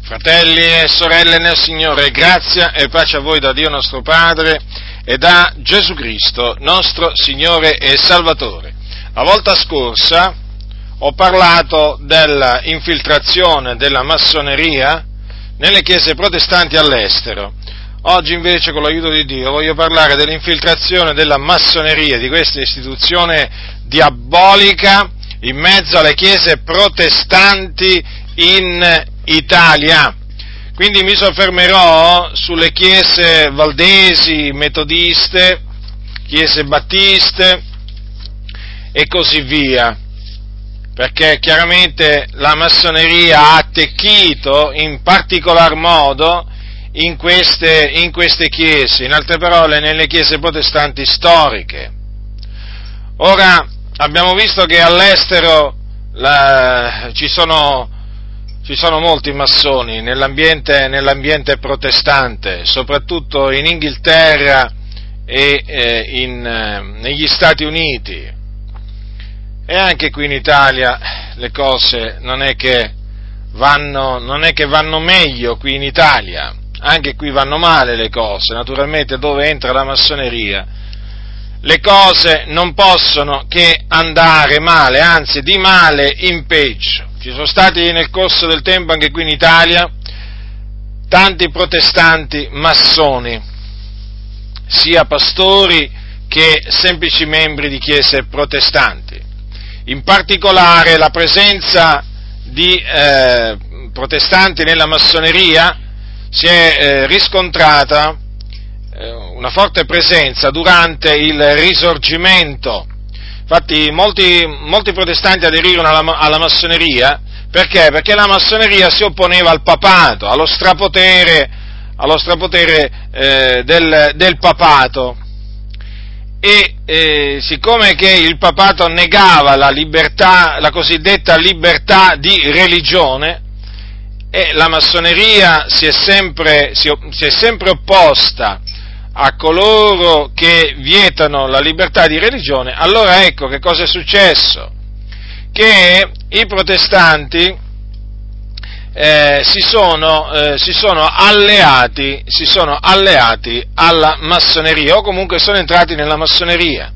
Fratelli e sorelle nel Signore, grazia e pace a voi da Dio nostro Padre e da Gesù Cristo, nostro Signore e Salvatore. La volta scorsa ho parlato dell'infiltrazione della massoneria nelle chiese protestanti all'estero. Oggi invece, con l'aiuto di Dio, voglio parlare dell'infiltrazione della massoneria, di questa istituzione diabolica, in mezzo alle chiese protestanti in Italia. Quindi mi soffermerò sulle chiese valdesi, metodiste, chiese battiste e così via, perché chiaramente la massoneria ha attecchito in particolar modo in queste chiese, in altre parole nelle chiese protestanti storiche. Ora, abbiamo visto che all'estero ci sono molti massoni nell'ambiente protestante, soprattutto in Inghilterra e negli Stati Uniti. E anche qui in Italia le cose non è che vanno meglio qui in Italia, anche qui vanno male le cose. Naturalmente dove entra la massoneria le cose non possono che andare male, anzi di male in peggio. Ci sono stati nel corso del tempo anche qui in Italia tanti protestanti massoni, sia pastori che semplici membri di chiese protestanti. In particolare la presenza di protestanti nella massoneria si è riscontrata una forte presenza durante il Risorgimento. Infatti molti protestanti aderirono alla massoneria perché la massoneria si opponeva al papato, allo strapotere del papato, e siccome che il papato negava la libertà, la cosiddetta libertà di religione, e la massoneria si è sempre opposta a coloro che vietano la libertà di religione, allora ecco che cosa è successo: che i protestanti si sono alleati alla massoneria, o comunque sono entrati nella massoneria.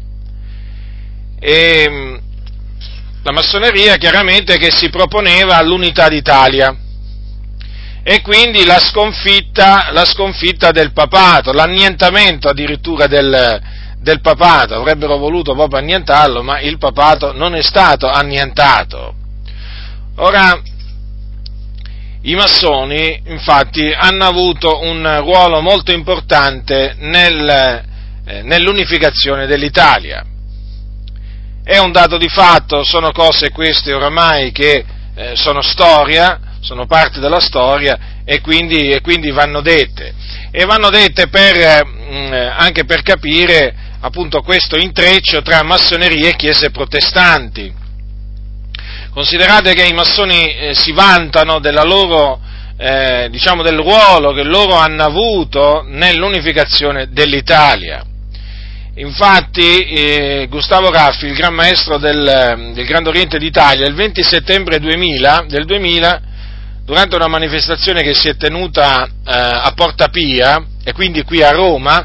E la massoneria chiaramente che si proponeva l'unità d'Italia, e quindi la sconfitta del papato, l'annientamento addirittura del papato. Avrebbero voluto proprio annientarlo, ma il papato non è stato annientato. Ora, i massoni infatti hanno avuto un ruolo molto importante nell'unificazione dell'Italia. È un dato di fatto, sono cose queste oramai che sono storia, sono parte della storia, e quindi vanno dette. E vanno dette anche per capire appunto questo intreccio tra massoneria e chiese protestanti. Considerate che i massoni si vantano della loro, del ruolo che loro hanno avuto nell'unificazione dell'Italia. Infatti Gustavo Raffi, il gran maestro del Grande Oriente d'Italia, il 20 settembre del 2000, durante una manifestazione che si è tenuta a Porta Pia, e quindi qui a Roma,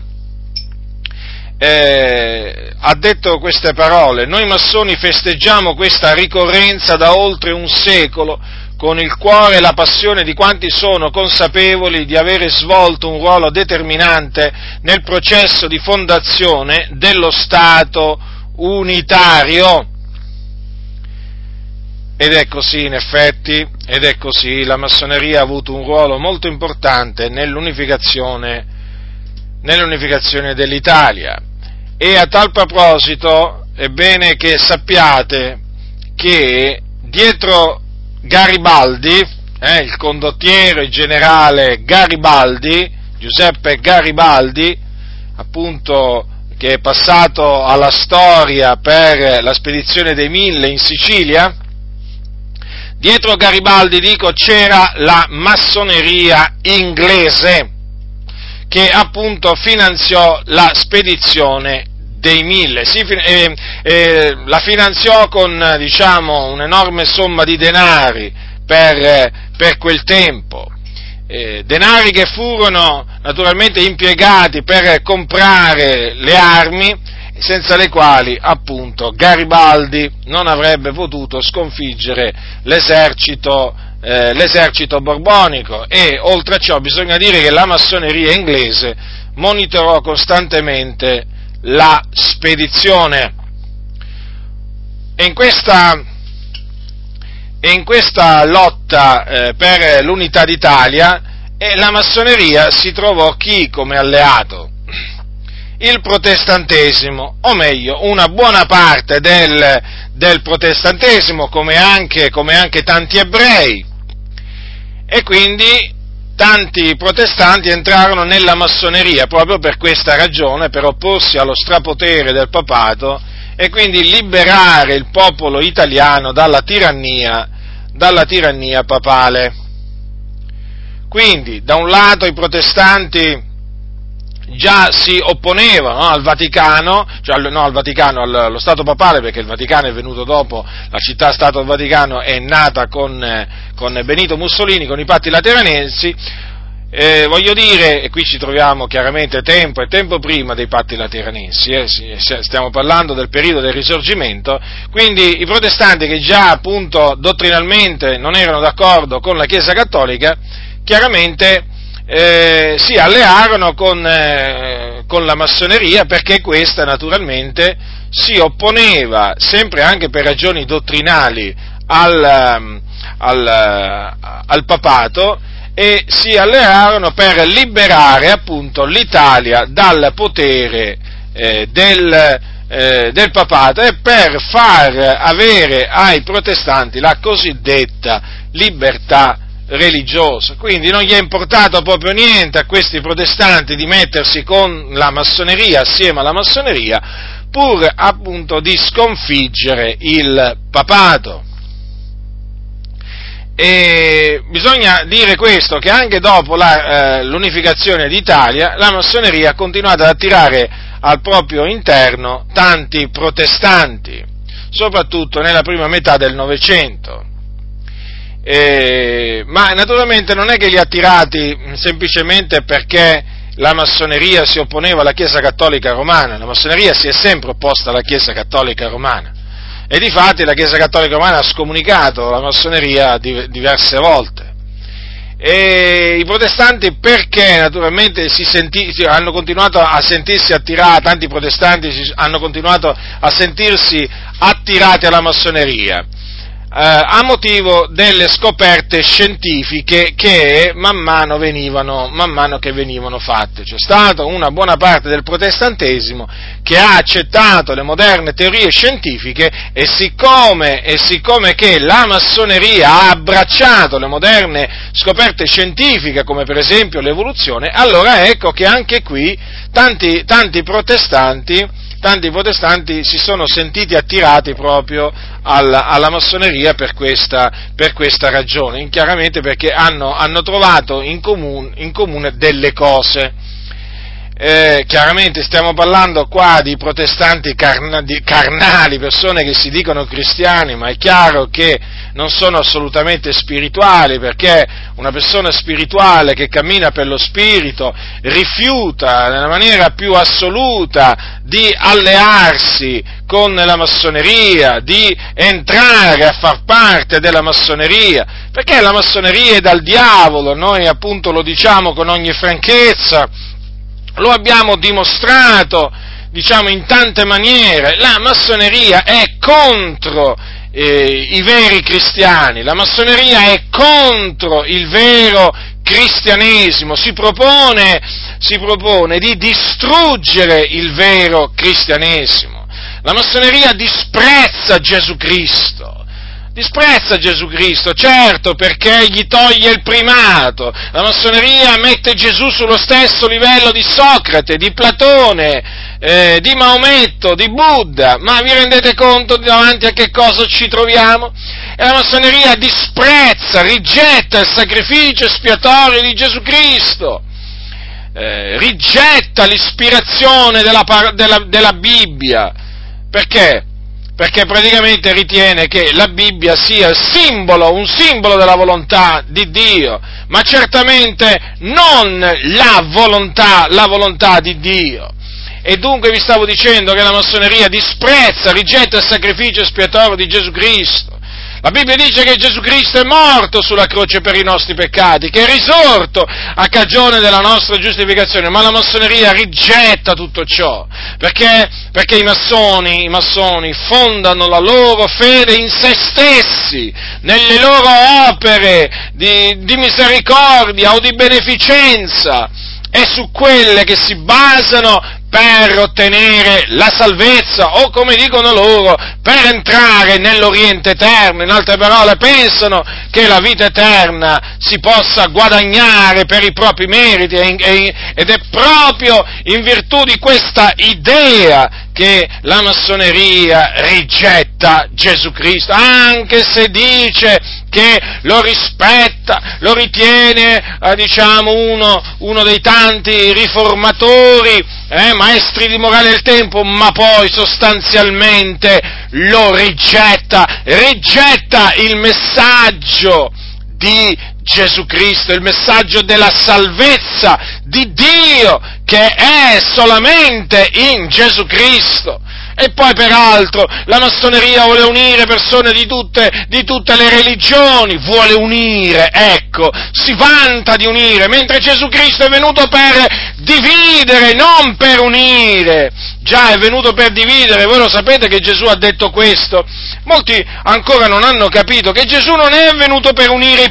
ha detto queste parole: noi massoni festeggiamo questa ricorrenza da oltre un secolo con il cuore e la passione di quanti sono consapevoli di avere svolto un ruolo determinante nel processo di fondazione dello Stato unitario. Ed è così, in effetti, la massoneria ha avuto un ruolo molto importante nell'unificazione dell'Italia. E a tal proposito è bene che sappiate che dietro Garibaldi, il condottiero e generale Garibaldi, Giuseppe Garibaldi, appunto, che è passato alla storia per la spedizione dei 1000 in Sicilia, dietro Garibaldi, c'era la massoneria inglese, che appunto finanziò la spedizione dei 1000, la finanziò con, un'enorme somma di denari per quel tempo, denari che furono naturalmente impiegati per comprare le armi, senza le quali appunto Garibaldi non avrebbe potuto sconfiggere l'esercito borbonico. E oltre a ciò bisogna dire che la massoneria inglese monitorò costantemente la spedizione. E in questa lotta per l'unità d'Italia la massoneria si trovò chi come alleato? Il protestantesimo, o meglio, una buona parte del protestantesimo, come anche tanti ebrei, e quindi tanti protestanti entrarono nella massoneria proprio per questa ragione, per opporsi allo strapotere del papato e quindi liberare il popolo italiano dalla tirannia papale. Quindi, da un lato i protestanti già si opponevano al Vaticano, allo Stato papale, perché il Vaticano è venuto dopo, la città-Stato del Vaticano è nata con Benito Mussolini, con i Patti Lateranensi. Voglio dire, e qui ci troviamo chiaramente tempo prima dei Patti Lateranensi, stiamo parlando del periodo del Risorgimento, quindi i protestanti, che già appunto dottrinalmente non erano d'accordo con la Chiesa Cattolica, chiaramente si allearono con la massoneria, perché questa naturalmente si opponeva, sempre anche per ragioni dottrinali, al papato, e si allearono per liberare appunto l'Italia dal potere del papato e per far avere ai protestanti la cosiddetta libertà religiosa. Quindi non gli è importato proprio niente a questi protestanti di mettersi con la massoneria, assieme alla massoneria, pur appunto di sconfiggere il papato. E bisogna dire questo, che anche dopo l'unificazione d'Italia, la massoneria ha continuato ad attirare al proprio interno tanti protestanti, soprattutto nella prima metà del Novecento. Ma naturalmente non è che li ha attirati semplicemente perché la massoneria si opponeva alla Chiesa Cattolica Romana. La massoneria si è sempre opposta alla Chiesa Cattolica Romana, e difatti la Chiesa Cattolica Romana ha scomunicato la massoneria diverse volte. E i protestanti, perché naturalmente hanno continuato a sentirsi attirati, tanti protestanti hanno continuato a sentirsi attirati alla massoneria, a motivo delle scoperte scientifiche che man mano che venivano fatte. C'è stata una buona parte del protestantesimo che ha accettato le moderne teorie scientifiche, e siccome che la massoneria ha abbracciato le moderne scoperte scientifiche, come per esempio l'evoluzione, allora ecco che anche qui tanti protestanti si sono sentiti attirati proprio alla massoneria per questa ragione, chiaramente perché hanno trovato in comune delle cose. Chiaramente stiamo parlando qua di protestanti carnali, persone che si dicono cristiani, ma è chiaro che non sono assolutamente spirituali, perché una persona spirituale che cammina per lo spirito rifiuta nella maniera più assoluta di allearsi con la massoneria, di entrare a far parte della massoneria, perché la massoneria è dal diavolo. Noi appunto lo diciamo con ogni franchezza, lo abbiamo dimostrato, in tante maniere. La massoneria è contro i veri cristiani, la massoneria è contro il vero cristianesimo, si propone di distruggere il vero cristianesimo. La massoneria disprezza Gesù Cristo, certo, perché gli toglie il primato. La massoneria mette Gesù sullo stesso livello di Socrate, di Platone, di Maometto, di Buddha, ma vi rendete conto davanti a che cosa ci troviamo? E la massoneria rigetta il sacrificio espiatorio di Gesù Cristo, rigetta l'ispirazione della Bibbia. Perché? perché praticamente ritiene che la Bibbia sia un simbolo della volontà di Dio, ma certamente non la volontà di Dio. E dunque vi stavo dicendo che la massoneria rigetta il sacrificio espiatorio di Gesù Cristo. La Bibbia dice che Gesù Cristo è morto sulla croce per i nostri peccati, che è risorto a cagione della nostra giustificazione, ma la massoneria rigetta tutto ciò, perché i massoni fondano la loro fede in se stessi, nelle loro opere di misericordia o di beneficenza, e su quelle che si basano per ottenere la salvezza, o come dicono loro, per entrare nell'Oriente eterno. In altre parole, pensano che la vita eterna si possa guadagnare per i propri meriti, ed è proprio in virtù di questa idea che la massoneria rigetta Gesù Cristo, anche se dice che lo rispetta, lo ritiene, uno dei tanti riformatori, maestri di morale del tempo, ma poi sostanzialmente lo rigetta il messaggio di Gesù Cristo, il messaggio della salvezza di Dio, che è solamente in Gesù Cristo. E poi peraltro la massoneria vuole unire persone di tutte le religioni, si vanta di unire, mentre Gesù Cristo è venuto per dividere, non per unire. Già, è venuto per dividere, voi lo sapete che Gesù ha detto questo. Molti ancora non hanno capito che Gesù non è venuto per unire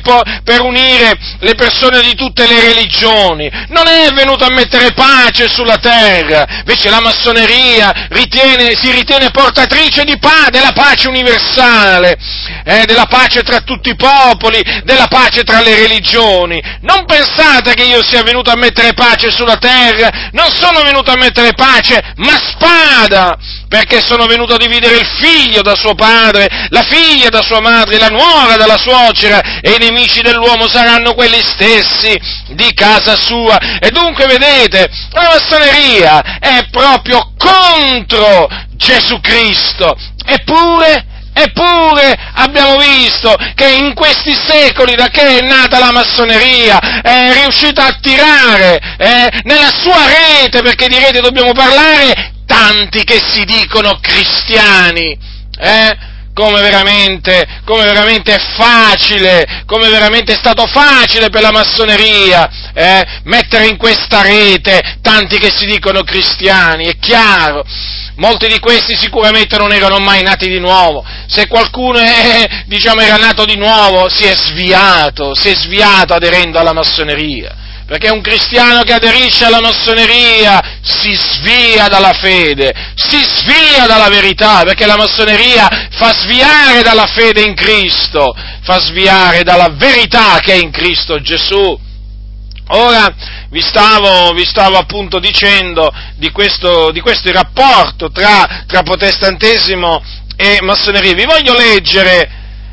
le persone di tutte le religioni, non è venuto a mettere pace sulla terra. Invece la massoneria si ritiene portatrice della pace universale, della pace tra tutti i popoli, della pace tra le religioni. Non pensate che io sia venuto a mettere pace sulla terra, non sono venuto a mettere pace, ma spada, perché sono venuto a dividere il figlio da suo padre, la figlia da sua madre, la nuora dalla suocera, e i nemici dell'uomo saranno quelli stessi di casa sua. E dunque, vedete, la massoneria è proprio contro Gesù Cristo, eppure abbiamo visto che in questi secoli, da che è nata la massoneria, è riuscita a attirare nella sua rete, perché di rete dobbiamo parlare, tanti che si dicono cristiani, come veramente è facile, come veramente è stato facile per la massoneria mettere in questa rete tanti che si dicono cristiani. È chiaro, molti di questi sicuramente non erano mai nati di nuovo. Se qualcuno era nato di nuovo, si è sviato aderendo alla massoneria. Perché un cristiano che aderisce alla massoneria si svia dalla fede, si svia dalla verità, perché la massoneria fa sviare dalla fede in Cristo, fa sviare dalla verità che è in Cristo Gesù. Ora vi stavo appunto dicendo di questo rapporto tra protestantesimo e massoneria. Vi voglio leggere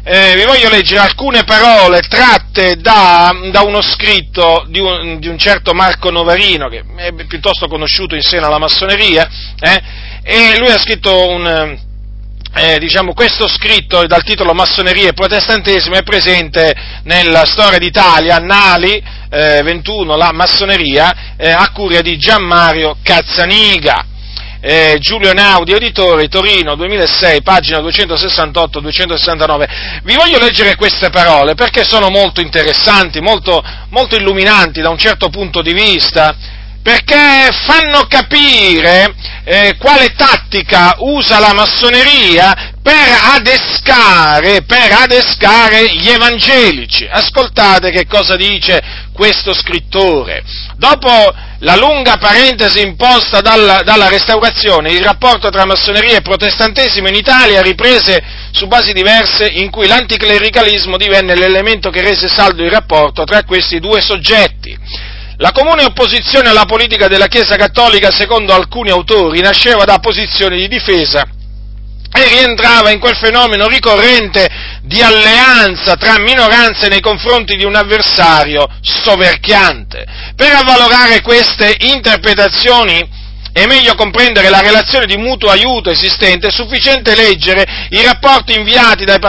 alcune parole tratte da uno scritto di un certo Marco Novarino, che è piuttosto conosciuto in seno alla massoneria, e lui ha scritto questo scritto dal titolo Massoneria e Protestantesimo, è presente nella Storia d'Italia, Annali 21, la massoneria, a cura di Gianmario Cazzaniga. Giulio Einaudi, editore, Torino, 2006, pagina 268-269. Vi voglio leggere queste parole perché sono molto interessanti, molto, molto illuminanti da un certo punto di vista, perché fanno capire quale tattica usa la massoneria per adescare gli evangelici. Ascoltate che cosa dice questo scrittore. Dopo la lunga parentesi imposta dalla Restaurazione, il rapporto tra massoneria e protestantesimo in Italia riprese su basi diverse, in cui l'anticlericalismo divenne l'elemento che rese saldo il rapporto tra questi due soggetti. La comune opposizione alla politica della Chiesa Cattolica, secondo alcuni autori, nasceva da posizioni di difesa e rientrava in quel fenomeno ricorrente di alleanza tra minoranze nei confronti di un avversario soverchiante. Per avvalorare queste interpretazioni è meglio comprendere la relazione di mutuo aiuto esistente, è sufficiente leggere i rapporti inviati dai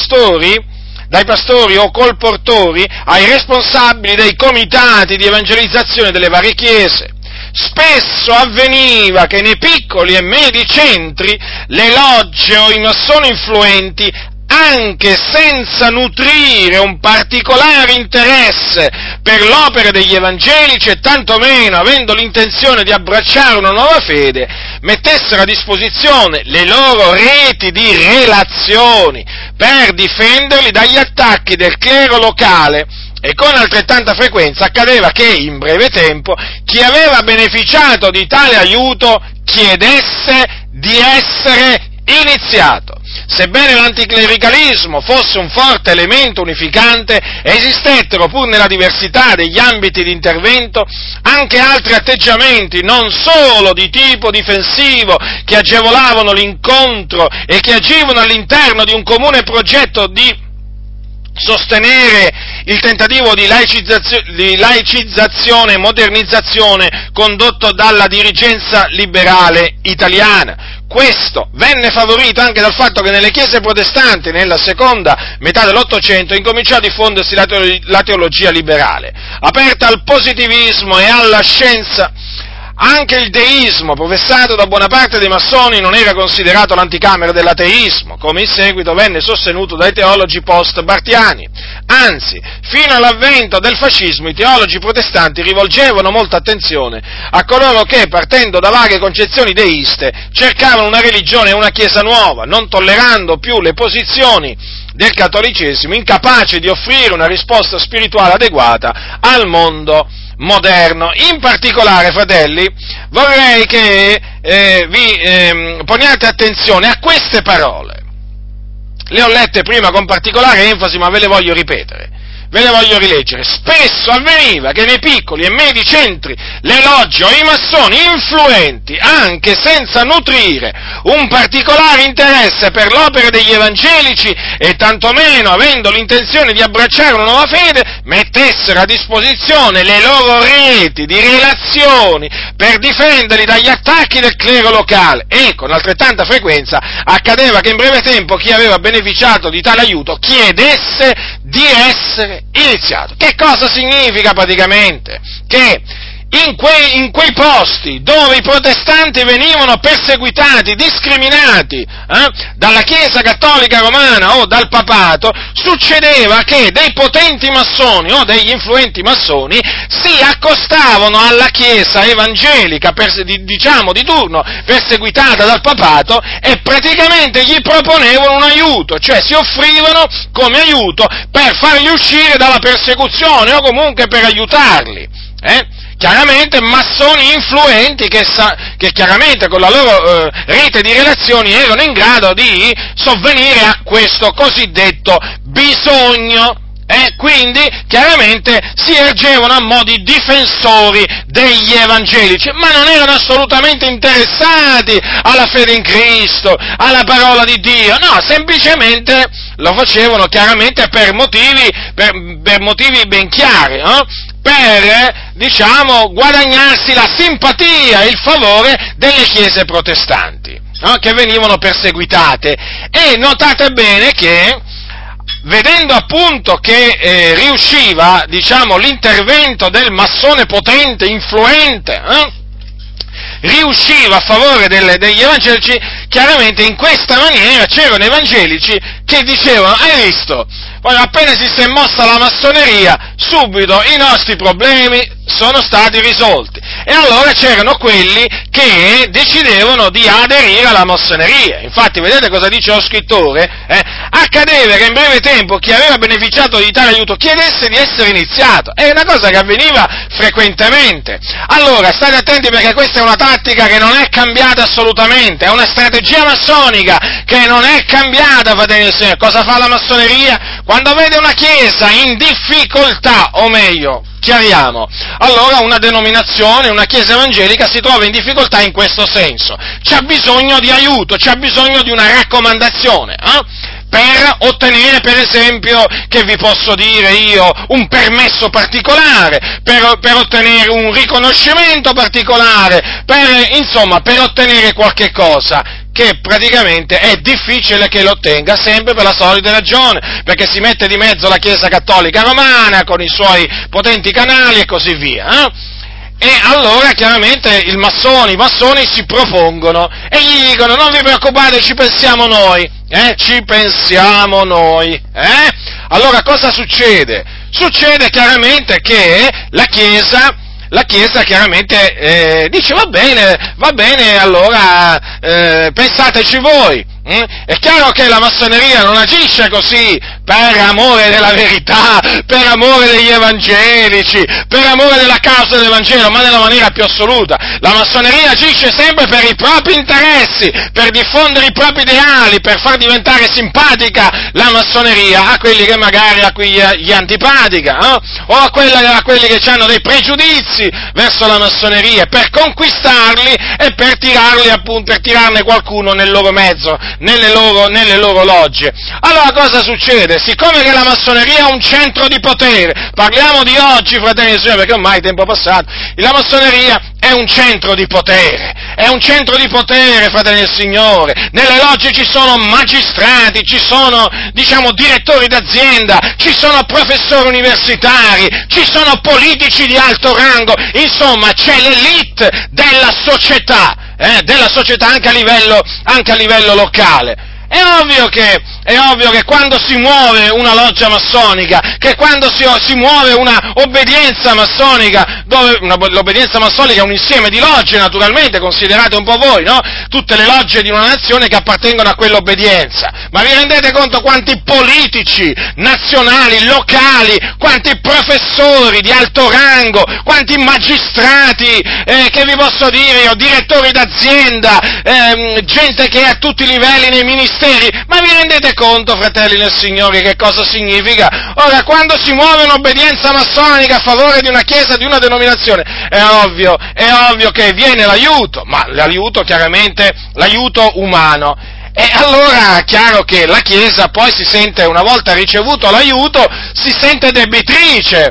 pastori o colportori ai responsabili dei comitati di evangelizzazione delle varie chiese. Spesso avveniva che nei piccoli e medi centri le logge o i massoni influenti, anche senza nutrire un particolare interesse per l'opera degli evangelici e tantomeno avendo l'intenzione di abbracciare una nuova fede, mettessero a disposizione le loro reti di relazioni per difenderli dagli attacchi del clero locale. E con altrettanta frequenza accadeva che in breve tempo chi aveva beneficiato di tale aiuto chiedesse di essere iniziato. Sebbene l'anticlericalismo fosse un forte elemento unificante, esistettero pur nella diversità degli ambiti di intervento anche altri atteggiamenti, non solo di tipo difensivo, che agevolavano l'incontro e che agivano all'interno di un comune progetto di sostenere il tentativo di laicizzazione e modernizzazione condotto dalla dirigenza liberale italiana. Questo venne favorito anche dal fatto che nelle chiese protestanti, nella seconda metà dell'Ottocento, incominciò a diffondersi la teologia liberale, aperta al positivismo e alla scienza. Anche il deismo, professato da buona parte dei massoni, non era considerato l'anticamera dell'ateismo, come in seguito venne sostenuto dai teologi post-bartiani. Anzi, fino all'avvento del fascismo, i teologi protestanti rivolgevano molta attenzione a coloro che, partendo da vaghe concezioni deiste, cercavano una religione e una chiesa nuova, non tollerando più le posizioni del cattolicesimo, incapace di offrire una risposta spirituale adeguata al mondo moderno. In particolare, fratelli, vorrei che vi poniate attenzione a queste parole. Le ho lette prima con particolare enfasi, ma ve le voglio ripetere. Ve le voglio rileggere. Spesso avveniva che nei piccoli e medi centri le logge o i massoni influenti, anche senza nutrire un particolare interesse per l'opera degli evangelici e tantomeno avendo l'intenzione di abbracciare una nuova fede, mettessero a disposizione le loro reti di relazioni per difenderli dagli attacchi del clero locale. E con altrettanta frequenza accadeva che in breve tempo chi aveva beneficiato di tale aiuto chiedesse di essere iniziato. Che cosa significa praticamente? Che in quei posti dove i protestanti venivano perseguitati, discriminati dalla Chiesa Cattolica Romana o dal Papato, succedeva che dei potenti massoni o degli influenti massoni si accostavano alla Chiesa evangelica, di turno, perseguitata dal Papato, e praticamente gli proponevano un aiuto, cioè si offrivano come aiuto per farli uscire dalla persecuzione o comunque per aiutarli. Chiaramente massoni influenti che chiaramente con la loro rete di relazioni erano in grado di sovvenire a questo cosiddetto bisogno. Quindi chiaramente si ergevano a mo' di difensori degli evangelici, ma non erano assolutamente interessati alla fede in Cristo, alla parola di Dio, no, semplicemente lo facevano chiaramente per motivi ben chiari, per, guadagnarsi la simpatia e il favore delle chiese protestanti, che venivano perseguitate. E notate bene che, vedendo appunto che riusciva, l'intervento del massone potente, influente, riusciva a favore degli evangelici, chiaramente in questa maniera c'erano evangelici che dicevano: hai visto, appena si è mossa la massoneria, subito i nostri problemi sono stati risolti. E allora c'erano quelli che decidevano di aderire alla massoneria. Infatti, vedete cosa dice lo scrittore? Accadeva che in breve tempo chi aveva beneficiato di tale aiuto chiedesse di essere iniziato. È una cosa che avveniva frequentemente. Allora, state attenti, perché questa è una tattica che non è cambiata assolutamente, è una strategia massonica che non è cambiata, fratelli del Signore. Cosa fa la massoneria? Quando vede una chiesa in difficoltà, o meglio, chiariamo, allora una denominazione, una chiesa evangelica si trova in difficoltà in questo senso, c'ha bisogno di aiuto, c'ha bisogno di una raccomandazione, per ottenere, per esempio, che vi posso dire io, un permesso particolare, per ottenere un riconoscimento particolare, per ottenere qualche cosa che praticamente è difficile che lo ottenga, sempre per la solita ragione, perché si mette di mezzo la Chiesa Cattolica Romana con i suoi potenti canali e così via. E allora chiaramente i massoni si propongono e gli dicono: non vi preoccupate, ci pensiamo noi, Allora cosa succede? Succede chiaramente che la Chiesa chiaramente dice: va bene, allora pensateci voi. È chiaro che la massoneria non agisce così per amore della verità, per amore degli evangelici, per amore della causa dell'Evangelo, ma nella maniera più assoluta. La massoneria agisce sempre per i propri interessi, per diffondere i propri ideali, per far diventare simpatica la massoneria a quelli che magari a cui gli è antipatica, o a quelli che hanno dei pregiudizi verso la massoneria, per conquistarli e per tirarne qualcuno nel loro mezzo, nelle loro logge. Allora cosa succede? Siccome che la massoneria è un centro di potere, parliamo di oggi, fratelli e sorelle, perché ormai è tempo passato, la massoneria è un centro di potere, fratelli del Signore. Nelle logge ci sono magistrati, ci sono, direttori d'azienda, ci sono professori universitari, ci sono politici di alto rango, insomma c'è l'élite della società anche a livello locale. È ovvio che quando si muove una loggia massonica, che quando si muove una obbedienza massonica, l'obbedienza massonica è un insieme di logge, naturalmente, considerate un po' voi, no? Tutte le logge di una nazione che appartengono a quell'obbedienza. Ma vi rendete conto quanti politici nazionali, locali, quanti professori di alto rango, quanti magistrati, che vi posso dire io, direttori d'azienda, gente che è a tutti i livelli nei ministeri, ma vi rendete conto, fratelli nel Signore, che cosa significa? Ora, quando si muove un'obbedienza massonica a favore di una chiesa, di una denominazione, è ovvio che viene l'aiuto, ma l'aiuto chiaramente, l'aiuto umano. E allora, chiaro che la Chiesa poi una volta ricevuto l'aiuto, si sente debitrice,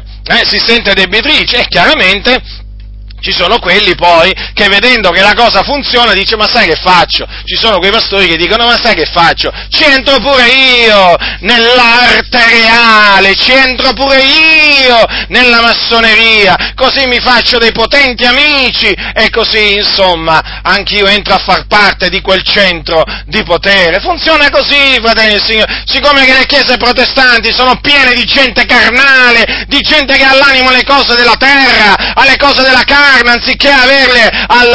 e chiaramente ci sono quelli poi che vedendo che la cosa funziona dice: ma sai che faccio? Ci sono quei pastori che dicono: ma sai che faccio? Ci entro pure io nell'arte reale, ci entro pure io nella massoneria, così mi faccio dei potenti amici e così, insomma, anch'io entro a far parte di quel centro di potere. Funziona così, fratelli del Signore, siccome che le chiese protestanti sono piene di gente carnale, di gente che ha l'animo alle cose della terra, alle cose della carne, anziché avere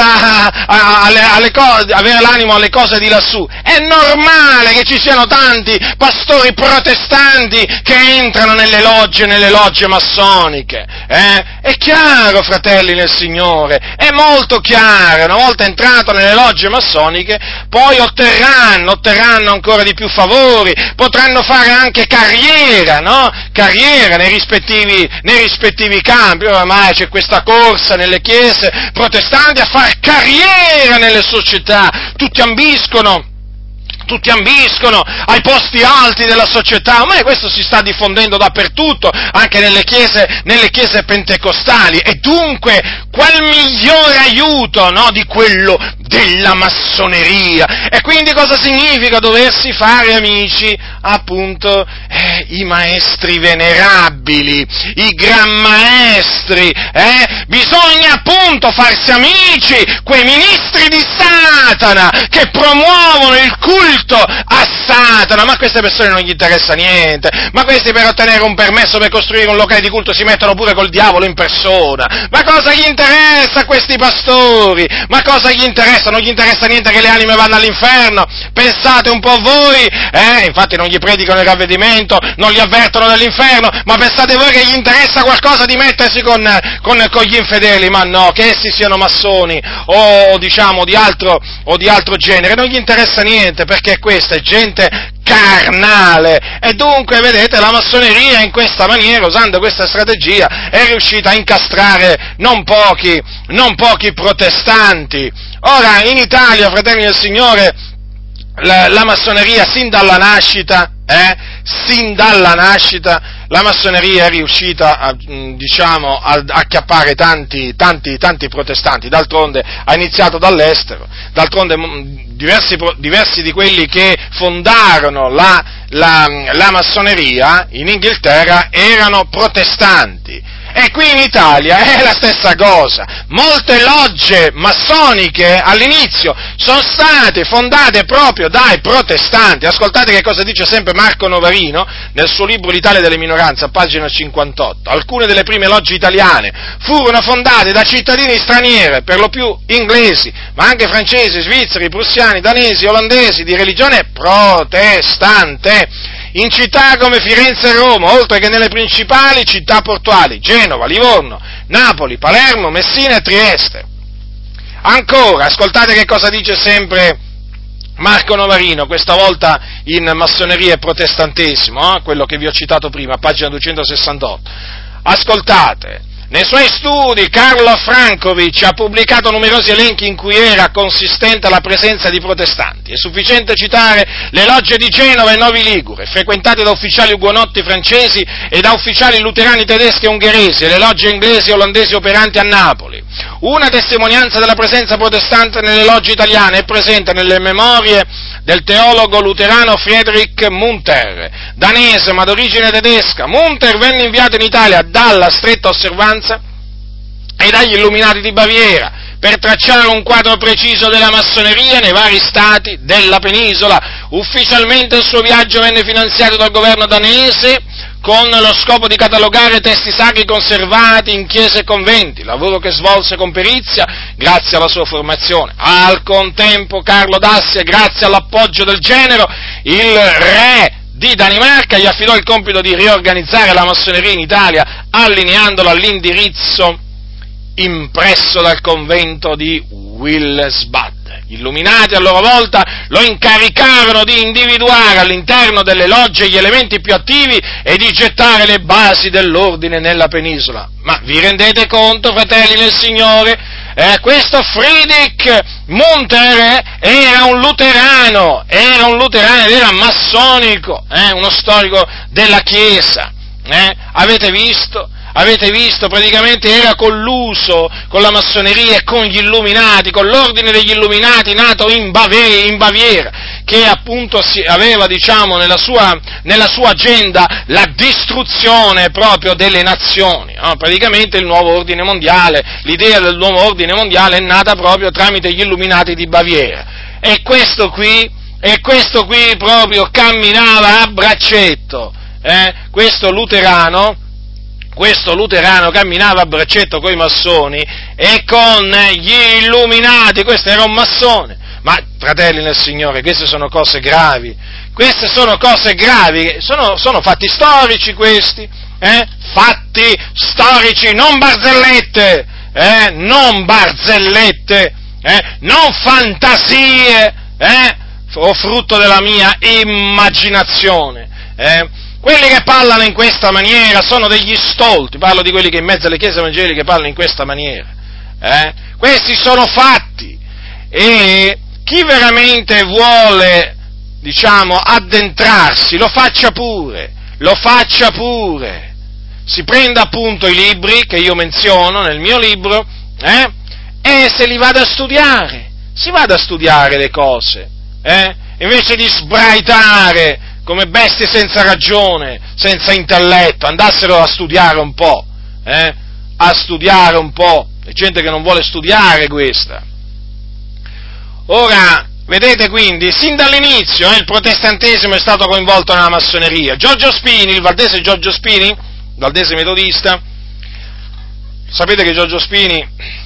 l'animo alle cose di lassù. È normale che ci siano tanti pastori protestanti che entrano nelle logge massoniche. È chiaro, fratelli nel Signore, è molto chiaro. Una volta entrato nelle logge massoniche, poi otterranno ancora di più favori, potranno fare anche carriera, no? Carriera nei rispettivi campi. Ormai c'è questa corsa nelle chiese protestanti a fare carriera nelle società, tutti ambiscono ai posti alti della società. Ormai questo si sta diffondendo dappertutto, anche nelle chiese pentecostali, e dunque qual migliore aiuto, no, di quello della massoneria? E quindi cosa significa doversi fare amici? Appunto, i maestri venerabili, i gran maestri, bisogna appunto farsi amici, quei ministri di Satana che promuovono il culto a Satana. Ma a queste persone non gli interessa niente, ma questi per ottenere un permesso per costruire un locale di culto si mettono pure col diavolo in persona. Ma cosa gli interessa a questi pastori? Ma cosa gli interessa? Non gli interessa niente che le anime vanno all'inferno? Pensate un po' voi, infatti non gli predicano il ravvedimento, non li avvertono dell'inferno, ma pensate voi che gli interessa qualcosa di mettersi con gli infedeli? Ma no, che essi siano massoni o diciamo di altro genere, non gli interessa niente, perché questa è gente carnale. E dunque, vedete, la massoneria in questa maniera, usando questa strategia, è riuscita a incastrare non pochi protestanti. Ora, in Italia, fratelli del Signore, la massoneria sin dalla nascita sin dalla nascita la massoneria è riuscita a acchiappare tanti protestanti, d'altronde ha iniziato dall'estero, d'altronde diversi di quelli che fondarono la massoneria in Inghilterra erano protestanti. E qui in Italia è la stessa cosa. Molte logge massoniche all'inizio sono state fondate proprio dai protestanti. Ascoltate che cosa dice sempre Marco Novarino nel suo libro L'Italia delle minoranze, a pagina 58. Alcune delle prime logge italiane furono fondate da cittadini stranieri, per lo più inglesi, ma anche francesi, svizzeri, prussiani, danesi, olandesi, di religione protestante, in città come Firenze e Roma, oltre che nelle principali città portuali, Genova, Livorno, Napoli, Palermo, Messina e Trieste. Ancora, ascoltate che cosa dice sempre Marco Novarino, questa volta in Massoneria e Protestantesimo, quello che vi ho citato prima, pagina 268. Ascoltate. Nei suoi studi Carlo Frankovic ha pubblicato numerosi elenchi in cui era consistente la presenza di protestanti. È sufficiente citare le logge di Genova e Novi Ligure, frequentate da ufficiali ugonotti francesi e da ufficiali luterani tedeschi e ungheresi, e le logge inglesi e olandesi operanti a Napoli. Una testimonianza della presenza protestante nelle logge italiane è presente nelle memorie del teologo luterano Friedrich Munther, danese ma d'origine tedesca. Munther venne inviato in Italia dalla stretta osservanza e dagli illuminati di Baviera per tracciare un quadro preciso della massoneria nei vari stati della penisola. Ufficialmente il suo viaggio venne finanziato dal governo danese con lo scopo di catalogare testi sacri conservati in chiese e conventi, lavoro che svolse con perizia grazie alla sua formazione. Al contempo Carlo Dassia, grazie all'appoggio del genero, il re di Danimarca gli affidò il compito di riorganizzare la massoneria in Italia, allineandola all'indirizzo impresso dal convento di Willesbad. Gli illuminati a loro volta lo incaricarono di individuare all'interno delle logge gli elementi più attivi e di gettare le basi dell'ordine nella penisola. Ma vi rendete conto, fratelli nel Signore? Questo Friedrich Munther era un luterano ed era massonico, uno storico della Chiesa. Avete visto? Praticamente era colluso con la massoneria e con gli illuminati, con l'ordine degli illuminati nato in Baviera, che appunto aveva, nella sua agenda la distruzione proprio delle nazioni. Praticamente il nuovo ordine mondiale, l'idea del nuovo ordine mondiale è nata proprio tramite gli illuminati di Baviera. E questo qui proprio camminava a braccetto, questo luterano camminava a braccetto coi massoni e con gli illuminati. Questo era un massone. Ma, fratelli nel Signore, queste sono cose gravi, sono fatti storici questi, fatti storici, non barzellette, non fantasie, o frutto della mia immaginazione, Quelli che parlano in questa maniera sono degli stolti, parlo di quelli che in mezzo alle chiese evangeliche parlano in questa maniera. Questi sono fatti, e chi veramente vuole, addentrarsi, lo faccia pure, si prenda appunto i libri che io menziono nel mio libro, e se li vada a studiare, le cose, invece di sbraitare come bestie senza ragione, senza intelletto, andassero a studiare un po', è gente che non vuole studiare questa. Ora, vedete quindi, sin dall'inizio il protestantesimo è stato coinvolto nella massoneria. Giorgio Spini, il valdese Giorgio Spini, valdese metodista, sapete che Giorgio Spini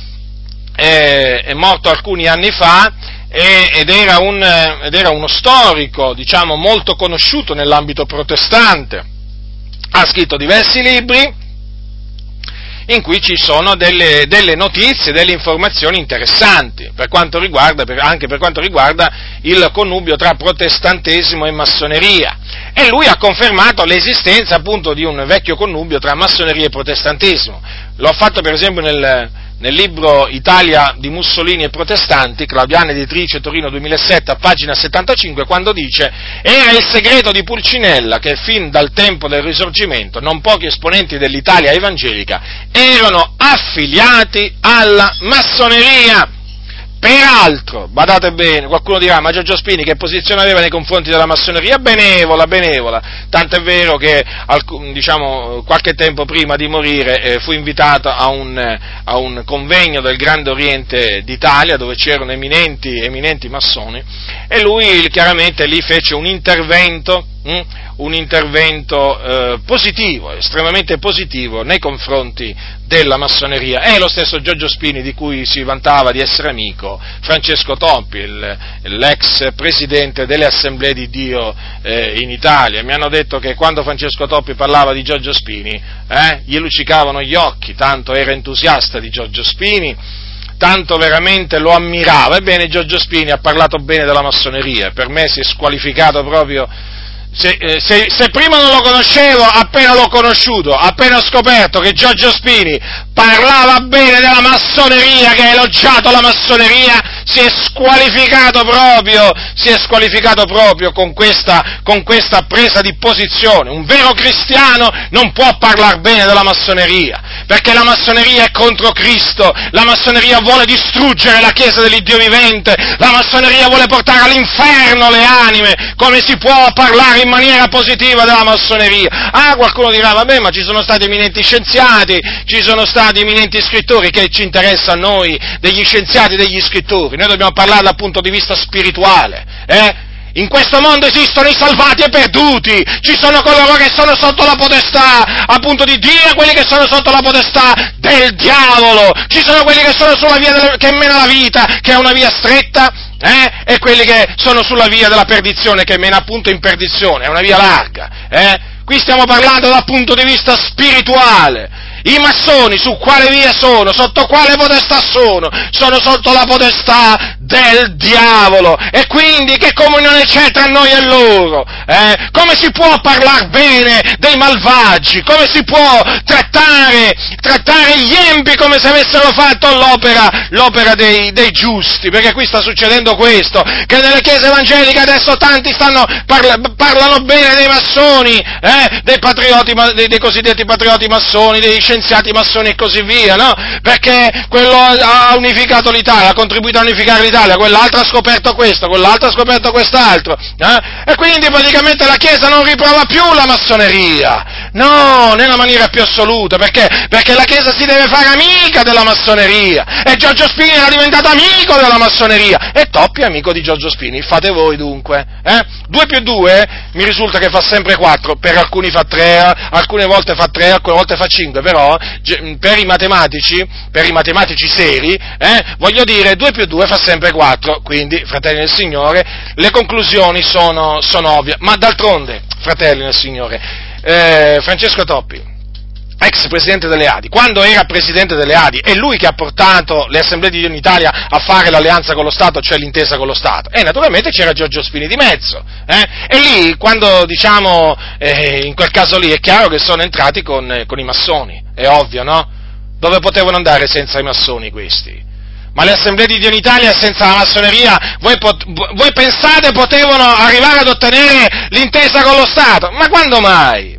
è morto alcuni anni fa, ed era uno storico, molto conosciuto nell'ambito protestante. Ha scritto diversi libri in cui ci sono delle notizie, delle informazioni interessanti, anche per quanto riguarda il connubio tra protestantesimo e massoneria. E lui ha confermato l'esistenza appunto di un vecchio connubio tra massoneria e protestantesimo. Lo ha fatto per esempio nel libro Italia di Mussolini e Protestanti, Claudiana Editrice, Torino 2007, a pagina 75, quando dice: era il segreto di Pulcinella che fin dal tempo del Risorgimento non pochi esponenti dell'Italia evangelica erano affiliati alla massoneria. Peraltro, badate bene, qualcuno dirà: ma Giorgio Spini che posizione aveva nei confronti della massoneria? Benevola, tant'è vero che qualche tempo prima di morire fu invitato a un convegno del Grande Oriente d'Italia, dove c'erano eminenti massoni, e lui chiaramente lì fece un intervento positivo, estremamente positivo nei confronti della massoneria. È lo stesso Giorgio Spini di cui si vantava di essere amico Francesco Toppi, l'ex presidente delle Assemblee di Dio in Italia. Mi hanno detto che quando Francesco Toppi parlava di Giorgio Spini, gli luccicavano gli occhi, tanto era entusiasta di Giorgio Spini, tanto veramente lo ammirava. Ebbene, Giorgio Spini ha parlato bene della massoneria, per me si è squalificato proprio. Se prima non lo conoscevo, appena l'ho conosciuto, appena ho scoperto che Giorgio Spini parlava bene della massoneria, che ha elogiato la massoneria, si è squalificato proprio con questa presa di posizione. Un vero cristiano non può parlare bene della massoneria, perché la massoneria è contro Cristo, la massoneria vuole distruggere la Chiesa dell'Iddio vivente, la massoneria vuole portare all'inferno le anime. Come si può parlare in maniera positiva della massoneria? Qualcuno dirà: vabbè, ma ci sono stati eminenti scienziati, ci sono stati eminenti scrittori. Che ci interessa a noi degli scienziati e degli scrittori? Noi dobbiamo parlare dal punto di vista spirituale, In questo mondo esistono i salvati e perduti, ci sono coloro che sono sotto la potestà, appunto, di Dio, e quelli che sono sotto la potestà del diavolo, ci sono quelli che sono sulla via che mena la vita, che è una via stretta, e quelli che sono sulla via della perdizione, che mena appunto in perdizione, è una via larga, Qui stiamo parlando dal punto di vista spirituale. I massoni su quale via sono? Sotto quale potestà sono? Sono sotto la potestà del diavolo. E quindi che comunione c'è tra noi e loro? Come si può parlare bene dei malvagi? Come si può trattare gli empi come se avessero fatto l'opera dei giusti? Perché qui sta succedendo questo, che nelle chiese evangeliche adesso tanti parlano bene dei massoni, dei patrioti, dei cosiddetti patrioti massoni, dei scienziati massoni e così via, no? Perché quello ha unificato l'Italia, ha contribuito a unificare l'Italia, quell'altro ha scoperto questo, quell'altro ha scoperto quest'altro, e quindi praticamente la Chiesa non riprova più la massoneria, no, nella maniera più assoluta, perché la Chiesa si deve fare amica della massoneria, e Giorgio Spini era diventato amico della massoneria, e Toppi è amico di Giorgio Spini. Fate voi dunque, 2 più 2 mi risulta che fa sempre 4, per alcuni fa 3, alcune volte fa 3, alcune volte fa 5, però per i matematici seri, voglio dire, 2 più 2 fa sempre 4, quindi, fratelli del Signore, le conclusioni sono ovvie. Ma d'altronde, fratelli del Signore, Francesco Toppi, ex presidente delle Adi, quando era presidente delle Adi, è lui che ha portato le Assemblee di Dio in Italia a fare l'alleanza con lo Stato, cioè l'intesa con lo Stato, e naturalmente c'era Giorgio Spini di mezzo, e lì, quando, in quel caso lì, è chiaro che sono entrati con i massoni, è ovvio, no? Dove potevano andare senza i massoni questi? Ma le Assemblee di Dio in Italia senza la massoneria, voi pensate potevano arrivare ad ottenere l'intesa con lo Stato? Ma quando mai?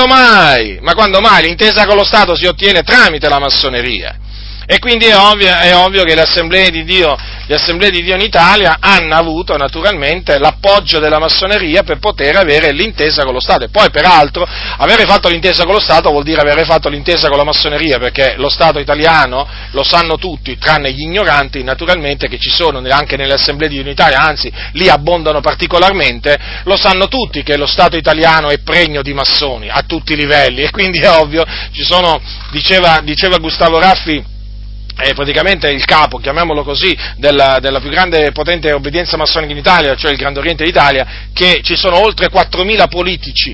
L'intesa con lo Stato si ottiene tramite la massoneria. E quindi è ovvio che le Assemblee di Dio in Italia hanno avuto naturalmente l'appoggio della massoneria per poter avere l'intesa con lo Stato. E poi, peraltro, avere fatto l'intesa con lo Stato vuol dire avere fatto l'intesa con la massoneria, perché lo Stato italiano, lo sanno tutti, tranne gli ignoranti, naturalmente, che ci sono anche nelle Assemblee di Dio in Italia, anzi, lì abbondano particolarmente, lo sanno tutti che lo Stato italiano è pregno di massoni, a tutti i livelli, e quindi è ovvio, diceva Gustavo Raffi, praticamente il capo, chiamiamolo così, della più grande e potente obbedienza massonica in Italia, cioè il Grande Oriente d'Italia, che ci sono oltre 4.000 politici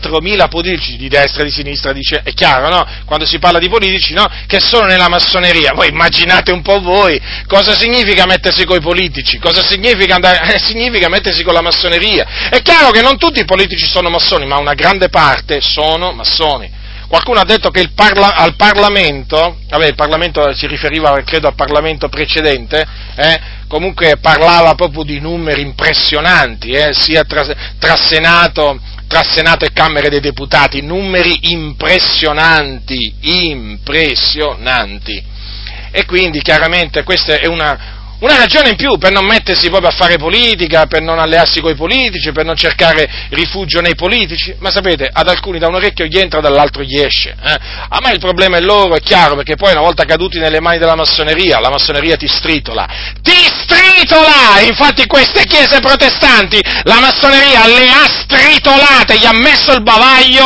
di destra e di sinistra, dice, è chiaro, no? Quando si parla di politici, no? Che sono nella massoneria. Voi immaginate un po' voi cosa significa mettersi coi politici, cosa significa significa mettersi con la massoneria. È chiaro che non tutti i politici sono massoni, ma una grande parte sono massoni. Qualcuno ha detto che al Parlamento, vabbè, il Parlamento si riferiva credo al Parlamento precedente, comunque parlava proprio di numeri impressionanti, sia tra Senato e Camere dei Deputati, numeri impressionanti. E quindi chiaramente questa è una ragione in più per non mettersi proprio a fare politica, per non allearsi coi politici, per non cercare rifugio nei politici, ma sapete, ad alcuni da un orecchio gli entra, dall'altro gli esce. A me il problema è loro, è chiaro, perché poi una volta caduti nelle mani della massoneria, la massoneria ti stritola! Infatti queste chiese protestanti, la massoneria le ha stritolate, gli ha messo il bavaglio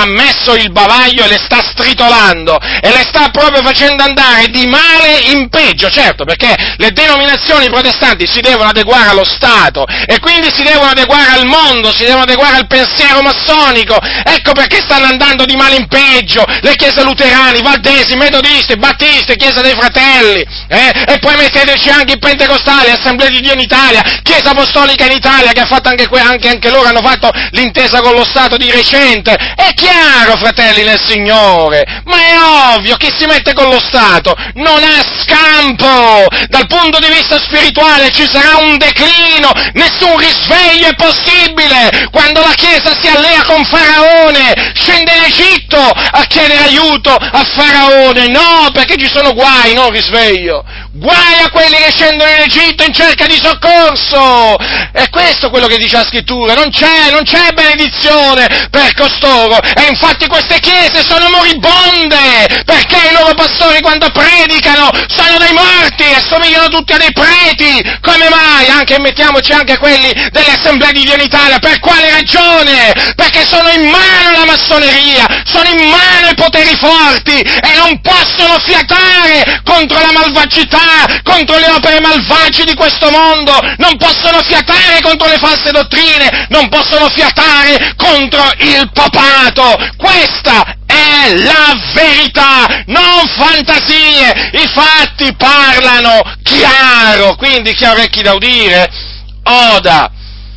e le sta stritolando, e le sta proprio facendo andare di male in peggio, certo, perché le denominazioni protestanti si devono adeguare allo Stato, e quindi si devono adeguare al mondo, si devono adeguare al pensiero massonico, ecco perché stanno andando di male in peggio, le chiese luterane, valdesi, metodisti, battisti, chiesa dei fratelli, e poi metteteci anche i pentecostali, Assemblea di Dio in Italia, Chiesa Apostolica in Italia, che ha fatto anche loro hanno fatto l'intesa con lo Stato di recente. È chiaro, fratelli nel Signore, ma è ovvio, chi si mette con lo Stato non ha scampo, dal punto di vista spirituale ci sarà un declino, nessun risveglio è possibile, quando la Chiesa si allea con Faraone, scende in Egitto a chiedere aiuto a Faraone, no, perché ci sono guai, non risveglio. Guai a quelli che scendono in Egitto in cerca di soccorso! È questo quello che dice la Scrittura, non c'è benedizione per costoro, e infatti queste chiese sono moribonde, perché i loro pastori quando predicano sono dei morti e somigliano tutti a dei preti. Come mai? Mettiamoci anche quelli delle Assemblee di Dio in Italia, per quale ragione? Perché sono in mano la massoneria, sono in mano i poteri forti, e non possono fiatare contro la malvagità, contro le opere malvagie di questo mondo, non possono fiatare contro le false dottrine, non possono fiatare contro il papato. Questa è la verità, non fantasie, i fatti parlano chiaro, quindi chi ha orecchi da udire oda.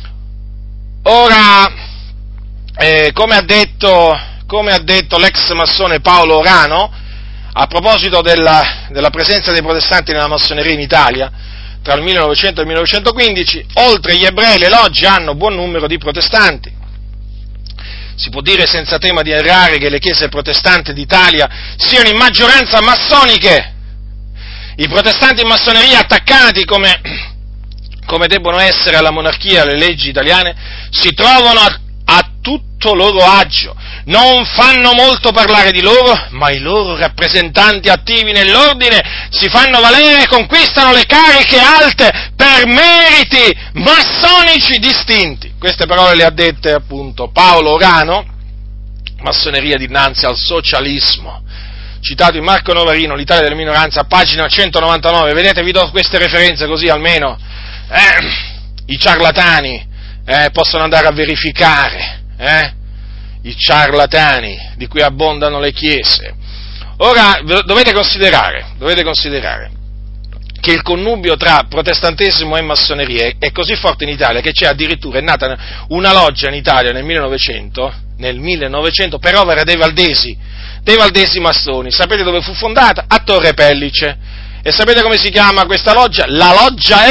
Ora, come ha detto l'ex massone Paolo Orano, a proposito della presenza dei protestanti nella massoneria in Italia, tra il 1900 e il 1915, oltre gli ebrei le logge hanno buon numero di protestanti. Si può dire senza tema di errare che le chiese protestanti d'Italia siano in maggioranza massoniche. I protestanti in massoneria, attaccati come debbono essere alla monarchia e alle leggi italiane, si trovano a tutto loro agio. Non fanno molto parlare di loro, ma i loro rappresentanti attivi nell'ordine si fanno valere e conquistano le cariche alte per meriti massonici distinti. Queste parole le ha dette appunto Paolo Orano, Massoneria dinanzi al socialismo, citato in Marco Novarino, l'Italia delle minoranze, a pagina 199. Vedete, vi do queste referenze così almeno i ciarlatani possono andare a verificare, i ciarlatani di cui abbondano le chiese. Ora dovete considerare che il connubio tra protestantesimo e massoneria è così forte in Italia che è nata una loggia in Italia nel 1900 per opera dei Valdesi massoni. Sapete dove fu fondata? A Torre Pellice. E sapete come si chiama questa loggia? La Loggia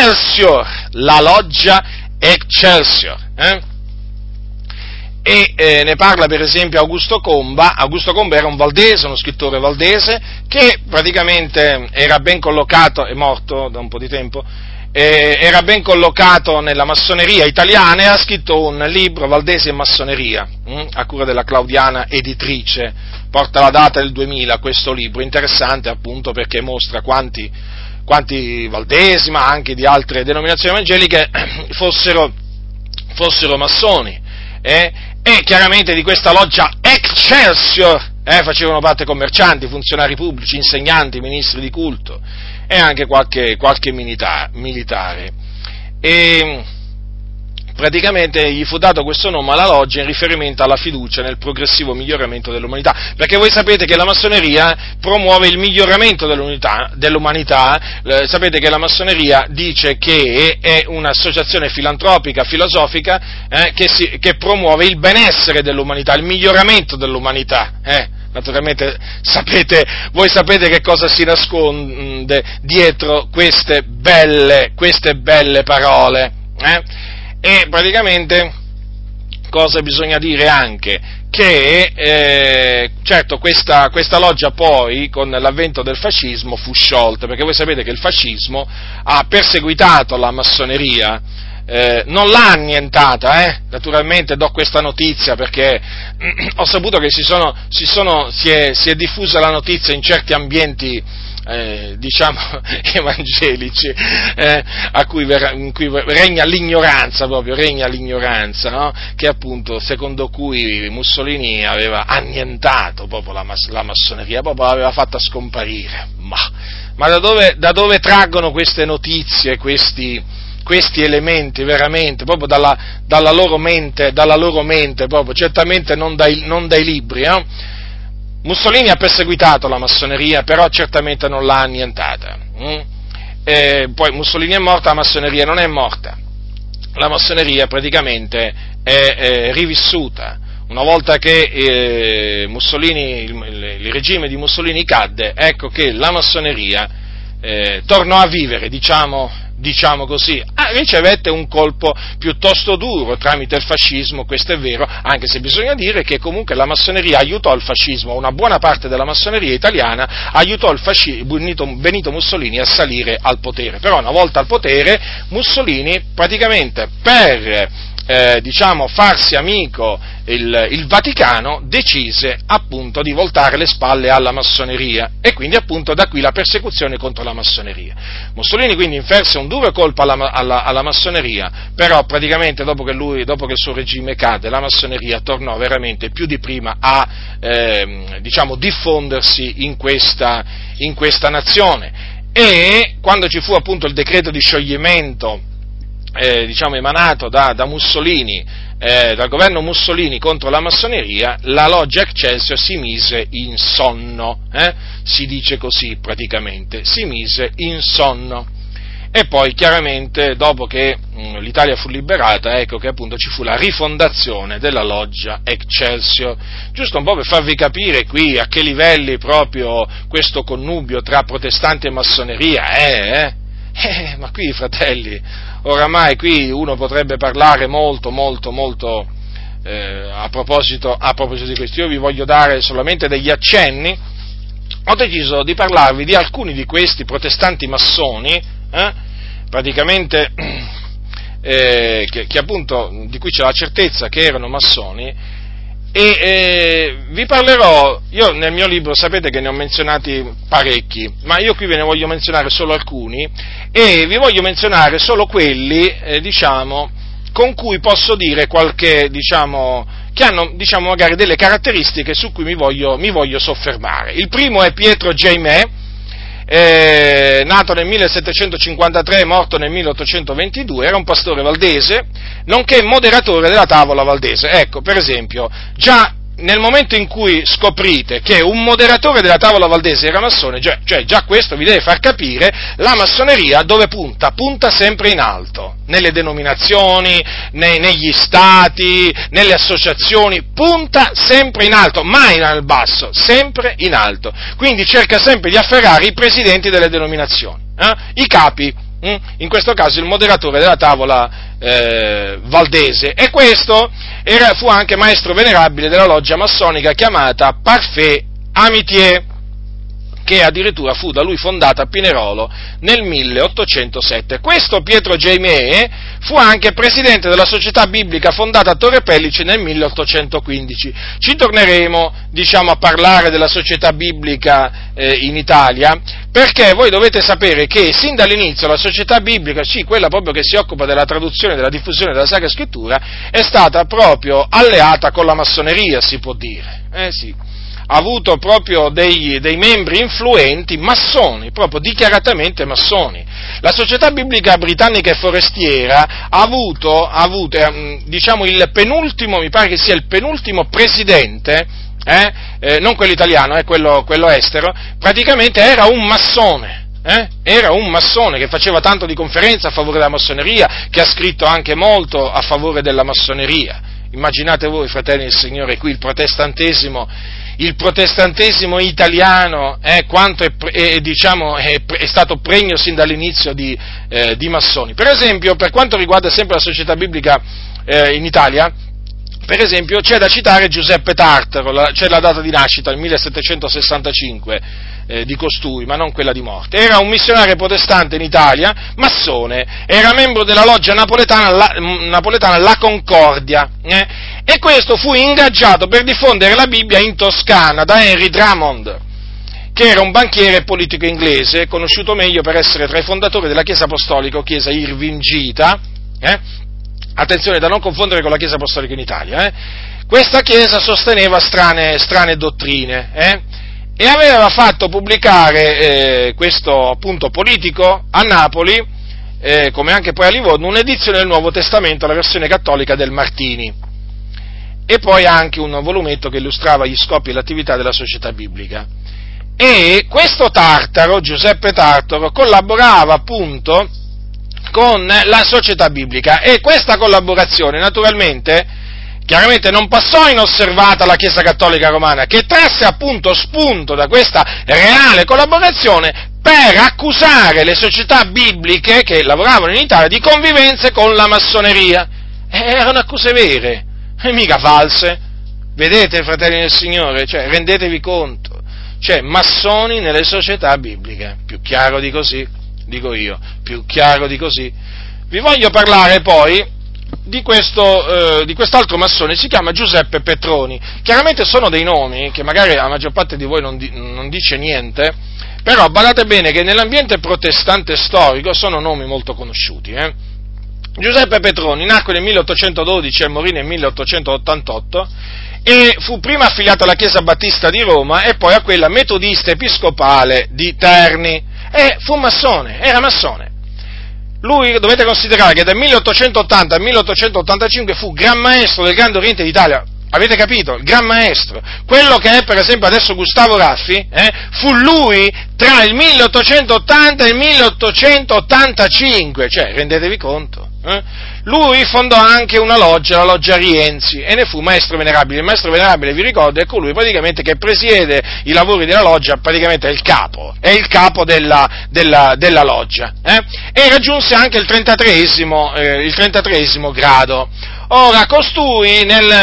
Excelsior. E ne parla per esempio Augusto Comba. Augusto Comba era un valdese, uno scrittore valdese, che praticamente era ben collocato, è morto da un po' di tempo, era ben collocato nella massoneria italiana e ha scritto un libro, Valdesi e Massoneria, a cura della Claudiana Editrice. Porta la data del 2000 questo libro, interessante appunto perché mostra quanti valdesi, ma anche di altre denominazioni evangeliche fossero massoni. E chiaramente di questa loggia Excelsior facevano parte commercianti, funzionari pubblici, insegnanti, ministri di culto e anche qualche militare. E praticamente gli fu dato questo nome alla loggia in riferimento alla fiducia nel progressivo miglioramento dell'umanità, perché voi sapete che la massoneria promuove il miglioramento dell'umanità, sapete che la massoneria dice che è un'associazione filantropica, filosofica, che promuove il benessere dell'umanità, il miglioramento dell'umanità, Naturalmente voi sapete che cosa si nasconde dietro queste belle parole, E praticamente cosa bisogna dire anche? Che certo questa loggia poi con l'avvento del fascismo fu sciolta, perché voi sapete che il fascismo ha perseguitato la massoneria, non l'ha annientata, naturalmente do questa notizia perché ho saputo che si è diffusa la notizia in certi ambienti evangelici, in cui regna l'ignoranza, no? Che appunto secondo cui Mussolini aveva annientato proprio la massoneria, proprio l'aveva fatta scomparire. Ma da dove traggono queste notizie, questi elementi veramente, proprio dalla loro mente proprio, certamente non dai libri, Mussolini ha perseguitato la massoneria, però certamente non l'ha annientata. Poi Mussolini è morto, la massoneria non è morta. La massoneria praticamente è rivissuta. Una volta che il regime di Mussolini cadde, ecco che la massoneria tornò a vivere, diciamo così, ricevette un colpo piuttosto duro tramite il fascismo, questo è vero, anche se bisogna dire che comunque la massoneria aiutò il fascismo, una buona parte della massoneria italiana aiutò Benito Mussolini a salire al potere, però una volta al potere Mussolini praticamente per farsi amico il Vaticano decise appunto di voltare le spalle alla massoneria e quindi appunto da qui la persecuzione contro la massoneria. Mussolini quindi inferse un duro colpo alla massoneria, però praticamente dopo che il suo regime cadde la massoneria tornò veramente più di prima a diffondersi in questa nazione, e quando ci fu appunto il decreto di scioglimento emanato da Mussolini, dal governo Mussolini contro la massoneria, la loggia Excelsior si mise in sonno, si dice così praticamente, si mise in sonno. E poi chiaramente dopo che l'Italia fu liberata, ecco che appunto ci fu la rifondazione della loggia Excelsior, giusto un po' per farvi capire qui a che livelli proprio questo connubio tra protestanti e massoneria è, ma qui, fratelli, oramai qui uno potrebbe parlare molto a proposito di questo. Io vi voglio dare solamente degli accenni. Ho deciso di parlarvi di alcuni di questi protestanti massoni, praticamente che appunto di cui c'è la certezza che erano massoni. E vi parlerò, io nel mio libro sapete che ne ho menzionati parecchi, ma io qui ve ne voglio menzionare solo alcuni, e vi voglio menzionare solo quelli, con cui posso dire qualche, che hanno, magari delle caratteristiche su cui mi voglio soffermare. Il primo è Pietro Jaimè, nato nel 1753 e morto nel 1822, era un pastore valdese, nonché moderatore della tavola valdese. Ecco, per esempio, già nel momento in cui scoprite che un moderatore della tavola valdese era massone, cioè già questo vi deve far capire la massoneria dove punta? Punta sempre in alto, nelle denominazioni, negli stati, nelle associazioni, punta sempre in alto, mai nel basso, sempre in alto. Quindi cerca sempre di afferrare i presidenti delle denominazioni, i capi, in questo caso il moderatore della tavola valdese, e questo fu anche maestro venerabile della loggia massonica chiamata Parfait Amitié, che addirittura fu da lui fondata a Pinerolo nel 1807. Questo Pietro Jaimè fu anche presidente della società biblica fondata a Torre Pellice nel 1815. Ci torneremo, a parlare della società biblica in Italia, perché voi dovete sapere che sin dall'inizio la società biblica, sì, quella proprio che si occupa della traduzione e della diffusione della Sacra Scrittura, è stata proprio alleata con la massoneria, si può dire. Sì. avuto proprio dei membri influenti, massoni, proprio dichiaratamente massoni. La Società Biblica Britannica e Forestiera ha avuto diciamo il penultimo, mi pare che sia il penultimo presidente, non quello italiano, quello estero, praticamente era un massone. Era un massone che faceva tanto di conferenza a favore della massoneria, che ha scritto anche molto a favore della massoneria. Immaginate voi, fratelli del Signore, qui il protestantesimo italiano, quanto è stato pregno sin dall'inizio di massoni. Per esempio, per quanto riguarda sempre la Società Biblica in Italia, per esempio, c'è da citare Giuseppe Tartaro, c'è la data di nascita, il 1765, di costui, ma non quella di morte. Era un missionario protestante in Italia, massone, era membro della loggia napoletana La Concordia, e questo fu ingaggiato per diffondere la Bibbia in Toscana da Henry Drummond, che era un banchiere politico inglese, conosciuto meglio per essere tra i fondatori della Chiesa Apostolica o Chiesa Irvingita, attenzione da non confondere con la Chiesa Apostolica in Italia, Questa Chiesa sosteneva strane dottrine, e aveva fatto pubblicare questo appunto politico a Napoli, come anche poi a Livorno, un'edizione del Nuovo Testamento, la versione cattolica del Martini, e poi anche un volumetto che illustrava gli scopi e l'attività della società biblica. E questo Tartaro, Giuseppe Tartaro, collaborava appunto con la società biblica, e questa collaborazione chiaramente non passò inosservata alla Chiesa Cattolica Romana, che trasse appunto spunto da questa reale collaborazione per accusare le società bibliche che lavoravano in Italia di convivenze con la massoneria. Erano accuse vere, e mica false. Vedete, fratelli del Signore, rendetevi conto, massoni nelle società bibliche, più chiaro di così, dico io, più chiaro di così. Vi voglio parlare poi di quest'altro massone, si chiama Giuseppe Petroni. Chiaramente sono dei nomi che magari la maggior parte di voi non dice niente, però badate bene che nell'ambiente protestante storico sono nomi molto conosciuti. Giuseppe Petroni nacque nel 1812 e morì nel 1888, e fu prima affiliato alla Chiesa Battista di Roma e poi a quella metodista episcopale di Terni, e fu massone, era massone. Lui, dovete considerare che dal 1880 al 1885 fu Gran Maestro del Grande Oriente d'Italia. Avete capito? Il Gran Maestro. Quello che è per esempio adesso Gustavo Raffi, fu lui tra il 1880 e il 1885, rendetevi conto. Lui fondò anche una loggia, la loggia Rienzi, e ne fu maestro venerabile. Il maestro venerabile, vi ricordo, è colui praticamente che presiede i lavori della loggia, praticamente è il capo della loggia, e raggiunse anche il 33esimo grado. Ora, costui nel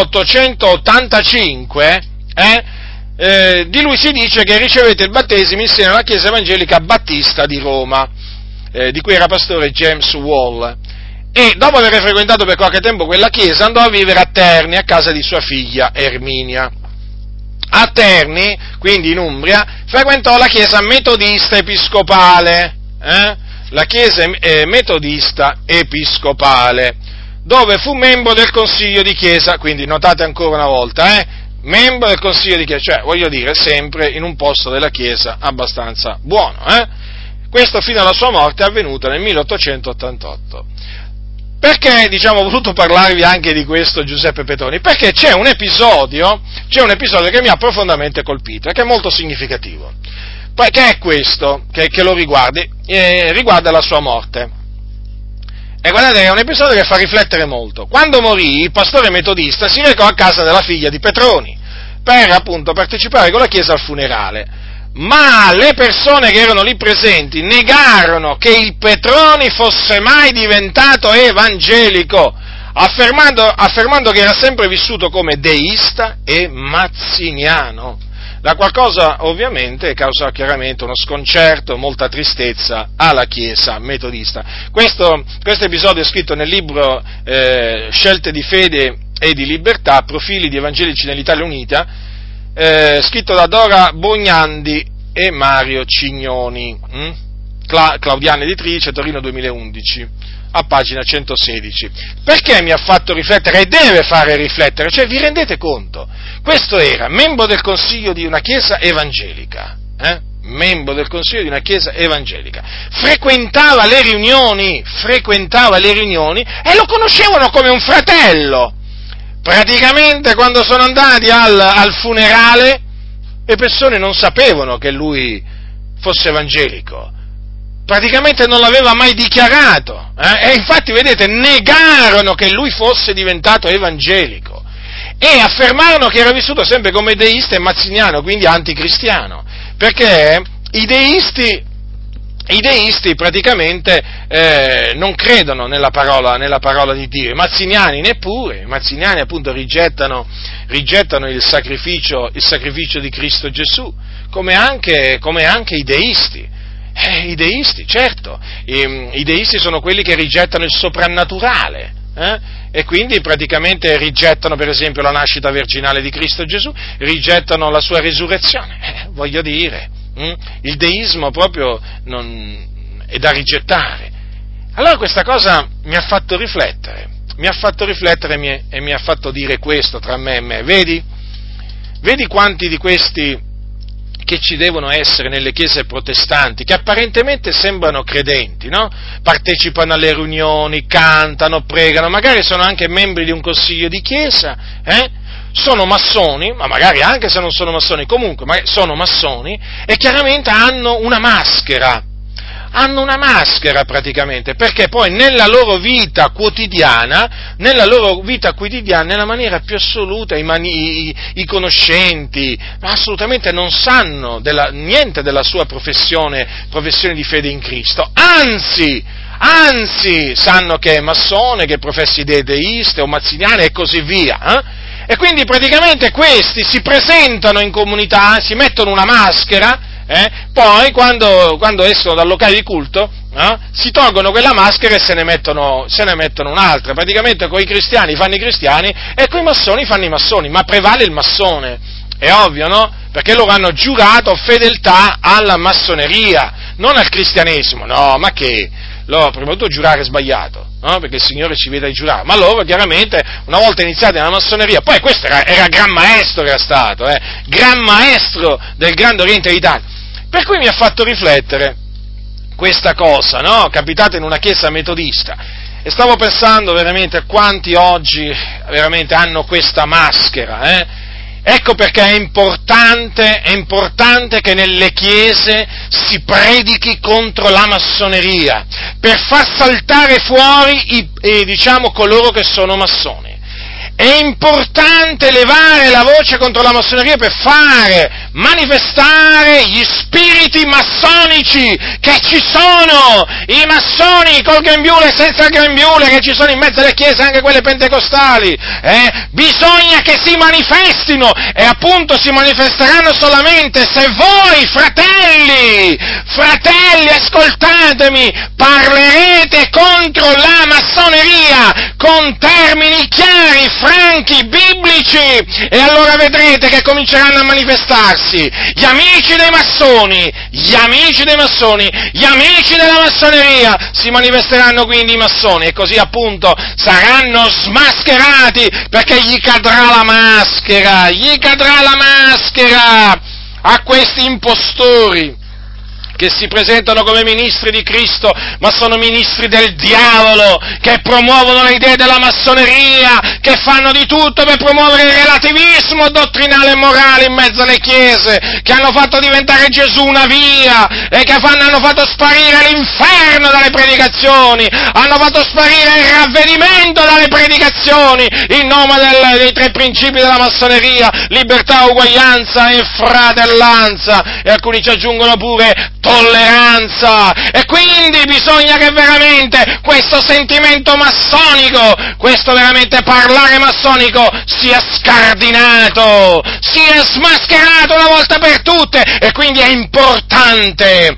1885, di lui si dice che ricevette il battesimo in seno alla Chiesa Evangelica Battista di Roma, di cui era pastore James Wall, e dopo aver frequentato per qualche tempo quella chiesa andò a vivere a Terni, a casa di sua figlia Erminia. A Terni, quindi in Umbria, frequentò la chiesa metodista episcopale, la chiesa metodista episcopale, dove fu membro del consiglio di chiesa, quindi notate ancora una volta, membro del consiglio di chiesa, voglio dire, sempre in un posto della chiesa abbastanza buono, Questo fino alla sua morte è avvenuto nel 1888. Perché, ho voluto parlarvi anche di questo Giuseppe Petroni? Perché c'è un episodio che mi ha profondamente colpito e che è molto significativo. Poi, che è questo, che lo riguarda la sua morte. E guardate, è un episodio che fa riflettere molto. Quando morì, il pastore metodista si recò a casa della figlia di Petroni per appunto partecipare con la chiesa al funerale. Ma le persone che erano lì presenti negarono che il Petroni fosse mai diventato evangelico, affermando che era sempre vissuto come deista e mazziniano, la qual cosa ovviamente causò chiaramente uno sconcerto, molta tristezza alla Chiesa metodista. Questo episodio è scritto nel libro Scelte di fede e di libertà, profili di evangelici nell'Italia Unita, scritto da Dora Bognandi e Mario Cignoni. Claudiana Editrice, Torino 2011, a pagina 116. Perché mi ha fatto riflettere e deve fare riflettere? Cioè, vi rendete conto? Questo era membro del consiglio di una chiesa evangelica, membro del consiglio di una chiesa evangelica, frequentava le riunioni e lo conoscevano come un fratello. Praticamente quando sono andati al funerale, le persone non sapevano che lui fosse evangelico, praticamente non l'aveva mai dichiarato, e infatti, vedete, negarono che lui fosse diventato evangelico e affermarono che era vissuto sempre come deista e mazziniano, quindi anticristiano, perché i deisti praticamente non credono nella parola di Dio, i mazziniani neppure. I mazziniani appunto rigettano il sacrificio di Cristo Gesù, come anche i deisti. I deisti, certo, i deisti sono quelli che rigettano il soprannaturale, e quindi praticamente rigettano per esempio la nascita virginale di Cristo Gesù, rigettano la sua risurrezione, voglio dire, il deismo proprio è da rigettare. Allora questa cosa mi ha fatto riflettere e mi ha fatto dire questo tra me e me, vedi quanti di questi che ci devono essere nelle chiese protestanti, che apparentemente sembrano credenti, no? Partecipano alle riunioni, cantano, pregano, magari sono anche membri di un consiglio di chiesa, sono massoni, ma magari anche se non sono massoni, comunque sono massoni, e chiaramente hanno una maschera praticamente, perché poi nella loro vita quotidiana, nella maniera più assoluta, i conoscenti assolutamente non sanno niente della sua professione di fede in Cristo, anzi, sanno che è massone, che professi deiste o mazziniane e così via, E quindi praticamente questi si presentano in comunità, si mettono una maschera, poi quando escono dal locale di culto, si tolgono quella maschera e se ne mettono un'altra. Praticamente coi cristiani fanno i cristiani e coi massoni fanno i massoni, ma prevale il massone, è ovvio, no? Perché loro hanno giurato fedeltà alla massoneria, non al cristianesimo, no, ma che? Loro prima di tutto giurare è sbagliato, no? Perché il Signore ci vieta di giurare, ma loro chiaramente una volta iniziati nella massoneria, poi questo era gran maestro, era stato, gran maestro del Grande Oriente d'Italia. Per cui mi ha fatto riflettere questa cosa, no? Capitata in una chiesa metodista, e stavo pensando veramente a quanti oggi veramente hanno questa maschera, Ecco perché è importante che nelle chiese si predichi contro la massoneria, per far saltare fuori coloro che sono massoni. È importante levare la voce contro la massoneria per fare manifestare gli spiriti massonici che ci sono, i massoni col grembiule e senza il grembiule che ci sono in mezzo alle chiese, anche quelle pentecostali, bisogna che si manifestino, e appunto si manifesteranno solamente se voi, fratelli, ascoltatemi, parlerete contro la massoneria con termini chiari, franchi, biblici, e allora vedrete che cominceranno a manifestarsi gli amici dei massoni, gli amici della massoneria, si manifesteranno quindi i massoni, e così appunto saranno smascherati, perché gli cadrà la maschera a questi impostori che si presentano come ministri di Cristo, ma sono ministri del diavolo, che promuovono le idee della massoneria, che fanno di tutto per promuovere il relativismo dottrinale e morale in mezzo alle chiese, che hanno fatto diventare Gesù una via, e che hanno fatto sparire l'inferno dalle predicazioni, hanno fatto sparire il ravvedimento dalle predicazioni, in nome dei tre principi della massoneria: libertà, uguaglianza e fratellanza, e alcuni ci aggiungono pure tolleranza. E quindi bisogna che veramente questo sentimento massonico, questo veramente parlare massonico sia scardinato, sia smascherato una volta per tutte. E quindi è importante,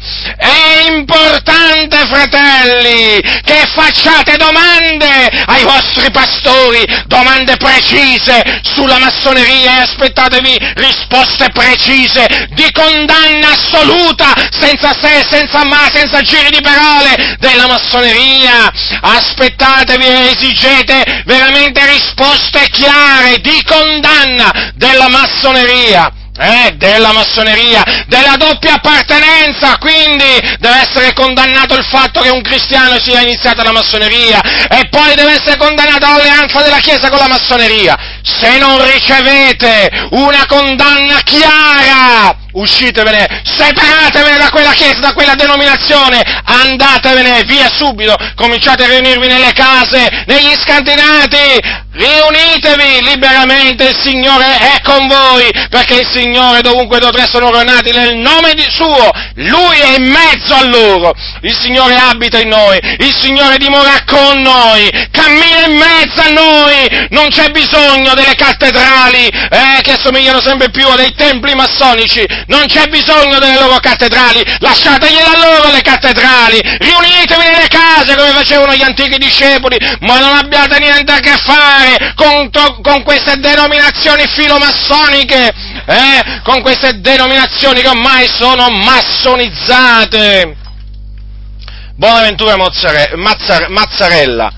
fratelli, che facciate domande ai vostri pastori, domande precise sulla massoneria, e aspettatevi risposte precise di condanna assoluta, senza senza se, senza ma, senza giri di parole, della massoneria. Aspettatevi e esigete veramente risposte chiare di condanna della massoneria. Della massoneria, della doppia appartenenza, quindi deve essere condannato il fatto che un cristiano sia iniziato alla massoneria e poi deve essere condannata l'alleanza della Chiesa con la massoneria. Se non ricevete una condanna chiara, uscitevene, separatevene da quella Chiesa, da quella denominazione, andatevene via subito, cominciate a riunirvi nelle case, negli scantinati, riunitevi liberamente, il Signore è con voi, perché il Signore dovunque dove sono riunati nel nome di suo, Lui è in mezzo a loro, il Signore abita in noi, il Signore dimora con noi, cammina in mezzo a noi, non c'è bisogno delle cattedrali, che somigliano sempre più a dei templi massonici, non c'è bisogno delle loro cattedrali, lasciategliele a loro le cattedrali, riunitevi nelle case come facevano gli antichi discepoli, ma non abbiate niente a che fare con queste denominazioni filomassoniche, con queste denominazioni che ormai sono massonizzate. Bonaventura Mazzarella,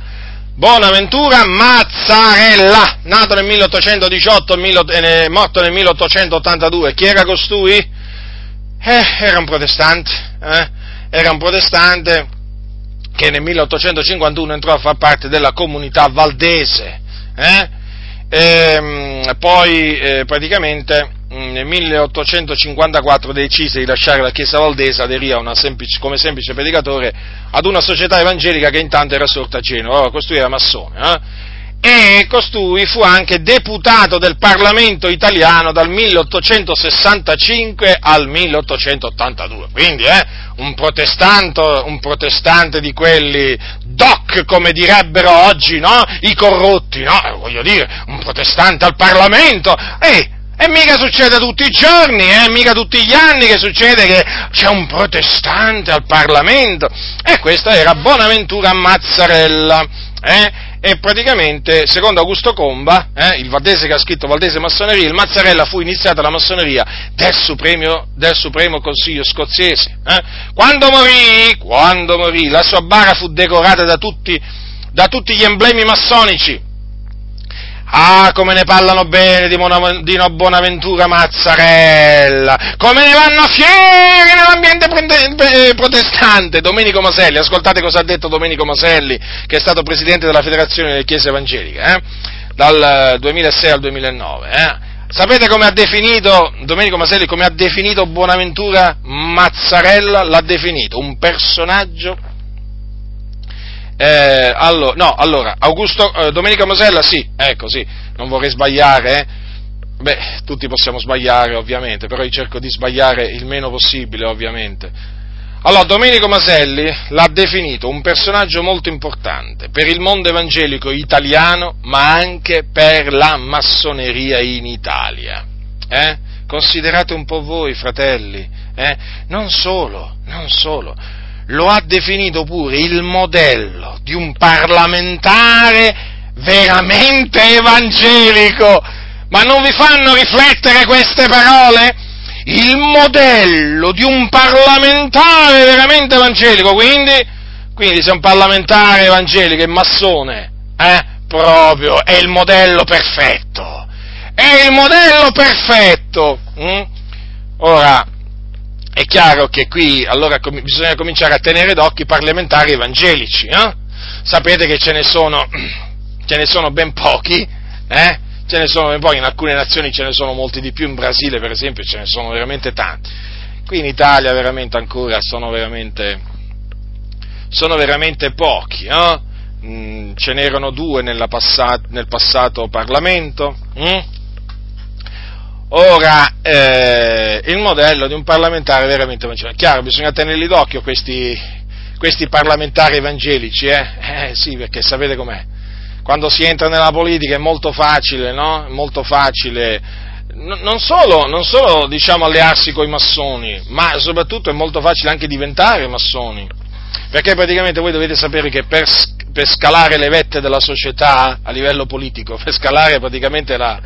nato nel 1818, morto nel 1882, chi era costui? Era un protestante che nel 1851 entrò a far parte della comunità valdese, poi praticamente nel 1854 decise di lasciare la chiesa valdese, aderì come semplice predicatore ad una società evangelica che intanto era sorta a Genova. Costui era massone, e costui fu anche deputato del Parlamento italiano dal 1865 al 1882, quindi un protestante di quelli doc, come direbbero oggi, no? I corrotti, no? Voglio dire, un protestante al Parlamento, e mica succede tutti i giorni, mica tutti gli anni che succede che c'è un protestante al Parlamento, e questo era Bonaventura Mazzarella, e praticamente, secondo Augusto Comba, il valdese che ha scritto Valdese Massoneria, il Mazzarella fu iniziato alla massoneria del Supremo Consiglio scozzese. Quando morì, la sua bara fu decorata da tutti gli emblemi massonici. Ah, come ne parlano bene di Bonaventura Mazzarella, come ne vanno fieri nell'ambiente protestante. Domenico Maselli, ascoltate cosa ha detto Domenico Maselli, che è stato presidente della Federazione delle Chiese Evangeliche, dal 2006 al 2009, Sapete come ha definito, Domenico Maselli, come ha definito Bonaventura Mazzarella? L'ha definito un personaggio. Domenico Masella, sì, non vorrei sbagliare, tutti possiamo sbagliare ovviamente, però io cerco di sbagliare il meno possibile ovviamente. Allora, Domenico Maselli l'ha definito un personaggio molto importante per il mondo evangelico italiano, ma anche per la massoneria in Italia, Considerate un po' voi, fratelli, non solo, lo ha definito pure il modello di un parlamentare veramente evangelico. Ma non vi fanno riflettere queste parole? Il modello di un parlamentare veramente evangelico, quindi se un parlamentare evangelico è massone, proprio è il modello perfetto. Ora, è chiaro che qui allora bisogna cominciare a tenere d'occhio i parlamentari evangelici, Sapete che ce ne sono ben pochi, Ce ne sono ben pochi, in alcune nazioni ce ne sono molti di più, in Brasile per esempio ce ne sono veramente tanti. Qui in Italia veramente ancora sono veramente pochi, Ce n'erano 2 nel passato Parlamento, Ora, il modello di un parlamentare veramente evangelico. Chiaro, bisogna tenerli d'occhio questi parlamentari evangelici, sì, perché sapete com'è. Quando si entra nella politica è molto facile, no? Molto facile, non solo diciamo allearsi coi massoni, ma soprattutto è molto facile anche diventare massoni. Perché praticamente voi dovete sapere che per scalare le vette della società a livello politico, per scalare praticamente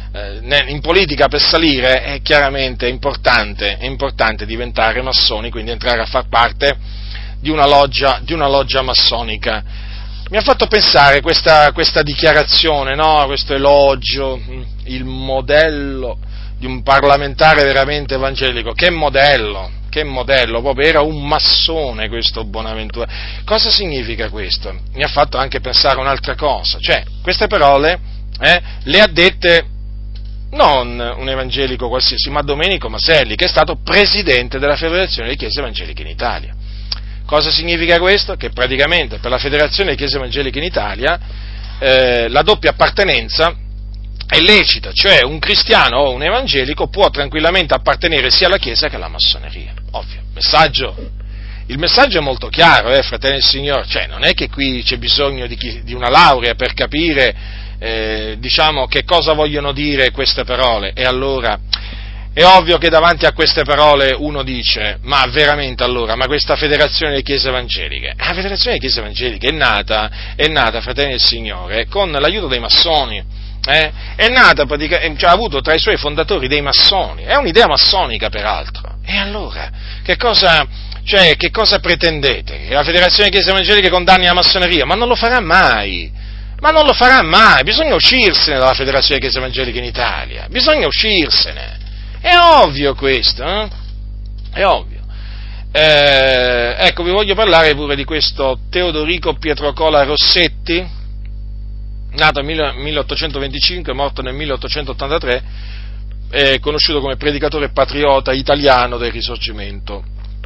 in politica per salire è chiaramente importante diventare massoni, quindi entrare a far parte di una loggia massonica. Mi ha fatto pensare questa dichiarazione, no? Questo elogio, il modello di un parlamentare veramente evangelico. Che modello, proprio era un massone questo Bonaventura. Cosa significa questo? Mi ha fatto anche pensare un'altra cosa, cioè queste parole le ha dette non un evangelico qualsiasi, ma Domenico Maselli, che è stato presidente della Federazione delle Chiese Evangeliche in Italia. Cosa significa questo? Che praticamente per la Federazione delle Chiese Evangeliche in Italia la doppia appartenenza è lecita, cioè un cristiano o un evangelico può tranquillamente appartenere sia alla Chiesa che alla massoneria. Ovvio, il messaggio è molto chiaro, fratelli del Signore, cioè non è che qui c'è bisogno di una laurea per capire che cosa vogliono dire queste parole, e allora è ovvio che davanti a queste parole uno dice, ma veramente allora, ma questa Federazione delle Chiese Evangeliche, la Federazione delle Chiese Evangeliche è nata, fratelli del Signore, con l'aiuto dei massoni, è nata praticamente, ha avuto tra i suoi fondatori dei massoni, è un'idea massonica peraltro, e allora, che cosa pretendete? Che la Federazione delle Chiese Evangeliche condanni la massoneria? Ma non lo farà mai! Bisogna uscirsene dalla Federazione delle Chiese Evangeliche in Italia, bisogna uscirsene! È ovvio questo, È ovvio. Ecco, vi voglio parlare pure di questo Teodorico Pietrocola Rossetti, nato nel 1825, morto nel 1883, conosciuto come predicatore patriota italiano del Risorgimento.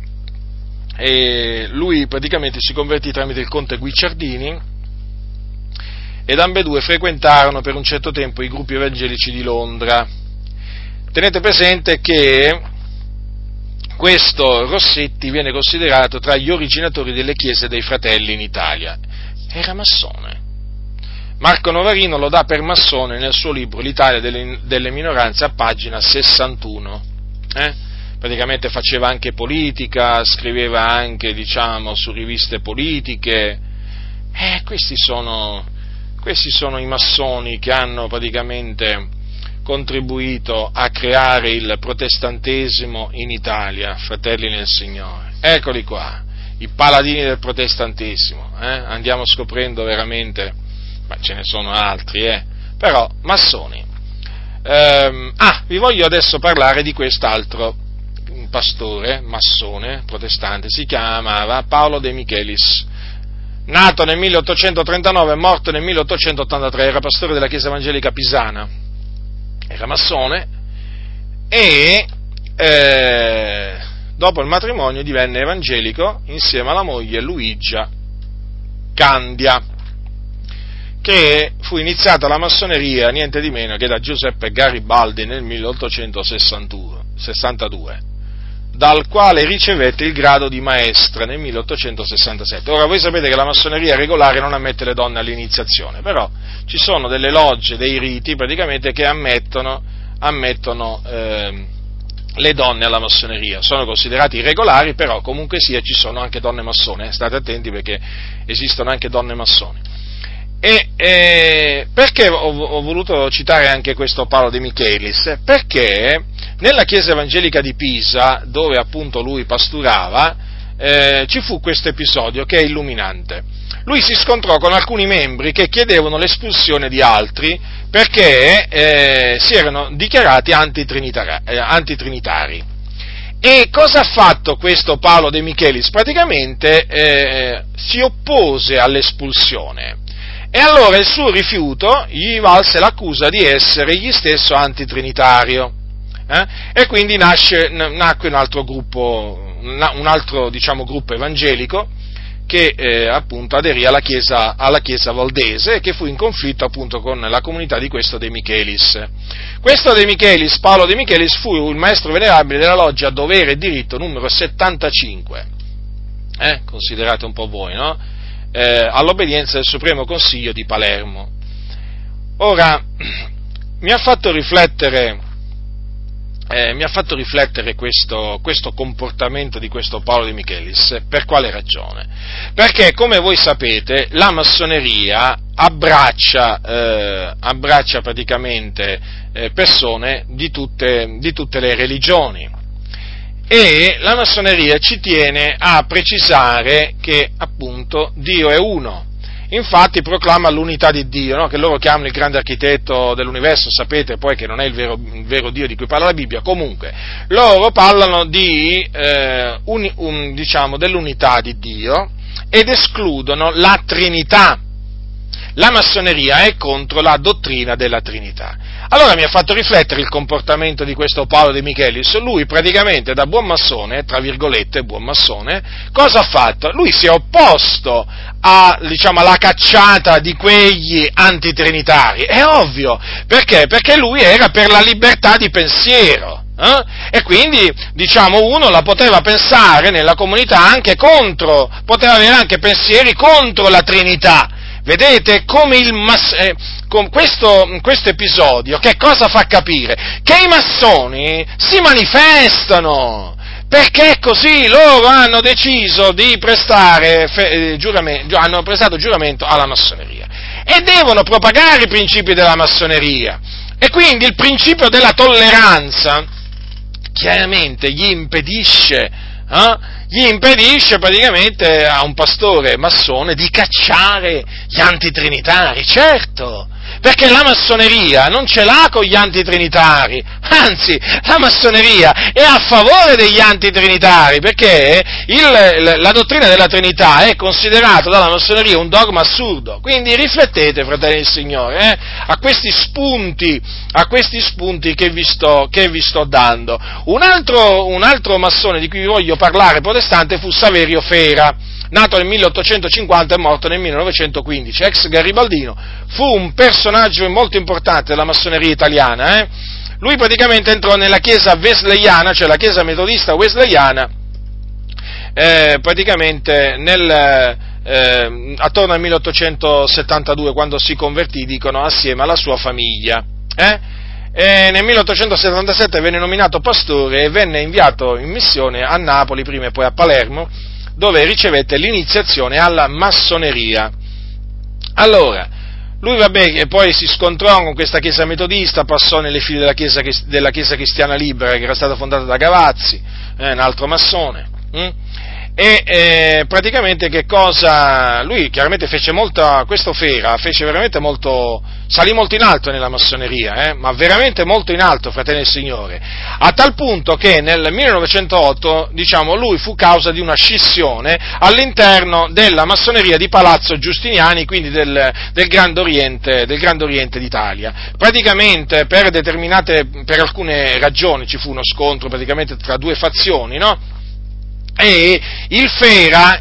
E lui praticamente si convertì tramite il conte Guicciardini, ed ambedue frequentarono per un certo tempo i gruppi evangelici di Londra. Tenete presente che questo Rossetti viene considerato tra gli originatori delle chiese dei fratelli in Italia. Era massone. Marco Novarino lo dà per massone nel suo libro L'Italia delle minoranze, a pagina 61. Praticamente faceva anche politica, scriveva anche, su riviste politiche. Questi sono i massoni che hanno praticamente contribuito a creare il protestantesimo in Italia, fratelli nel Signore. Eccoli qua, i paladini del protestantesimo, andiamo scoprendo veramente, ma ce ne sono altri, però massoni. Vi voglio adesso parlare di quest'altro pastore, massone, protestante, si chiamava Paolo De Michelis. Nato nel 1839 e morto nel 1883, era pastore della Chiesa Evangelica Pisana. Era massone e dopo il matrimonio divenne evangelico insieme alla moglie Luigia Candia, che fu iniziata la massoneria niente di meno che da Giuseppe Garibaldi nel 1862, dal quale ricevette il grado di maestra nel 1867. Ora voi sapete che la massoneria regolare non ammette le donne all'iniziazione, però ci sono delle logge, dei riti praticamente che ammettono le donne alla massoneria. Sono considerati irregolari, però comunque sia ci sono anche donne massone, state attenti perché esistono anche donne massone. E perché ho voluto citare anche questo Paolo De Michelis? Perché nella chiesa evangelica di Pisa, dove appunto lui pasturava, ci fu questo episodio che è illuminante. Lui si scontrò con alcuni membri che chiedevano l'espulsione di altri perché si erano dichiarati antitrinitari. E cosa ha fatto questo Paolo De Michelis? Praticamente si oppose all'espulsione. E allora il suo rifiuto gli valse l'accusa di essere egli stesso antitrinitario. E quindi nacque un altro gruppo evangelico che appunto aderì alla chiesa valdese e che fu in conflitto appunto con la comunità di questo De Michelis. Questo De Michelis, Paolo De Michelis, fu il maestro venerabile della loggia Dovere e Diritto numero 75. Considerate un po' voi, no? All'obbedienza del Supremo Consiglio di Palermo. Ora, mi ha fatto riflettere mi ha fatto riflettere questo comportamento di questo Paolo De Michelis. Per quale ragione? Perché, come voi sapete, la massoneria abbraccia praticamente persone di tutte le religioni, e la massoneria ci tiene a precisare che appunto Dio è uno. Infatti proclama l'unità di Dio, no? Che loro chiamano il grande architetto dell'universo, sapete poi che non è il vero Dio di cui parla la Bibbia. Comunque, loro parlano di, diciamo, dell'unità di Dio ed escludono la Trinità. La massoneria è contro la dottrina della Trinità. Allora mi ha fatto riflettere il comportamento di questo Paolo De Michelis. Lui praticamente, da buon massone, tra virgolette, buon massone, cosa ha fatto? Lui si è opposto alla cacciata di quegli antitrinitari. È ovvio, perché? Perché lui era per la libertà di pensiero. E quindi, uno la poteva pensare nella comunità anche poteva avere anche pensieri contro la Trinità. Vedete come con questo episodio che cosa fa capire? Che i massoni si manifestano, perché è così, loro hanno deciso di hanno prestato giuramento alla massoneria e devono propagare i principi della massoneria, e quindi il principio della tolleranza chiaramente gli impedisce praticamente a un pastore massone di cacciare gli antitrinitari, certo, perché la massoneria non ce l'ha con gli antitrinitari, anzi, la massoneria è a favore degli antitrinitari, perché la dottrina della Trinità è considerata dalla massoneria un dogma assurdo. Quindi riflettete, fratelli del Signore, a questi spunti che vi sto dando. Un altro massone di cui vi voglio parlare, protestante, fu Saverio Fera, nato nel 1850 e morto nel 1915, ex garibaldino. Fu un personaggio molto importante della massoneria italiana. Lui praticamente entrò nella chiesa wesleyana, cioè la chiesa metodista wesleyana, praticamente attorno al 1872, quando si convertì, dicono, assieme alla sua famiglia. E nel 1877 venne nominato pastore e venne inviato in missione a Napoli, prima e poi a Palermo, dove ricevette l'iniziazione alla massoneria. Allora, lui poi si scontrò con questa chiesa metodista, passò nelle file della chiesa cristiana libera, che era stata fondata da Gavazzi, un altro massone. E praticamente che cosa? Lui chiaramente questo Fera fece veramente salì molto in alto nella massoneria, ma veramente molto in alto, fratelli del Signore, a tal punto che nel 1908, lui fu causa di una scissione all'interno della massoneria di Palazzo Giustiniani, quindi del Grande Oriente d'Italia. Praticamente per alcune ragioni ci fu uno scontro praticamente tra due fazioni, no? E il Fera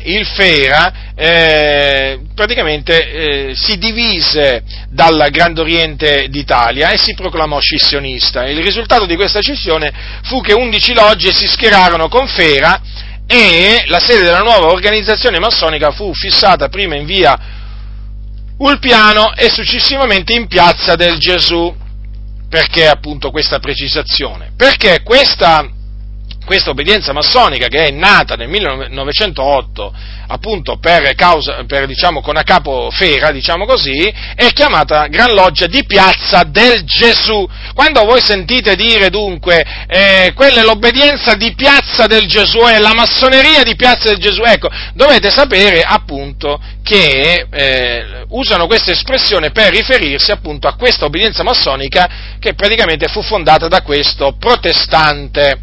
praticamente si divise dal Grande Oriente d'Italia e si proclamò scissionista. Il risultato di questa scissione fu che 11 logge si schierarono con Fera e la sede della nuova organizzazione massonica fu fissata prima in via Ulpiano e successivamente in piazza del Gesù. Perché appunto questa precisazione? Perché questa obbedienza massonica, che è nata nel 1908 appunto con a capo Fera, così, è chiamata Gran Loggia di Piazza del Gesù. Quando voi sentite dire dunque quella è l'obbedienza di Piazza del Gesù, è la massoneria di Piazza del Gesù, ecco, dovete sapere appunto che usano questa espressione per riferirsi appunto a questa obbedienza massonica che praticamente fu fondata da questo protestante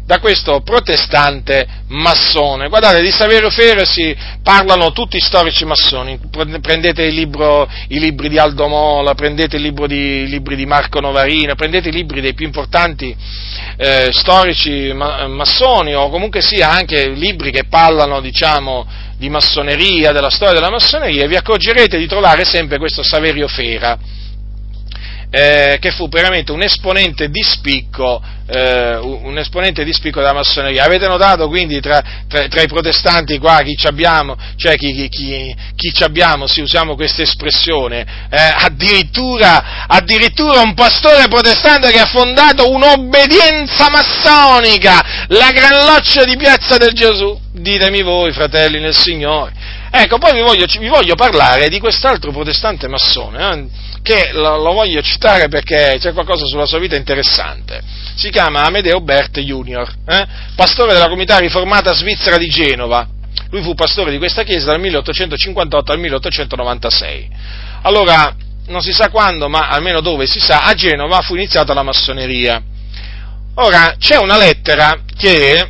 massone. Guardate, di Saverio Fera si parlano tutti storici massoni, prendete i libri di Aldo Mola, prendete i libri di Marco Novarino, prendete i libri dei più importanti storici massoni, o comunque sia anche libri che parlano, di massoneria, della storia della massoneria, e vi accorgerete di trovare sempre questo Saverio Fera. che fu veramente un esponente di spicco della massoneria. Avete notato quindi tra i protestanti qua chi ci abbiamo, cioè chi ci abbiamo, se usiamo questa espressione, addirittura un pastore protestante che ha fondato un'obbedienza massonica, la Gran Loccia di Piazza del Gesù. Ditemi voi, fratelli nel Signore. Ecco, poi vi voglio parlare di quest'altro protestante massone, che lo voglio citare perché c'è qualcosa sulla sua vita interessante. Si chiama Amedeo Bert Junior, pastore della comunità riformata svizzera di Genova. Lui fu pastore di questa chiesa dal 1858 al 1896. Allora, non si sa quando, ma almeno dove si sa, a Genova fu iniziata la massoneria. Ora, c'è una lettera che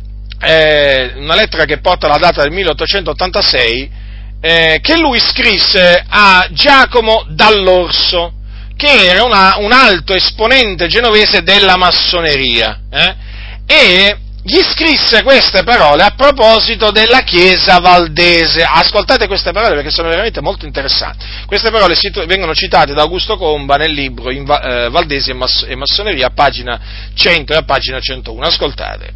porta la data del 1886, che lui scrisse a Giacomo Dall'Orso, che era un alto esponente genovese della massoneria, e gli scrisse queste parole a proposito della Chiesa Valdese. Ascoltate queste parole perché sono veramente molto interessanti. Queste parole vengono citate da Augusto Comba nel libro Valdesi e Massoneria, a pagina 100 e a pagina 101. Ascoltate.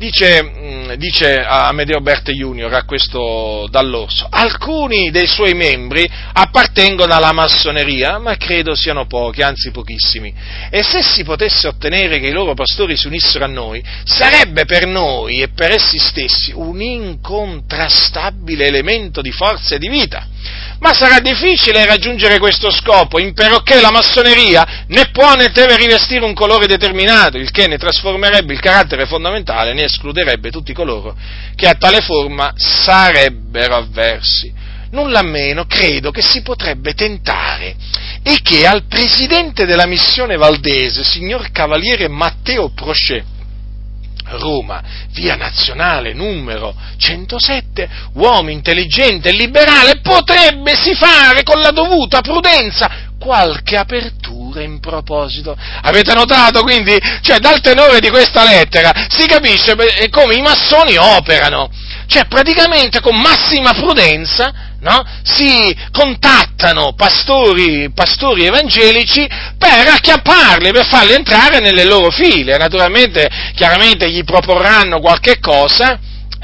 Dice a Amedeo Bert Junior, a questo Dall'Orso: alcuni dei suoi membri appartengono alla massoneria, ma credo siano pochi, anzi pochissimi. E se si potesse ottenere che i loro pastori si unissero a noi, sarebbe per noi e per essi stessi un incontrastabile elemento di forza e di vita. Ma sarà difficile raggiungere questo scopo, imperocché la massoneria né può né deve rivestire un colore determinato, il che ne trasformerebbe il carattere fondamentale, ne escluderebbe tutti coloro che a tale forma sarebbero avversi. Nullameno credo che si potrebbe tentare e che al presidente della missione valdese, signor Cavaliere Matteo Prochet, Roma, via Nazionale, numero 107, uomo intelligente e liberale, potrebbe si fare con la dovuta prudenza qualche apertura in proposito. Avete notato quindi? Cioè, dal tenore di questa lettera si capisce come i massoni operano. Cioè, praticamente con massima prudenza, no? Si contattano pastori evangelici per acchiapparli, per farli entrare nelle loro file. Naturalmente, chiaramente gli proporranno qualche cosa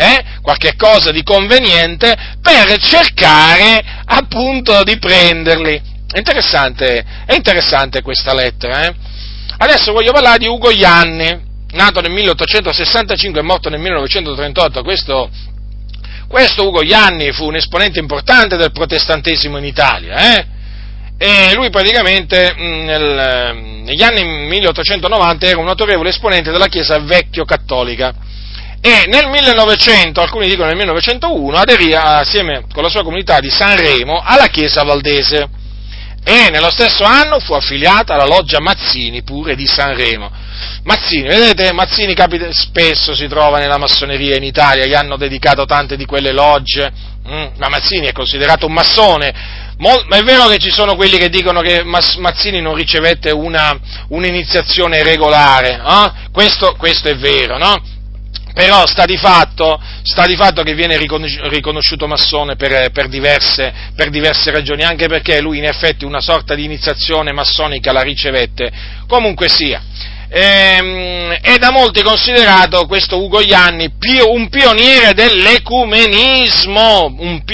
di conveniente per cercare appunto di prenderli. È interessante questa lettera. Adesso voglio parlare di Ugo Ianni, nato nel 1865 e morto nel 1938. Questo Ugo Ianni fu un esponente importante del protestantesimo in Italia, e lui praticamente negli anni 1890 era un autorevole esponente della Chiesa vecchio-cattolica, e nel 1900, alcuni dicono nel 1901, aderì assieme con la sua comunità di Sanremo alla Chiesa Valdese, e nello stesso anno fu affiliata alla loggia Mazzini, pure di Sanremo. Mazzini, vedete, Mazzini spesso si trova nella massoneria in Italia, gli hanno dedicato tante di quelle logge, ma Mazzini è considerato un massone. Ma è vero che ci sono quelli che dicono che Mazzini non ricevette un'iniziazione regolare, questo è vero, no? Però sta di fatto che viene riconosciuto massone per diverse ragioni, anche perché lui in effetti una sorta di iniziazione massonica la ricevette. Comunque sia, è da molti considerato questo Ugo Ianni un pioniere dell'ecumenismo,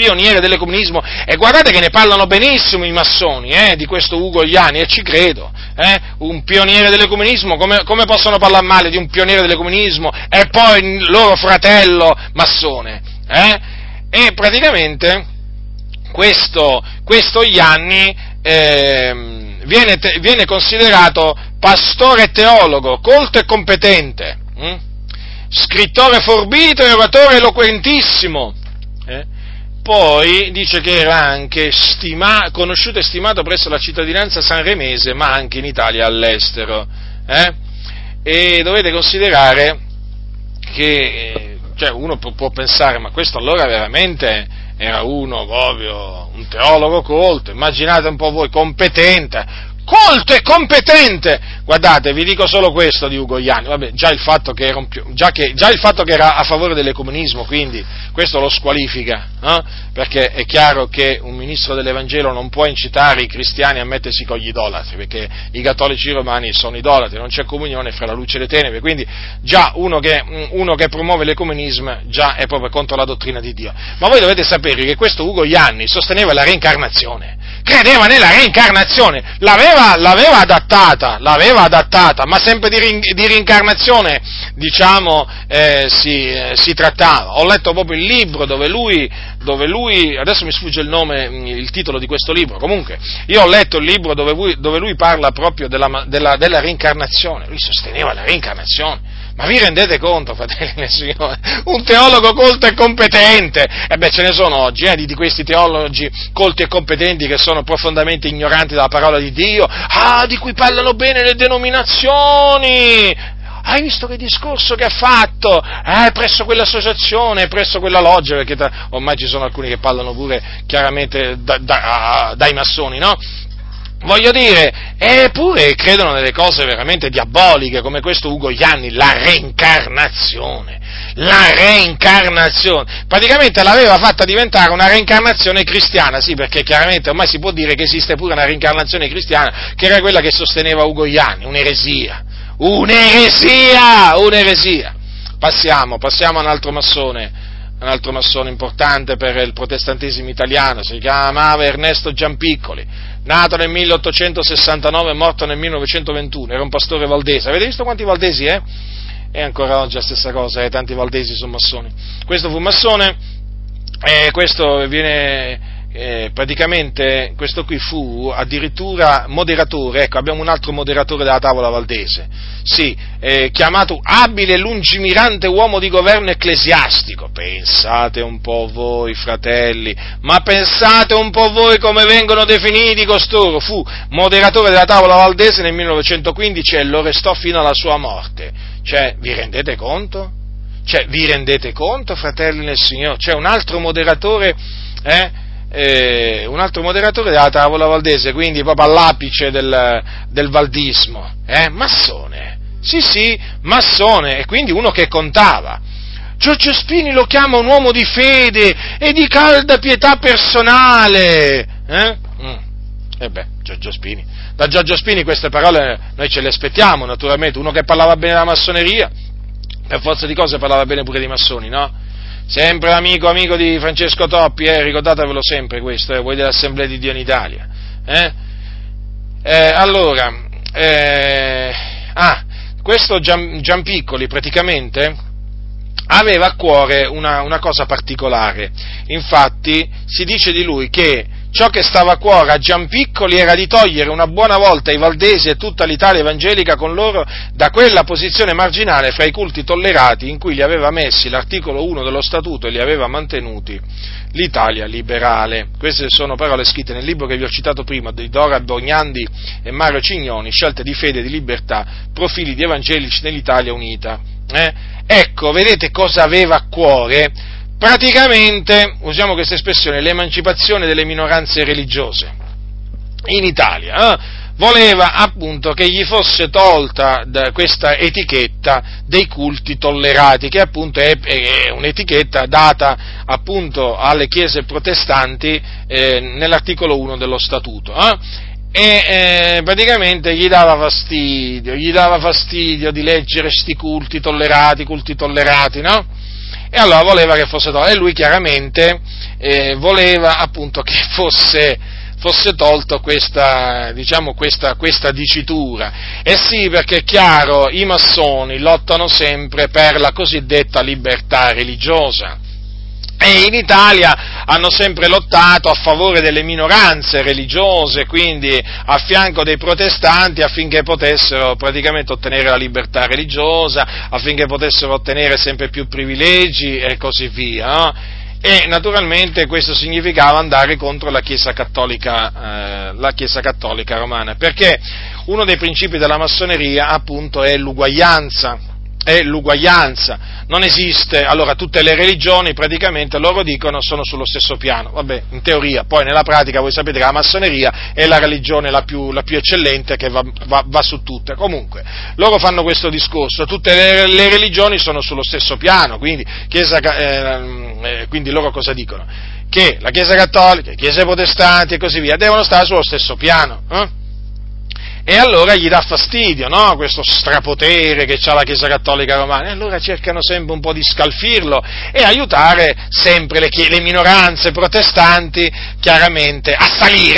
e guardate che ne parlano benissimo i massoni di questo Ugo Ianni, e ci credo. Un pioniere dell'ecumenismo, come possono parlare male di un pioniere dell'ecumenismo e poi il loro fratello massone? E praticamente questo Ianni viene considerato pastore teologo, colto e competente, scrittore forbito e oratore eloquentissimo. Poi dice che era anche conosciuto e stimato presso la cittadinanza sanremese, ma anche in Italia e all'estero. E dovete considerare che uno può pensare, ma questo allora veramente era uno proprio, un teologo colto, immaginate un po' voi, competente, colto e competente. Guardate, vi dico solo questo di Ugo Ianni, vabbè, già il fatto che era a favore dell'ecumenismo, quindi questo lo squalifica, perché è chiaro che un ministro dell'Evangelo non può incitare i cristiani a mettersi con gli idolatri, perché i cattolici romani sono idolatri, non c'è comunione fra la luce e le tenebre, quindi già uno che promuove l'ecumenismo già è proprio contro la dottrina di Dio. Ma voi dovete sapere che questo Ugo Ianni sosteneva la reincarnazione, credeva nella reincarnazione, l'aveva adattata, ma sempre di reincarnazione, diciamo, si trattava. Ho letto proprio il libro dove lui, adesso mi sfugge il titolo di questo libro, comunque, io ho letto il libro dove lui parla proprio della reincarnazione, lui sosteneva la reincarnazione. Ma vi rendete conto, fratelli del Signore? Un teologo colto e competente! Ce ne sono oggi, di questi teologi colti e competenti che sono profondamente ignoranti della parola di Dio, di cui parlano bene le denominazioni! Hai visto che discorso che ha fatto? Presso quell'associazione, presso quella loggia, perché ormai ci sono alcuni che parlano pure chiaramente dai massoni, no? Voglio dire, eppure credono nelle cose veramente diaboliche, come questo Ugo Ianni, la reincarnazione, praticamente l'aveva fatta diventare una reincarnazione cristiana, sì, perché chiaramente ormai si può dire che esiste pure una reincarnazione cristiana, che era quella che sosteneva Ugo Ianni, un'eresia, Passiamo a un altro massone importante per il protestantesimo italiano, si chiamava Ernesto Giampiccoli, nato nel 1869 e morto nel 1921, era un pastore valdese. Avete visto quanti valdesi è? E ancora oggi la stessa cosa, tanti valdesi sono massoni. Questo fu massone, praticamente questo qui fu addirittura moderatore, ecco, abbiamo un altro moderatore della tavola valdese, sì, chiamato abile e lungimirante uomo di governo ecclesiastico. Pensate un po' voi, fratelli, ma pensate un po' voi come vengono definiti costoro. Fu moderatore della tavola valdese nel 1915 e lo restò fino alla sua morte. Vi rendete conto? Vi rendete conto, fratelli nel Signore? C'è un altro moderatore della tavola valdese, quindi proprio all'apice del valdismo, massone, sì, massone, e quindi uno che contava. Giorgio Spini lo chiama un uomo di fede e di calda pietà personale, Giorgio Spini, da Giorgio Spini queste parole noi ce le aspettiamo, naturalmente, uno che parlava bene della massoneria, per forza di cose parlava bene pure dei massoni, no? Sempre amico di Francesco Toppi, ricordatevelo sempre questo, voi dell'Assemblea di Dio in Italia. Questo Giampiccoli praticamente aveva a cuore una cosa particolare, infatti si dice di lui che ciò che stava a cuore a Giampiccoli era di togliere una buona volta i valdesi e tutta l'Italia evangelica con loro da quella posizione marginale fra i culti tollerati in cui li aveva messi l'articolo 1 dello Statuto e li aveva mantenuti l'Italia liberale. Queste sono parole scritte nel libro che vi ho citato prima, di Dora Borgnandi e Mario Cignoni, Scelte di fede e di libertà, profili di evangelici nell'Italia unita. Ecco, vedete cosa aveva a cuore? Praticamente, usiamo questa espressione, l'emancipazione delle minoranze religiose in Italia. Voleva appunto che gli fosse tolta questa etichetta dei culti tollerati, che appunto è un'etichetta data appunto alle chiese protestanti nell'articolo 1 dello Statuto. Praticamente gli dava fastidio di leggere sti culti tollerati, no? E allora voleva che fosse tolto, e lui chiaramente voleva appunto che fosse tolto questa dicitura. E sì, perché è chiaro, i massoni lottano sempre per la cosiddetta libertà religiosa. E in Italia hanno sempre lottato a favore delle minoranze religiose, quindi a fianco dei protestanti, affinché potessero praticamente ottenere la libertà religiosa, affinché potessero ottenere sempre più privilegi e così via, no? E naturalmente questo significava andare contro la Chiesa Cattolica romana, perché uno dei principi della massoneria appunto è l'uguaglianza. e l'uguaglianza. Non esiste, allora tutte le religioni praticamente loro dicono sono sullo stesso piano, vabbè, in teoria, poi nella pratica voi sapete che la massoneria è la religione la più eccellente che va su tutte. Comunque, loro fanno questo discorso, tutte le religioni sono sullo stesso piano, quindi, quindi loro cosa dicono? Che la Chiesa cattolica, le Chiese protestanti e così via devono stare sullo stesso piano, E allora gli dà fastidio, no? Questo strapotere che ha la Chiesa Cattolica Romana, e allora cercano sempre un po' di scalfirlo e aiutare sempre le minoranze protestanti, chiaramente, a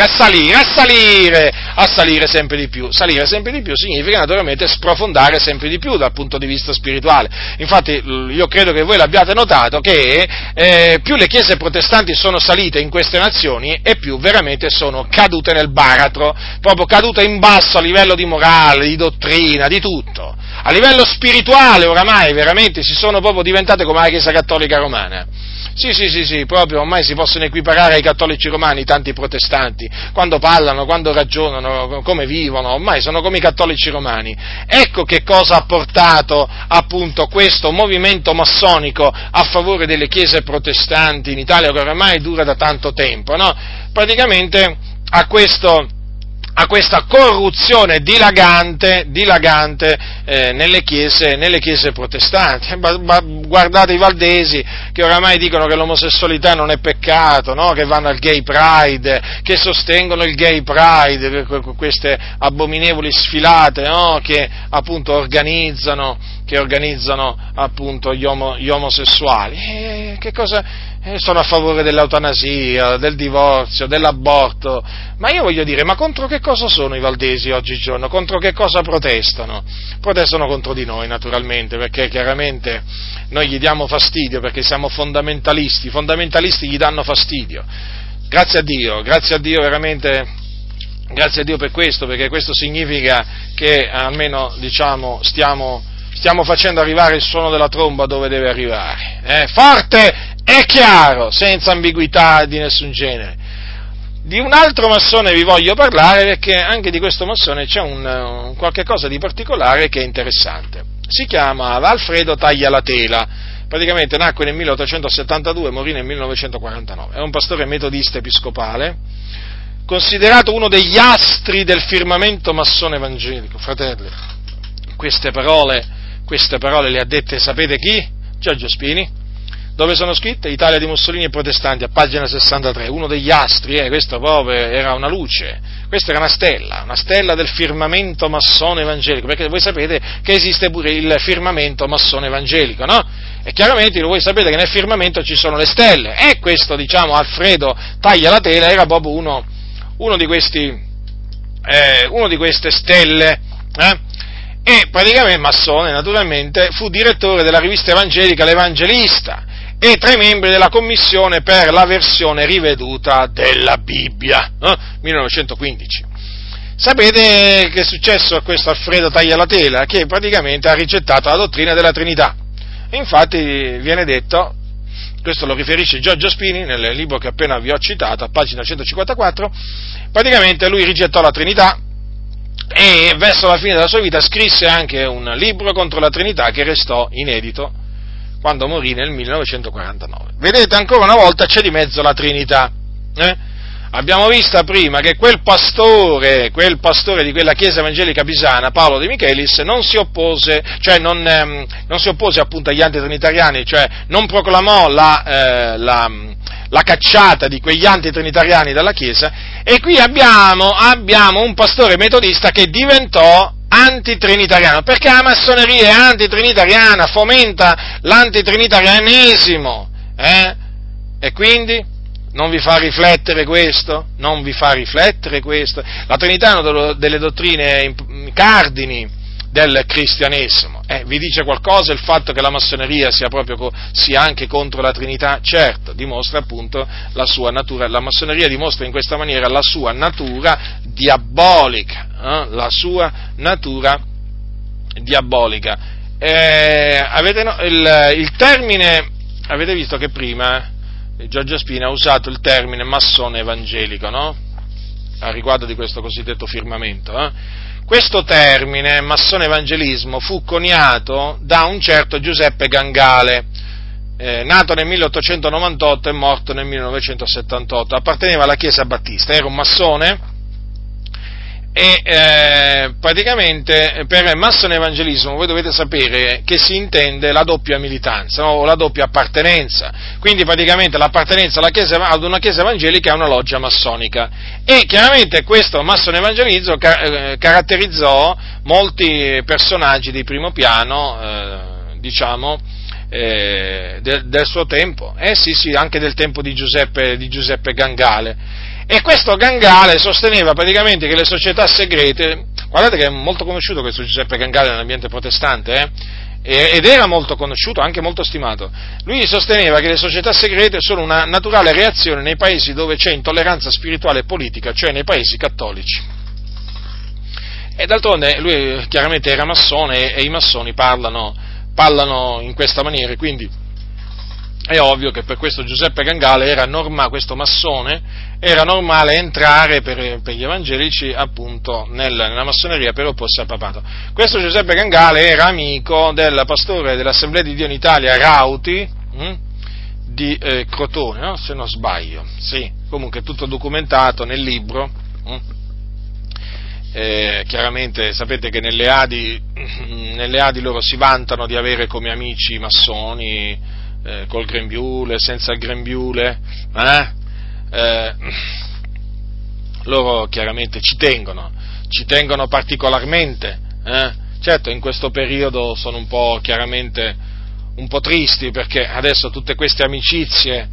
salire sempre di più. Salire sempre di più significa naturalmente sprofondare sempre di più dal punto di vista spirituale. Infatti io credo che voi l'abbiate notato che più le chiese protestanti sono salite in queste nazioni e più veramente sono cadute nel baratro, proprio cadute in basso a livello di morale, di dottrina, di tutto. A livello spirituale oramai veramente si sono proprio diventate come la Chiesa Cattolica Romana. Sì, proprio ormai si possono equiparare ai cattolici romani tanti protestanti, quando parlano, quando ragionano, come vivono, ormai sono come i cattolici romani. Ecco che cosa ha portato appunto questo movimento massonico a favore delle chiese protestanti in Italia, che oramai dura da tanto tempo, no? Praticamente a questa corruzione dilagante nelle chiese protestanti. Guardate i valdesi che oramai dicono che l'omosessualità non è peccato, no? Che vanno al gay pride, che sostengono il gay pride, queste abominevoli sfilate, no? Che appunto organizzano appunto gli omosessuali. Che cosa? Sono a favore dell'eutanasia, del divorzio, dell'aborto, ma io voglio dire, ma contro che cosa sono i valdesi oggigiorno? Contro che cosa protestano? Protestano contro di noi naturalmente, perché chiaramente noi gli diamo fastidio, perché siamo fondamentalisti gli danno fastidio. Grazie a Dio veramente, grazie a Dio per questo, perché questo significa che almeno diciamo stiamo facendo arrivare il suono della tromba dove deve arrivare, forte e chiaro, senza ambiguità di nessun genere. Di un altro massone vi voglio parlare, perché anche di questo massone c'è un qualche cosa di particolare che è interessante. Si chiama Alfredo Taglialatela, praticamente nacque nel 1872 e morì nel 1949. È un pastore metodista episcopale, considerato uno degli astri del firmamento massone evangelico. Fratelli, queste parole le ha dette, sapete chi? Giorgio Spini. Dove sono scritte? Italia di Mussolini e Protestanti, a pagina 63, uno degli astri, questo proprio era una luce, questa era una stella del firmamento massone evangelico, perché voi sapete che esiste pure il firmamento massone evangelico, no? E chiaramente voi sapete che nel firmamento ci sono le stelle, e questo, Alfredo Taglialatela era proprio uno di queste stelle, E praticamente massone, naturalmente, fu direttore della rivista evangelica L'Evangelista e tra i membri della commissione per la versione riveduta della Bibbia, 1915. Sapete che è successo a questo Alfredo Taglialatela? Che praticamente ha rigettato la dottrina della Trinità. Infatti viene detto, questo lo riferisce Giorgio Spini nel libro che appena vi ho citato, a pagina 154, praticamente lui rigettò la Trinità e verso la fine della sua vita scrisse anche un libro contro la Trinità che restò inedito quando morì nel 1949. Vedete, ancora una volta c'è di mezzo la Trinità. Abbiamo visto prima che quel pastore di quella chiesa evangelica pisana, Paolo De Michelis, non si oppose appunto agli antitrinitariani, cioè non proclamò la cacciata di quegli antitrinitariani dalla Chiesa, e qui abbiamo un pastore metodista che diventò antitrinitariano, perché la massoneria è antitrinitariana, fomenta l'antitrinitarianesimo, e quindi non vi fa riflettere questo? Non vi fa riflettere questo? La Trinità è una delle dottrine cardini del cristianesimo. Vi dice qualcosa il fatto che la massoneria sia anche contro la Trinità? Certo, dimostra appunto la sua natura. La massoneria dimostra in questa maniera la sua natura diabolica, la sua natura diabolica. Il termine, avete visto che prima Giorgio Spina ha usato il termine massone evangelico, no? A riguardo di questo cosiddetto firmamento, questo termine, massone evangelismo, fu coniato da un certo Giuseppe Gangale, nato nel 1898 e morto nel 1978, apparteneva alla Chiesa Battista, era un massone e praticamente per massone evangelismo voi dovete sapere che si intende la doppia militanza, no? O la doppia appartenenza, quindi praticamente l'appartenenza ad una chiesa evangelica e a una loggia massonica, e chiaramente questo massone evangelismo caratterizzò molti personaggi di primo piano, del suo tempo, sì, anche del tempo di Giuseppe Gangale. E questo Gangale sosteneva praticamente che le società segrete, guardate che è molto conosciuto questo Giuseppe Gangale nell'ambiente protestante, ed era molto conosciuto, anche molto stimato. Lui sosteneva che le società segrete sono una naturale reazione nei paesi dove c'è intolleranza spirituale e politica, cioè nei paesi cattolici. E d'altronde lui chiaramente era massone e i massoni parlano in questa maniera, quindi è ovvio che per questo Giuseppe Gangale questo massone, era normale entrare per gli evangelici appunto nella massoneria per opporsi al papato. Questo Giuseppe Gangale era amico del pastore dell'Assemblea di Dio in Italia, Rauti, di Crotone, no? Se non sbaglio, sì, comunque tutto documentato nel libro. Chiaramente sapete che nelle Adi loro si vantano di avere come amici i massoni, col grembiule, senza il grembiule, loro chiaramente ci tengono particolarmente, certo in questo periodo sono un po' tristi, perché adesso tutte queste amicizie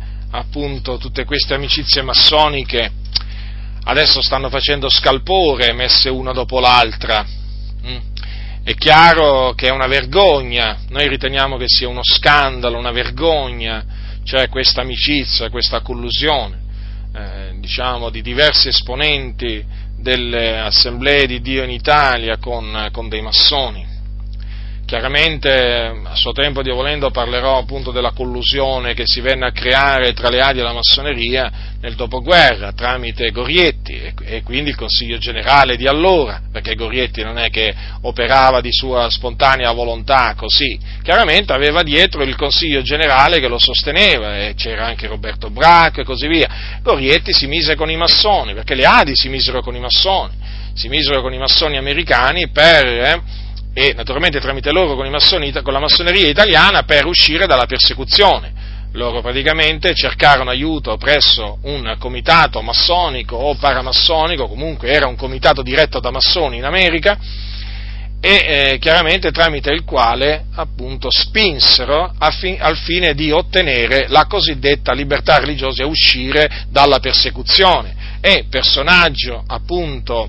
massoniche adesso stanno facendo scalpore, messe una dopo l'altra. È chiaro che è una vergogna, noi riteniamo che sia uno scandalo, una vergogna, cioè questa amicizia, questa collusione, di diversi esponenti delle assemblee di Dio in Italia con dei massoni. Chiaramente a suo tempo, Dio volendo, parlerò appunto della collusione che si venne a creare tra le Adi e la massoneria nel dopoguerra tramite Gorietti e quindi il Consiglio Generale di allora, perché Gorietti non è che operava di sua spontanea volontà così, chiaramente aveva dietro il Consiglio Generale che lo sosteneva, e c'era anche Roberto Bracco e così via. Gorietti si mise con i massoni, perché le Adi si misero con i massoni americani e naturalmente tramite loro con la massoneria italiana per uscire dalla persecuzione. Loro praticamente cercarono aiuto presso un comitato massonico o paramassonico, comunque era un comitato diretto da massoni in America, e chiaramente tramite il quale appunto spinsero al fine di ottenere la cosiddetta libertà religiosa e uscire dalla persecuzione. E personaggio appunto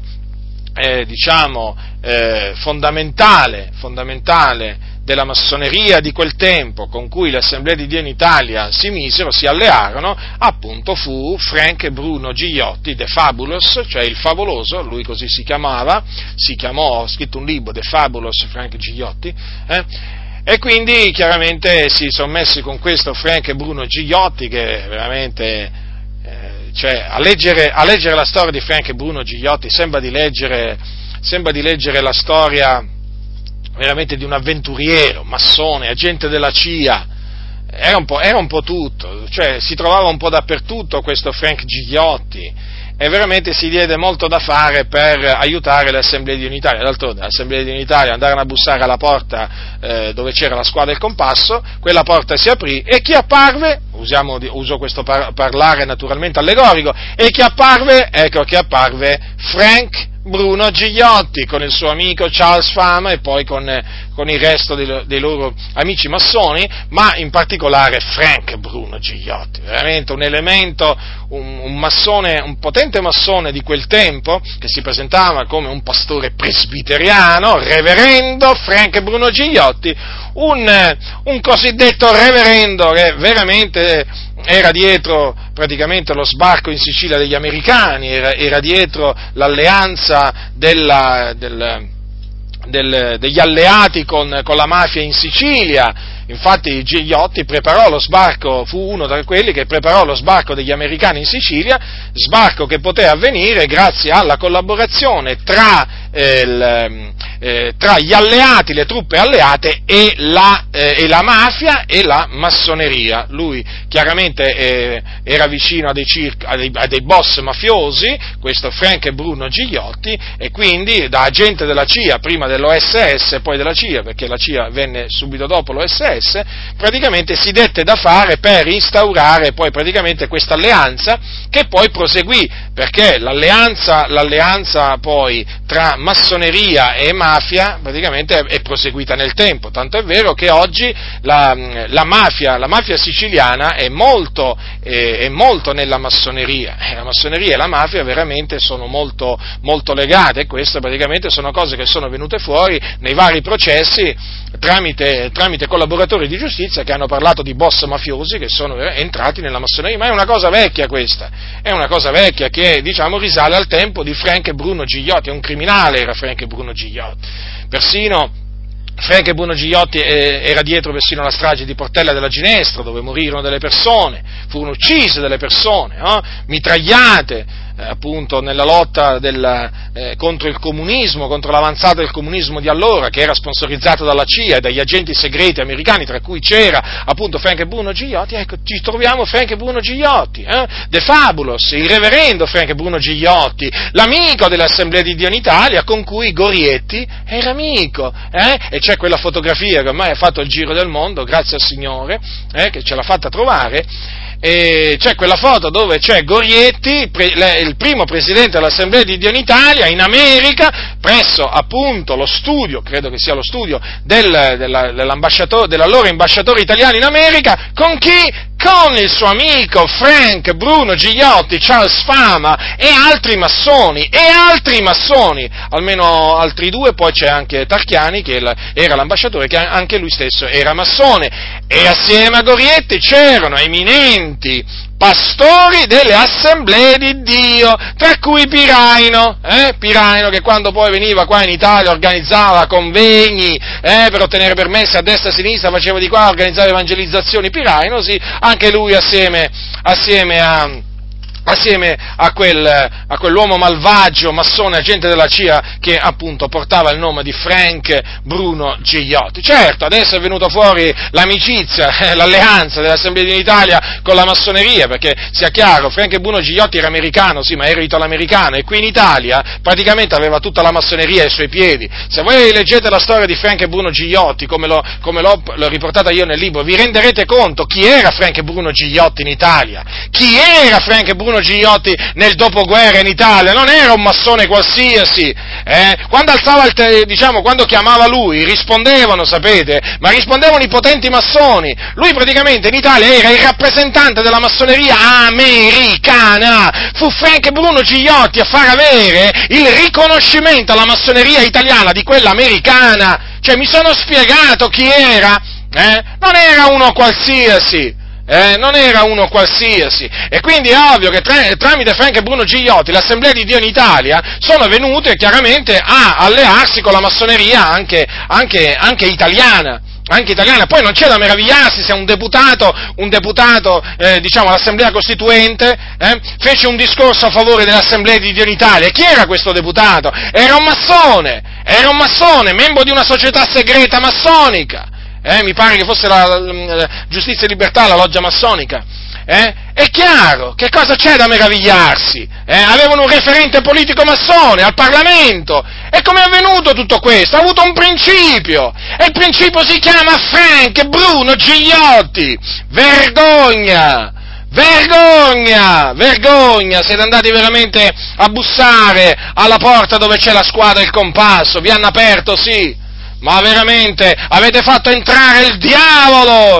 fondamentale della massoneria di quel tempo, con cui le Assemblee di Dio in Italia si allearono, appunto fu Frank Bruno Gigliotti, The Fabulous, cioè il favoloso, lui così si chiamò, ha scritto un libro, The Fabulous Frank Gigliotti, e quindi chiaramente si sono messi con questo Frank Bruno Gigliotti, che veramente a leggere la storia di Frank Bruno Gigliotti sembra di leggere la storia veramente di un avventuriero, massone, agente della CIA, era un po' tutto, cioè si trovava un po' dappertutto questo Frank Gigliotti, e veramente si diede molto da fare per aiutare le Assemblee di Dio in Italia. D'altronde le Assemblee di Dio in Italia andarono a bussare alla porta dove c'era la squadra del compasso, quella porta si aprì e chi apparve, uso questo parlare naturalmente allegorico, e chi apparve? Ecco che apparve Frank Bruno Gigliotti con il suo amico Charles Fama e poi con il resto dei loro amici massoni, ma in particolare Frank Bruno Gigliotti, veramente un elemento, un massone, un potente massone di quel tempo, che si presentava come un pastore presbiteriano, reverendo Frank Bruno Gigliotti, un cosiddetto reverendo che veramente era dietro praticamente lo sbarco in Sicilia degli americani, era dietro l'alleanza degli alleati con la mafia in Sicilia. Infatti Gigliotti preparò lo sbarco, fu uno tra quelli che preparò lo sbarco degli americani in Sicilia, sbarco che poté avvenire grazie alla collaborazione tra tra gli alleati, le truppe alleate e la mafia e la massoneria. Lui chiaramente era vicino a dei boss mafiosi, questo Frank e Bruno Gigliotti, e quindi da agente della CIA, prima dell'OSS e poi della CIA, perché la CIA venne subito dopo l'OSS, praticamente si dette da fare per instaurare poi praticamente questa alleanza, che poi proseguì, perché l'alleanza poi tra massoneria e mafia praticamente è proseguita nel tempo, tanto è vero che oggi la mafia siciliana è molto nella massoneria, la massoneria e la mafia veramente sono molto, molto legate, e queste praticamente sono cose che sono venute fuori nei vari processi tramite collaboratori di giustizia che hanno parlato di boss mafiosi che sono entrati nella massoneria. Ma è una cosa vecchia questa, è una cosa vecchia che risale al tempo di Frank e Bruno Gigliotti. È un criminale, era Frank e Bruno Gigliotti, persino Frank e Bruno Gigliotti era dietro persino alla strage di Portella della Ginestra, dove morirono delle persone, furono uccise delle persone, mitragliate, appunto nella lotta contro il comunismo, contro l'avanzata del comunismo di allora, che era sponsorizzata dalla CIA e dagli agenti segreti americani, tra cui c'era appunto Frank e Bruno Gigliotti. Ecco, ci troviamo Frank e Bruno Gigliotti, The Fabulous, il reverendo Frank e Bruno Gigliotti, l'amico dell'Assemblea di Dio in Italia, con cui Gorietti era amico, e c'è quella fotografia che ormai ha fatto il giro del mondo, grazie al Signore, che ce l'ha fatta trovare. E c'è quella foto dove c'è Gorietti, il primo presidente dell'Assemblea di Dio in Italia, in America, presso appunto lo studio, credo che sia lo studio dell'allora ambasciatore italiano in America, con chi? Con il suo amico Frank Bruno Gigliotti, Charles Fama e altri massoni, almeno altri due. Poi c'è anche Tarchiani, che era l'ambasciatore, che anche lui stesso era massone, e assieme a Gorietti c'erano eminenti pastori delle assemblee di Dio, tra cui Piraino, che quando poi veniva qua in Italia organizzava convegni, per ottenere permessi a destra e a sinistra, faceva di qua, organizzava evangelizzazioni. Piraino, sì, anche lui assieme a quell'uomo malvagio, massone, agente della CIA, che appunto portava il nome di Frank Bruno Gigliotti. Certo, adesso è venuta fuori l'amicizia, l'alleanza dell'Assemblea di Italia con la massoneria, perché sia chiaro, Frank Bruno Gigliotti era americano, sì, ma era italo-americano, e qui in Italia praticamente aveva tutta la massoneria ai suoi piedi. Se voi leggete la storia di Frank Bruno Gigliotti, come l'ho riportata io nel libro, vi renderete conto chi era Frank Bruno Gigliotti in Italia, chi era Frank Bruno Gigliotti nel dopoguerra in Italia. Non era un massone qualsiasi, quando alzava quando chiamava lui, rispondevano, sapete, ma rispondevano i potenti massoni. Lui praticamente in Italia era il rappresentante della massoneria americana. Fu Frank Bruno Gigliotti a far avere il riconoscimento alla massoneria italiana di quella americana. Cioè, mi sono spiegato chi era? Non era uno qualsiasi. E quindi è ovvio che tramite Frank e Bruno Gigliotti l'Assemblea di Dio in Italia sono venute chiaramente a allearsi con la massoneria anche italiana. Poi non c'è da meravigliarsi se un deputato, all'Assemblea Costituente, fece un discorso a favore dell'Assemblea di Dio in Italia. Chi era questo deputato? Era un massone, membro di una società segreta massonica. Mi pare che fosse la Giustizia e Libertà, la loggia massonica. È chiaro, che cosa c'è da meravigliarsi? Avevano un referente politico massone al Parlamento. E come è avvenuto tutto questo? Ha avuto un principio, e il principio si chiama Frank Bruno Gigliotti. Vergogna! Siete andati veramente a bussare alla porta dove c'è la squadra e il compasso, vi hanno aperto, sì. Ma veramente avete fatto entrare il diavolo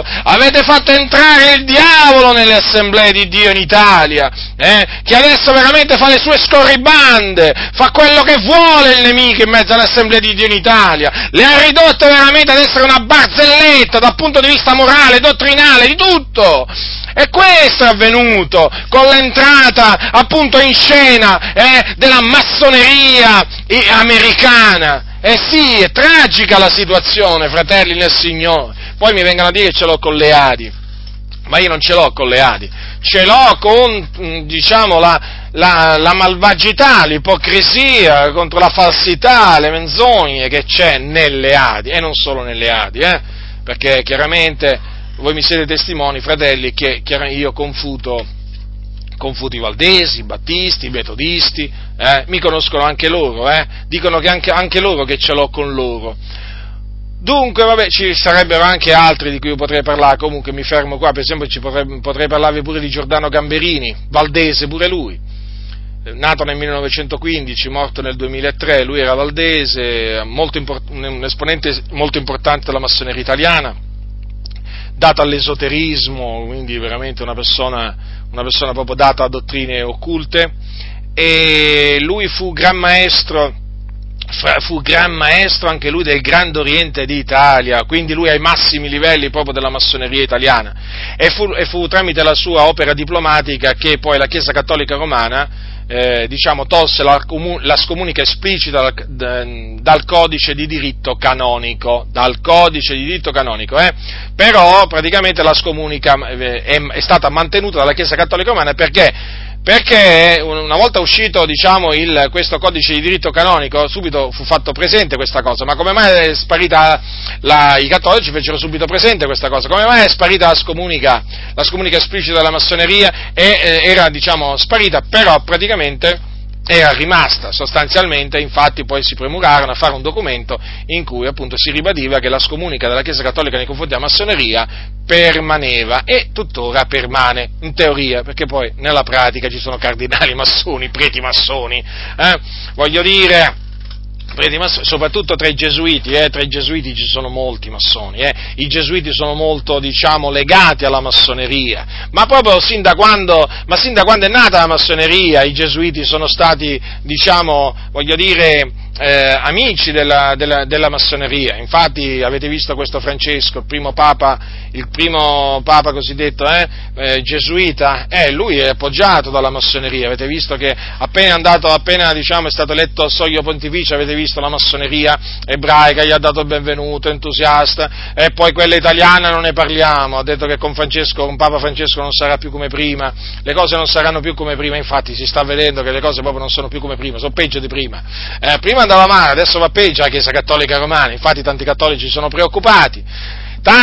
nelle assemblee di Dio in Italia, che adesso veramente fa le sue scorribande, fa quello che vuole il nemico in mezzo alle assemblee di Dio in Italia, le ha ridotte veramente ad essere una barzelletta dal punto di vista morale, dottrinale, di tutto. E questo è avvenuto con l'entrata appunto in scena della massoneria americana. Sì, è tragica la situazione, fratelli nel Signore. Poi mi vengono a dire che ce l'ho con le Adi, ma io non ce l'ho con le Adi, ce l'ho con, la malvagità, l'ipocrisia, contro la falsità, le menzogne che c'è nelle Adi, e non solo nelle Adi, perché chiaramente voi mi siete testimoni, fratelli, che io confuto i valdesi, i battisti, i metodisti, mi conoscono anche loro, dicono che anche loro che ce l'ho con loro. Dunque, vabbè, ci sarebbero anche altri di cui io potrei parlare, comunque mi fermo qua, per esempio potrei parlarvi pure di Giordano Gamberini, valdese pure lui, nato nel 1915, morto nel 2003, lui era valdese, un esponente molto importante della massoneria italiana, dato all'esoterismo, quindi veramente una persona proprio data a dottrine occulte, e lui fu gran maestro anche lui del Grande Oriente d'Italia, quindi lui ai massimi livelli proprio della massoneria italiana, e fu tramite la sua opera diplomatica che poi la Chiesa Cattolica Romana tolse la scomunica esplicita dal codice di diritto canonico, però praticamente la scomunica è stata mantenuta dalla Chiesa Cattolica Romana perché una volta uscito, questo codice di diritto canonico, subito fu fatto presente questa cosa. Ma come mai è sparita i cattolici fecero subito presente questa cosa? Come mai è sparita la scomunica esplicita della massoneria? Era sparita, però praticamente era rimasta sostanzialmente, infatti poi si premurarono a fare un documento in cui appunto si ribadiva che la scomunica della Chiesa Cattolica nei confronti della massoneria permaneva e tuttora permane, in teoria, perché poi nella pratica ci sono cardinali massoni, preti massoni, soprattutto tra i gesuiti ci sono molti massoni, i gesuiti sono molto, legati alla massoneria, ma proprio sin da quando è nata la massoneria, i gesuiti sono stati, amici della massoneria. Infatti avete visto questo Francesco, il primo papa cosiddetto gesuita, lui è appoggiato dalla massoneria. Avete visto che appena è stato eletto al soglio pontificio, avete visto la massoneria ebraica gli ha dato il benvenuto, entusiasta, e poi quella italiana non ne parliamo, ha detto che con Papa Francesco non sarà più come prima, le cose non saranno più come prima. Infatti si sta vedendo che le cose proprio non sono più come prima, sono peggio di prima. Prima andava male, adesso va peggio la Chiesa Cattolica Romana, infatti tanti cattolici sono preoccupati.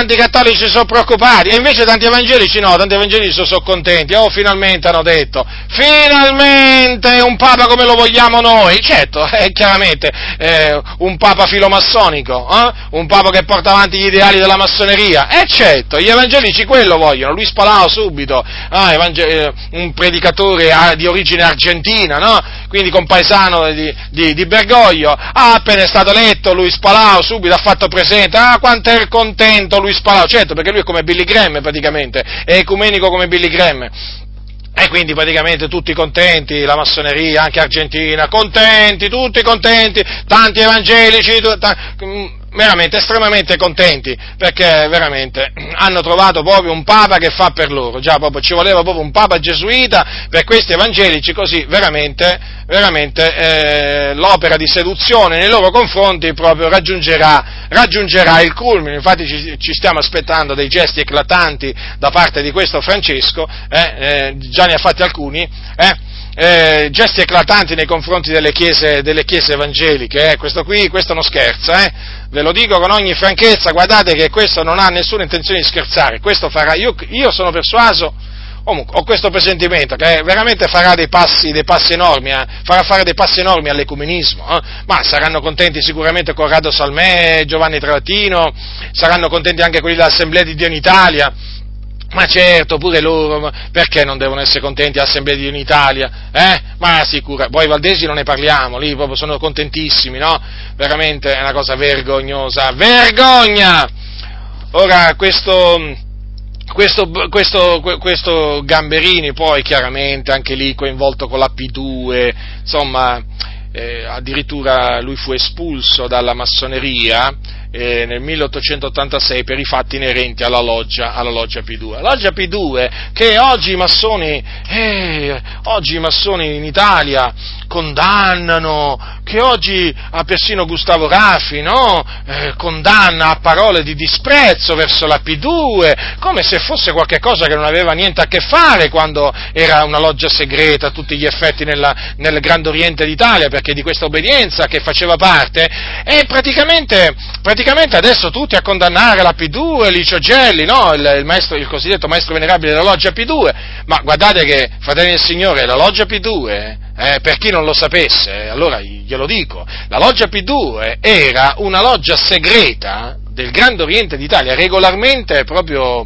E invece tanti evangelici sono contenti, finalmente hanno detto, finalmente un Papa come lo vogliamo noi, certo, chiaramente, un Papa filomassonico, un Papa che porta avanti gli ideali della massoneria, certo, gli evangelici quello vogliono, Luis Palau subito, un predicatore di origine argentina, no? Quindi compaesano di Bergoglio, appena è stato eletto Luis Palau subito ha fatto presente, quanto è contento Luis Palau, certo, perché lui è come Billy Graham praticamente, è ecumenico come Billy Graham, e quindi praticamente tutti contenti, la massoneria, anche argentina, tutti contenti, tanti evangelici, veramente estremamente contenti, perché veramente hanno trovato proprio un Papa che fa per loro, già proprio ci voleva proprio un Papa gesuita per questi evangelici, così veramente l'opera di seduzione nei loro confronti proprio raggiungerà il culmine. Infatti ci stiamo aspettando dei gesti eclatanti da parte di questo Francesco, già ne ha fatti alcuni, gesti eclatanti nei confronti delle chiese evangeliche, questo non scherza, ve lo dico con ogni franchezza, guardate che questo non ha nessuna intenzione di scherzare, questo farà, io sono persuaso, ho questo presentimento che veramente farà dei passi enormi, farà fare dei passi enormi all'ecumenismo, ma saranno contenti sicuramente Corrado Salmè, Giovanni Travatino, saranno contenti anche quelli dell'Assemblea di Dio in Italia. Ma certo, pure loro, perché non devono essere contenti all'Assemblea di Dio in Italia? Ma sicura, poi i valdesi non ne parliamo, lì proprio sono contentissimi, no? Veramente è una cosa vergognosa, vergogna! Ora, questo Gamberini poi chiaramente anche lì coinvolto con la P2, insomma, addirittura lui fu espulso dalla massoneria nel 1886 per i fatti inerenti alla loggia P2. La loggia P2 che oggi i massoni in Italia condannano, che oggi persino Gustavo Raffi, no? Condanna a parole di disprezzo verso la P2, come se fosse qualche cosa che non aveva niente a che fare quando era una loggia segreta a tutti gli effetti nel Grande Oriente d'Italia, perché di questa obbedienza che faceva parte, e praticamente adesso tutti a condannare la P2, Licio Gelli, no? Il cosiddetto maestro venerabile della loggia P2, ma guardate che, fratelli del Signore, la loggia P2, per chi non lo sapesse, allora glielo dico, la loggia P2 era una loggia segreta del Grande Oriente d'Italia, regolarmente proprio,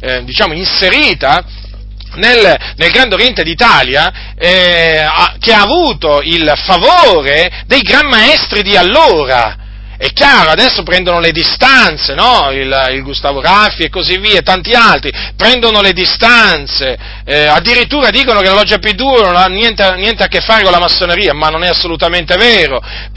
inserita nel Grande Oriente d'Italia, che ha avuto il favore dei gran maestri di allora. È chiaro, adesso prendono le distanze, no? Il Gustavo Raffi e così via, e tanti altri, prendono le distanze, addirittura dicono che la loggia P2 non ha niente a che fare con la massoneria, ma non è assolutamente vero,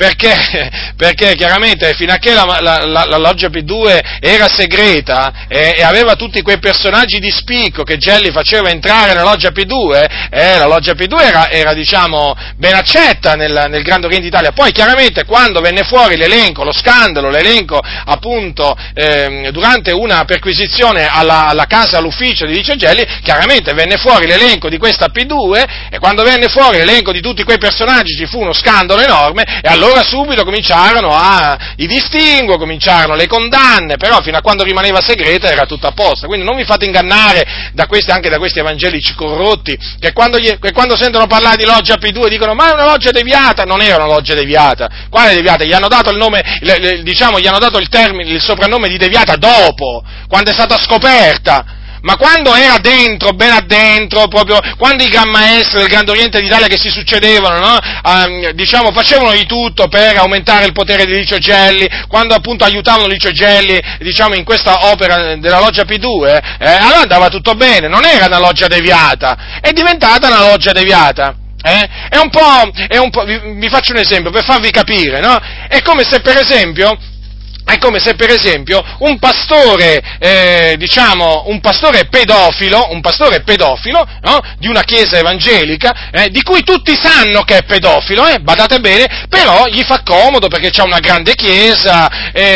perché chiaramente fino a che la loggia P2 era segreta e aveva tutti quei personaggi di spicco che Gelli faceva entrare nella loggia P2, la loggia P2 era ben accetta nel Grande Oriente d'Italia. Poi chiaramente quando venne fuori l'elenco, lo scandalo, l'elenco appunto durante una perquisizione alla casa, all'ufficio di Licio Gelli, chiaramente venne fuori l'elenco di questa P2, e quando venne fuori l'elenco di tutti quei personaggi ci fu uno scandalo enorme, e allora subito cominciarono i distinguo, cominciarono le condanne, però fino a quando rimaneva segreta era tutto a posto. Quindi non vi fate ingannare anche da questi evangelici corrotti, che quando sentono parlare di loggia P2 dicono ma è una loggia deviata. Non era una loggia deviata. Quale deviata? Gli hanno dato il nome, gli hanno dato il soprannome di deviata dopo, quando è stata scoperta. Ma quando era dentro, ben addentro, proprio, quando i gran maestri del Grande Oriente d'Italia che si succedevano, no? Facevano di tutto per aumentare il potere di Licio Gelli, quando appunto aiutavano Licio Gelli, in questa opera della loggia P2, allora andava tutto bene, non era una loggia deviata, è diventata una loggia deviata. È un po', vi faccio un esempio per farvi capire, no? È come se per esempio un pastore pedofilo, no? Di una chiesa evangelica, di cui tutti sanno che è pedofilo, badate bene, però gli fa comodo perché c'ha una grande chiesa,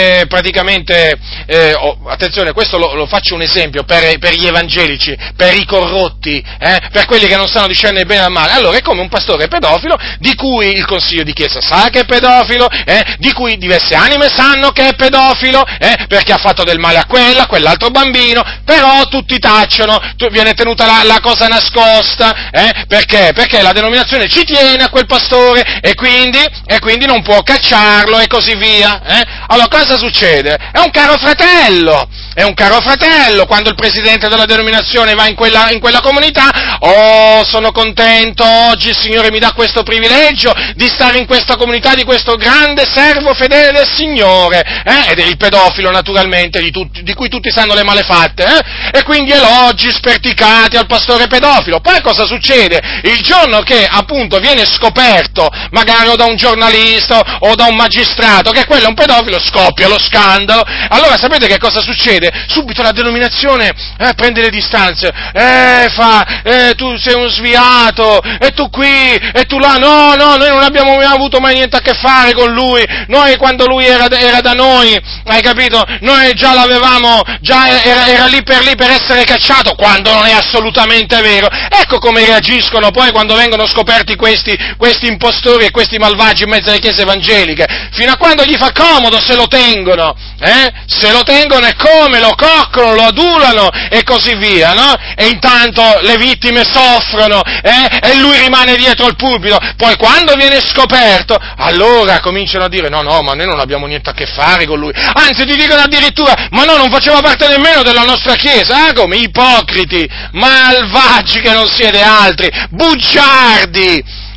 attenzione, questo lo faccio un esempio per gli evangelici, per i corrotti, per quelli che non sanno discernere bene dal male. Allora è come un pastore pedofilo, di cui il consiglio di chiesa sa che è pedofilo, di cui diverse anime sanno che è pedofilo, perché ha fatto del male a quell'altro bambino, però tutti tacciono, viene tenuta la cosa nascosta, perché? Perché la denominazione ci tiene a quel pastore e quindi non può cacciarlo e così via. Allora cosa succede? È un caro fratello, quando il presidente della denominazione va in quella comunità, sono contento, oggi il Signore mi dà questo privilegio di stare in questa comunità di questo grande servo fedele del Signore, ed è il pedofilo naturalmente, di cui tutti sanno le malefatte, e quindi elogi sperticati al pastore pedofilo. Poi cosa succede? Il giorno che appunto viene scoperto, magari o da un giornalista o da un magistrato, che quello è un pedofilo, scoppia lo scandalo. Allora sapete che cosa succede? Subito la denominazione prende le distanze, tu sei un sviato, e tu qui, e tu là, no, noi non abbiamo mai avuto niente a che fare con lui, noi quando lui era da noi, hai capito? Noi già l'avevamo, era lì per essere cacciato, quando non è assolutamente vero. Ecco come reagiscono poi quando vengono scoperti questi impostori e questi malvagi in mezzo alle chiese evangeliche. Fino a quando gli fa comodo se lo tengono, e come lo coccolano, lo adulano e così via, no? E intanto le vittime soffrono, e lui rimane dietro al pulpito. Poi quando viene scoperto, allora cominciano a dire no, ma noi non abbiamo niente a che fare con lui. Anzi, ti dicono addirittura, ma no, non faceva parte nemmeno della nostra chiesa. Come? Ipocriti, malvagi che non siete altri, bugiardi,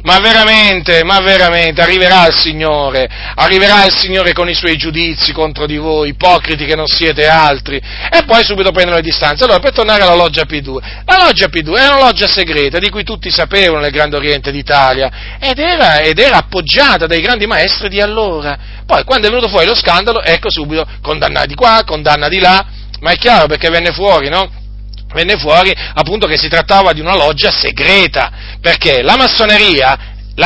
Ma veramente, arriverà il Signore con i suoi giudizi contro di voi, ipocriti che non siete altri, e poi subito prendono le distanze. Allora, per tornare alla loggia P2, la loggia P2 è una loggia segreta di cui tutti sapevano nel Grande Oriente d'Italia, ed era appoggiata dai grandi maestri di allora. Poi, quando è venuto fuori lo scandalo, ecco subito, condanna di qua, condanna di là, ma è chiaro perché venne fuori, no? Venne fuori appunto che si trattava di una loggia segreta, perché la massoneria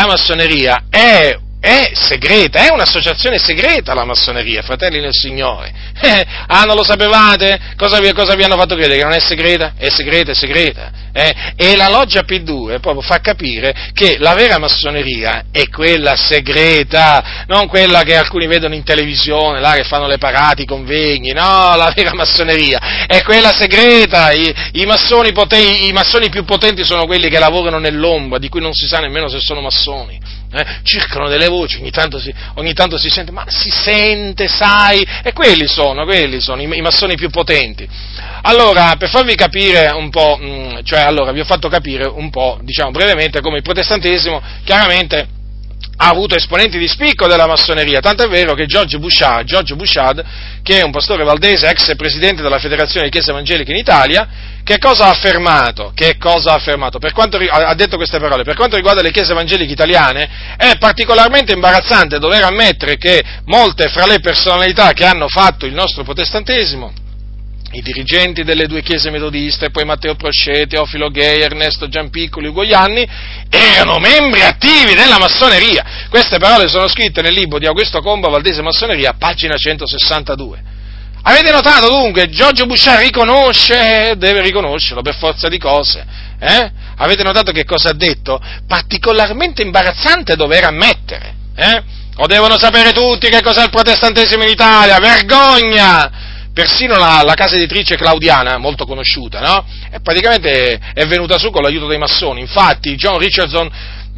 è segreta, è un'associazione segreta la massoneria, fratelli nel Signore. Non lo sapevate? Cosa vi hanno fatto credere? Che non è segreta? È segreta, è segreta. E la loggia P2 proprio fa capire che la vera massoneria è quella segreta, non quella che alcuni vedono in televisione, là che fanno le parate, i convegni, no, la vera massoneria è quella segreta. I massoni più potenti sono quelli che lavorano nell'ombra, di cui non si sa nemmeno se sono massoni. Circolano delle voci, ogni tanto si sente, ma si sente, sai, e quelli sono i massoni più potenti. Allora, per farvi capire un po', vi ho fatto capire un po', diciamo brevemente, come il protestantesimo chiaramente ha avuto esponenti di spicco della massoneria, tanto è vero che George Bouchard, che è un pastore valdese, ex presidente della Federazione di Chiese Evangeliche in Italia, che cosa ha affermato? Ha detto queste parole: per quanto riguarda le chiese evangeliche italiane, è particolarmente imbarazzante dover ammettere che molte fra le personalità che hanno fatto il nostro protestantesimo, i dirigenti delle due chiese metodiste, poi Matteo Proscè, Teofilo Gay, Ernesto Giampiccoli, Ugo Ianni, erano membri attivi della massoneria. Queste parole sono scritte nel libro di Augusto Comba, Valdese Massoneria, pagina 162. Avete notato dunque? Giorgio Bouchard deve riconoscerlo per forza di cose. Avete notato che cosa ha detto? Particolarmente imbarazzante dover ammettere. Lo devono sapere tutti che cos'è il protestantesimo in Italia, vergogna! Persino la casa editrice Claudiana, molto conosciuta, no? Praticamente è venuta su con l'aiuto dei massoni. Infatti John Richardson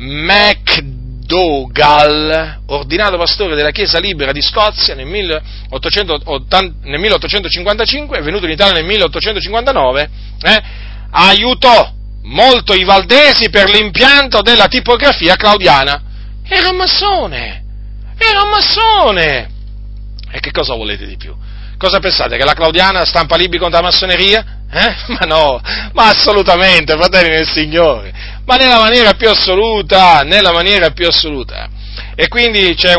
McDougall, ordinato pastore della Chiesa Libera di Scozia nel 1855, è venuto in Italia nel 1859, aiutò molto i valdesi per l'impianto della tipografia claudiana. Era un massone! E che cosa volete di più? Cosa pensate, che la Claudiana stampa libri contro la massoneria? Ma no, ma assolutamente, fratelli nel Signore, ma nella maniera più assoluta. E quindi c'è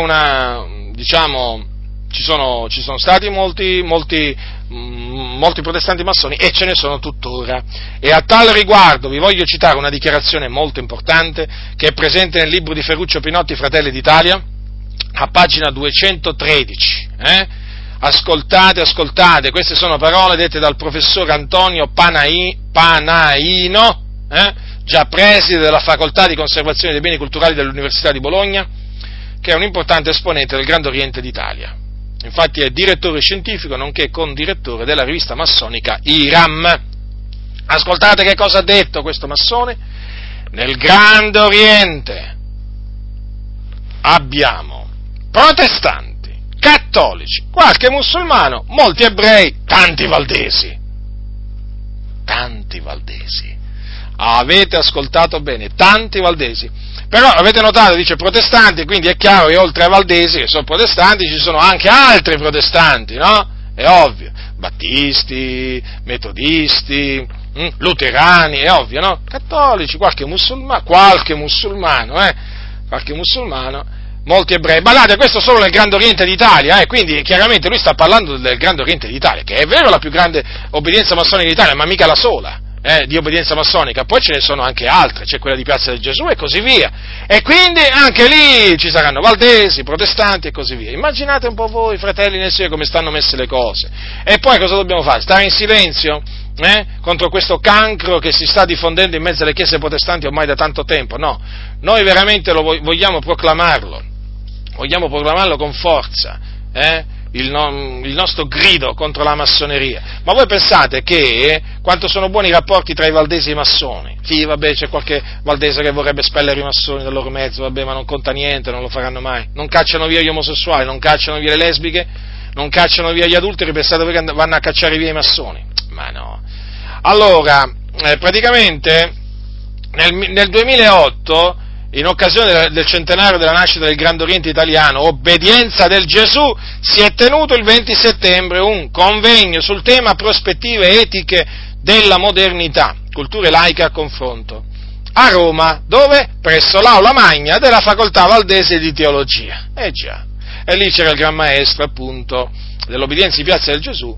ci sono stati molti protestanti massoni, e ce ne sono tuttora. E a tal riguardo vi voglio citare una dichiarazione molto importante che è presente nel libro di Ferruccio Pinotti, Fratelli d'Italia, a pagina 213, Ascoltate, queste sono parole dette dal professor Antonio Panaino, già preside della Facoltà di Conservazione dei Beni Culturali dell'Università di Bologna, che è un importante esponente del Grande Oriente d'Italia. Infatti è direttore scientifico, nonché condirettore della rivista massonica IRAM. Ascoltate che cosa ha detto questo massone: nel Grande Oriente abbiamo protestanti, cattolici, qualche musulmano, molti ebrei, tanti valdesi. Avete ascoltato bene, tanti valdesi. Però avete notato, dice protestanti, quindi è chiaro che oltre ai valdesi, che sono protestanti, ci sono anche altri protestanti, no? È ovvio, battisti, metodisti, luterani, è ovvio, no? Cattolici, qualche musulmano, molti ebrei. Badate, questo solo nel Grande Oriente d'Italia, quindi chiaramente lui sta parlando del Grande Oriente d'Italia, che è vero la più grande obbedienza massonica d'Italia, ma mica la sola, di obbedienza massonica. Poi ce ne sono anche altre, c'è quella di Piazza del Gesù e così via, e quindi anche lì ci saranno valdesi, protestanti e così via. Immaginate un po' voi, fratelli nel Signore, come stanno messe le cose. E poi cosa dobbiamo fare? Stare in silenzio? Contro questo cancro che si sta diffondendo in mezzo alle chiese protestanti ormai da tanto tempo? No, noi veramente vogliamo proclamarlo con forza, il nostro grido contro la massoneria. Ma voi pensate che quanto sono buoni i rapporti tra i valdesi e i massoni? Sì, vabbè, c'è qualche valdese che vorrebbe espellere i massoni dal loro mezzo, vabbè, ma non conta niente, non lo faranno mai. Non cacciano via gli omosessuali, non cacciano via le lesbiche, non cacciano via gli adulteri, pensate voi che vanno a cacciare via i massoni? Ma no. Allora, praticamente nel 2008 in occasione del centenario della nascita del Grande Oriente Italiano, Obbedienza del Gesù, si è tenuto il 20 settembre un convegno sul tema prospettive etiche della modernità, culture laiche a confronto, a Roma, dove? Presso l'Aula Magna della Facoltà Valdese di Teologia. Già, e lì c'era il Gran Maestro, appunto, dell'Obbedienza di Piazza del Gesù,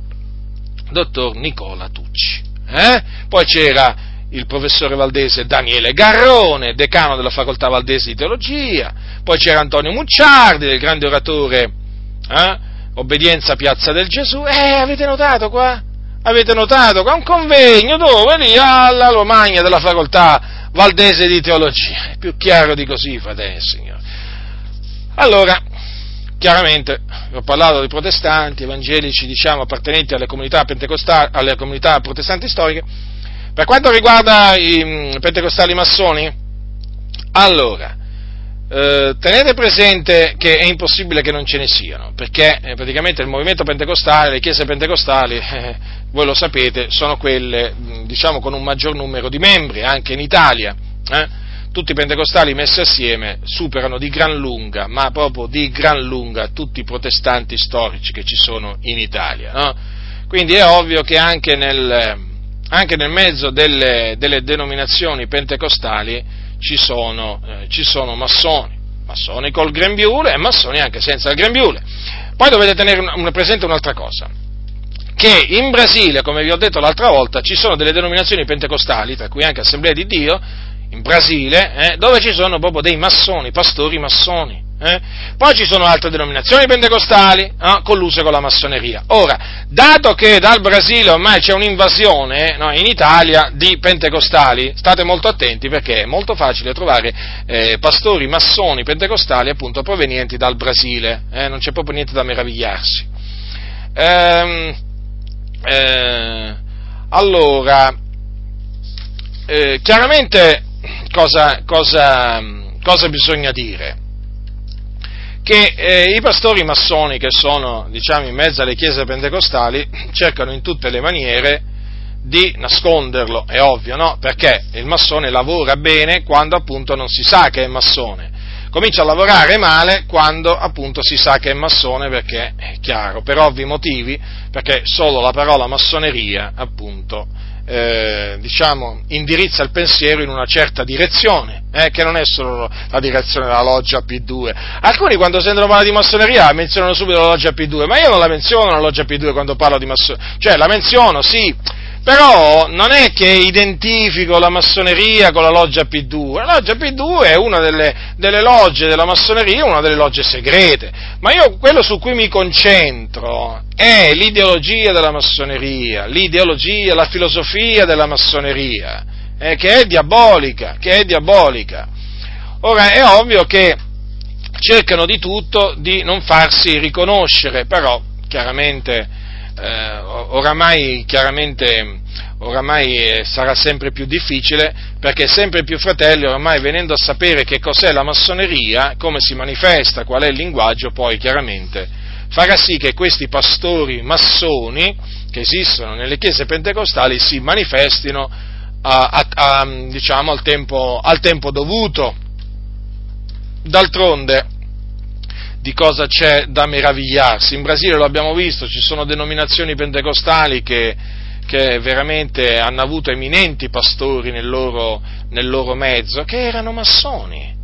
dottor Nicola Tucci. Poi c'era il professore valdese Daniele Garrone, decano della Facoltà Valdese di Teologia, poi c'era Antonio Mucciardi, del grande oratore Obbedienza Piazza del Gesù, avete notato qua? Avete notato qua? Un convegno dove? Lì all'Aula Magna della Facoltà Valdese di Teologia, è più chiaro di così, fratelli e signori. Allora, chiaramente, ho parlato di protestanti, evangelici, appartenenti alle comunità pentecostali, alle comunità protestanti storiche. Per quanto riguarda i pentecostali massoni, allora, tenete presente che è impossibile che non ce ne siano, perché praticamente il movimento pentecostale, le chiese pentecostali, voi lo sapete, sono quelle, con un maggior numero di membri, anche in Italia. Tutti i pentecostali messi assieme superano di gran lunga, ma proprio di gran lunga, tutti i protestanti storici che ci sono in Italia, no? Quindi è ovvio che anche nel mezzo delle denominazioni pentecostali ci sono massoni col grembiule e massoni anche senza il grembiule. Poi dovete tenere presente un'altra cosa, che in Brasile, come vi ho detto l'altra volta, ci sono delle denominazioni pentecostali, tra cui anche Assemblea di Dio, in Brasile, dove ci sono proprio dei massoni, pastori massoni. Poi ci sono altre denominazioni pentecostali colluse con la massoneria. Ora, dato che dal Brasile ormai c'è un'invasione in Italia di pentecostali, state molto attenti perché è molto facile trovare pastori massoni pentecostali appunto provenienti dal Brasile, non c'è proprio niente da meravigliarsi. Allora, chiaramente cosa bisogna dire? Che i pastori massoni che sono, in mezzo alle chiese pentecostali cercano in tutte le maniere di nasconderlo, è ovvio, no? Perché il massone lavora bene quando appunto non si sa che è massone, comincia a lavorare male quando appunto si sa che è massone, perché è chiaro, per ovvi motivi, perché solo la parola massoneria appunto indirizza il pensiero in una certa direzione, che non è solo la direzione della loggia P2. Alcuni quando sentono parlare di massoneria menzionano subito la loggia P2, ma io non la menziono la loggia P2 quando parlo di massoneria, cioè la menziono sì, però non è che identifico la massoneria con la loggia P2, la loggia P2 è una delle logge della massoneria, una delle logge segrete, ma io quello su cui mi concentro è l'ideologia della massoneria, la filosofia della massoneria, che è diabolica. Ora è ovvio che cercano di tutto di non farsi riconoscere, però chiaramente oramai sarà sempre più difficile, perché sempre più fratelli oramai, venendo a sapere che cos'è la massoneria, come si manifesta, qual è il linguaggio, poi chiaramente farà sì che questi pastori massoni che esistono nelle chiese pentecostali si manifestino al tempo dovuto. D'altronde, di cosa c'è da meravigliarsi? In Brasile lo abbiamo visto, ci sono denominazioni pentecostali che veramente hanno avuto eminenti pastori nel loro mezzo, che erano massoni,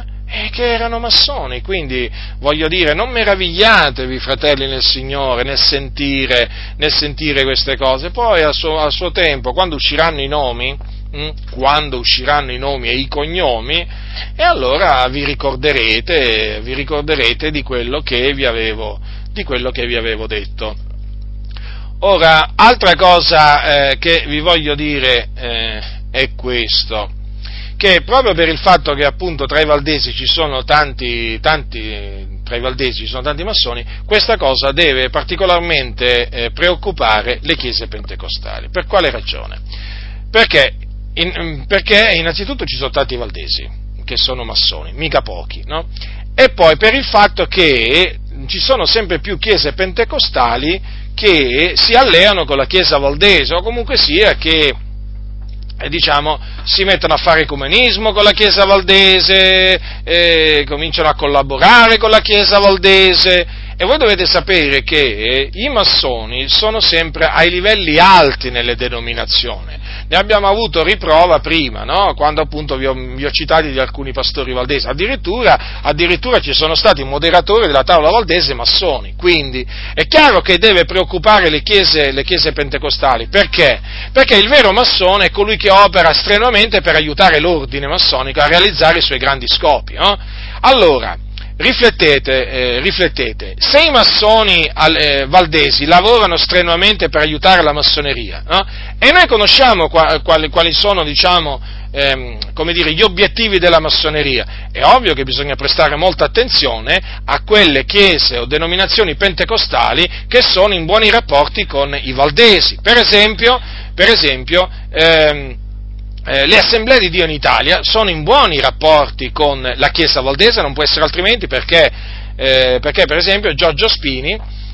quindi voglio dire, non meravigliatevi, fratelli nel Signore, nel sentire queste cose. Poi al suo tempo, quando usciranno i nomi e i cognomi, e allora vi ricorderete di quello che vi avevo detto. Ora, altra cosa che vi voglio dire è questo, che proprio per il fatto che appunto tra i valdesi ci sono tanti massoni, questa cosa deve particolarmente preoccupare le chiese pentecostali. Per quale ragione? Perché innanzitutto ci sono tanti valdesi che sono massoni, mica pochi, no? E poi per il fatto che ci sono sempre più chiese pentecostali che si alleano con la chiesa valdese, o comunque sia che si mettono a fare ecumenismo con la Chiesa valdese, cominciano a collaborare con la Chiesa valdese, e voi dovete sapere che i massoni sono sempre ai livelli alti nelle denominazioni. Ne abbiamo avuto riprova prima, no? Quando appunto vi ho citati di alcuni pastori valdesi, addirittura ci sono stati moderatori della tavola valdese massoni, quindi è chiaro che deve preoccupare le chiese pentecostali. Perché? Perché il vero massone è colui che opera strenuamente per aiutare l'ordine massonico a realizzare i suoi grandi scopi, no? Allora, riflettete, se i massoni valdesi lavorano strenuamente per aiutare la massoneria, no? E noi conosciamo quali sono, gli obiettivi della massoneria, è ovvio che bisogna prestare molta attenzione a quelle chiese o denominazioni pentecostali che sono in buoni rapporti con i valdesi. Per esempio, le Assemblee di Dio in Italia sono in buoni rapporti con la Chiesa valdese, non può essere altrimenti, perché per esempio Giorgio Spini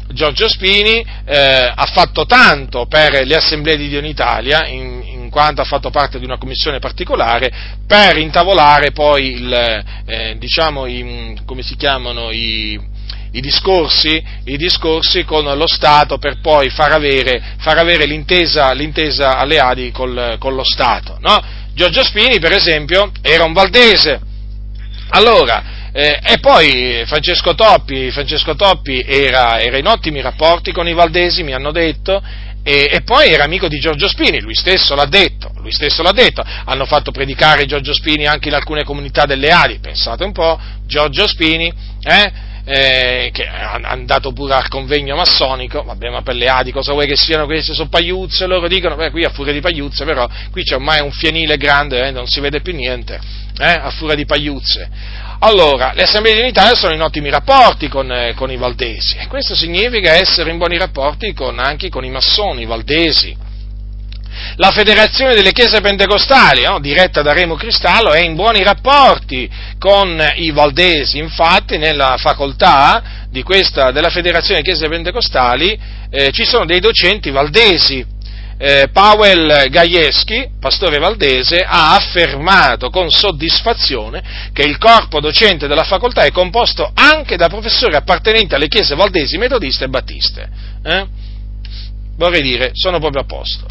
ha fatto tanto per le Assemblee di Dio in Italia, in quanto ha fatto parte di una commissione particolare, per intavolare poi i discorsi con lo Stato, per poi far avere l'intesa alle Adi con lo Stato, no? Giorgio Spini, per esempio, era un valdese. Allora, e poi Francesco Toppi era in ottimi rapporti con i valdesi, mi hanno detto, e poi era amico di Giorgio Spini, lui stesso l'ha detto, hanno fatto predicare Giorgio Spini anche in alcune comunità delle Adi, pensate un po', Giorgio Spini, che è andato pure al convegno massonico, vabbè, ma per le Adi cosa vuoi che siano queste? Sono pagliuzze, loro dicono, qui a furia di pagliuzze, però qui c'è ormai un fienile grande, non si vede più niente, a furia di pagliuzze. Allora, le Assemblee in Italia sono in ottimi rapporti con i valdesi, e questo significa essere in buoni rapporti anche con i massoni valdesi. La Federazione delle Chiese Pentecostali, no, diretta da Remo Cristallo, è in buoni rapporti con i valdesi. Infatti nella facoltà della Federazione delle Chiese Pentecostali ci sono dei docenti valdesi. Powell Gajewski, pastore valdese, ha affermato con soddisfazione che il corpo docente della facoltà è composto anche da professori appartenenti alle chiese valdesi, metodiste e battiste. Vorrei dire, sono proprio a posto.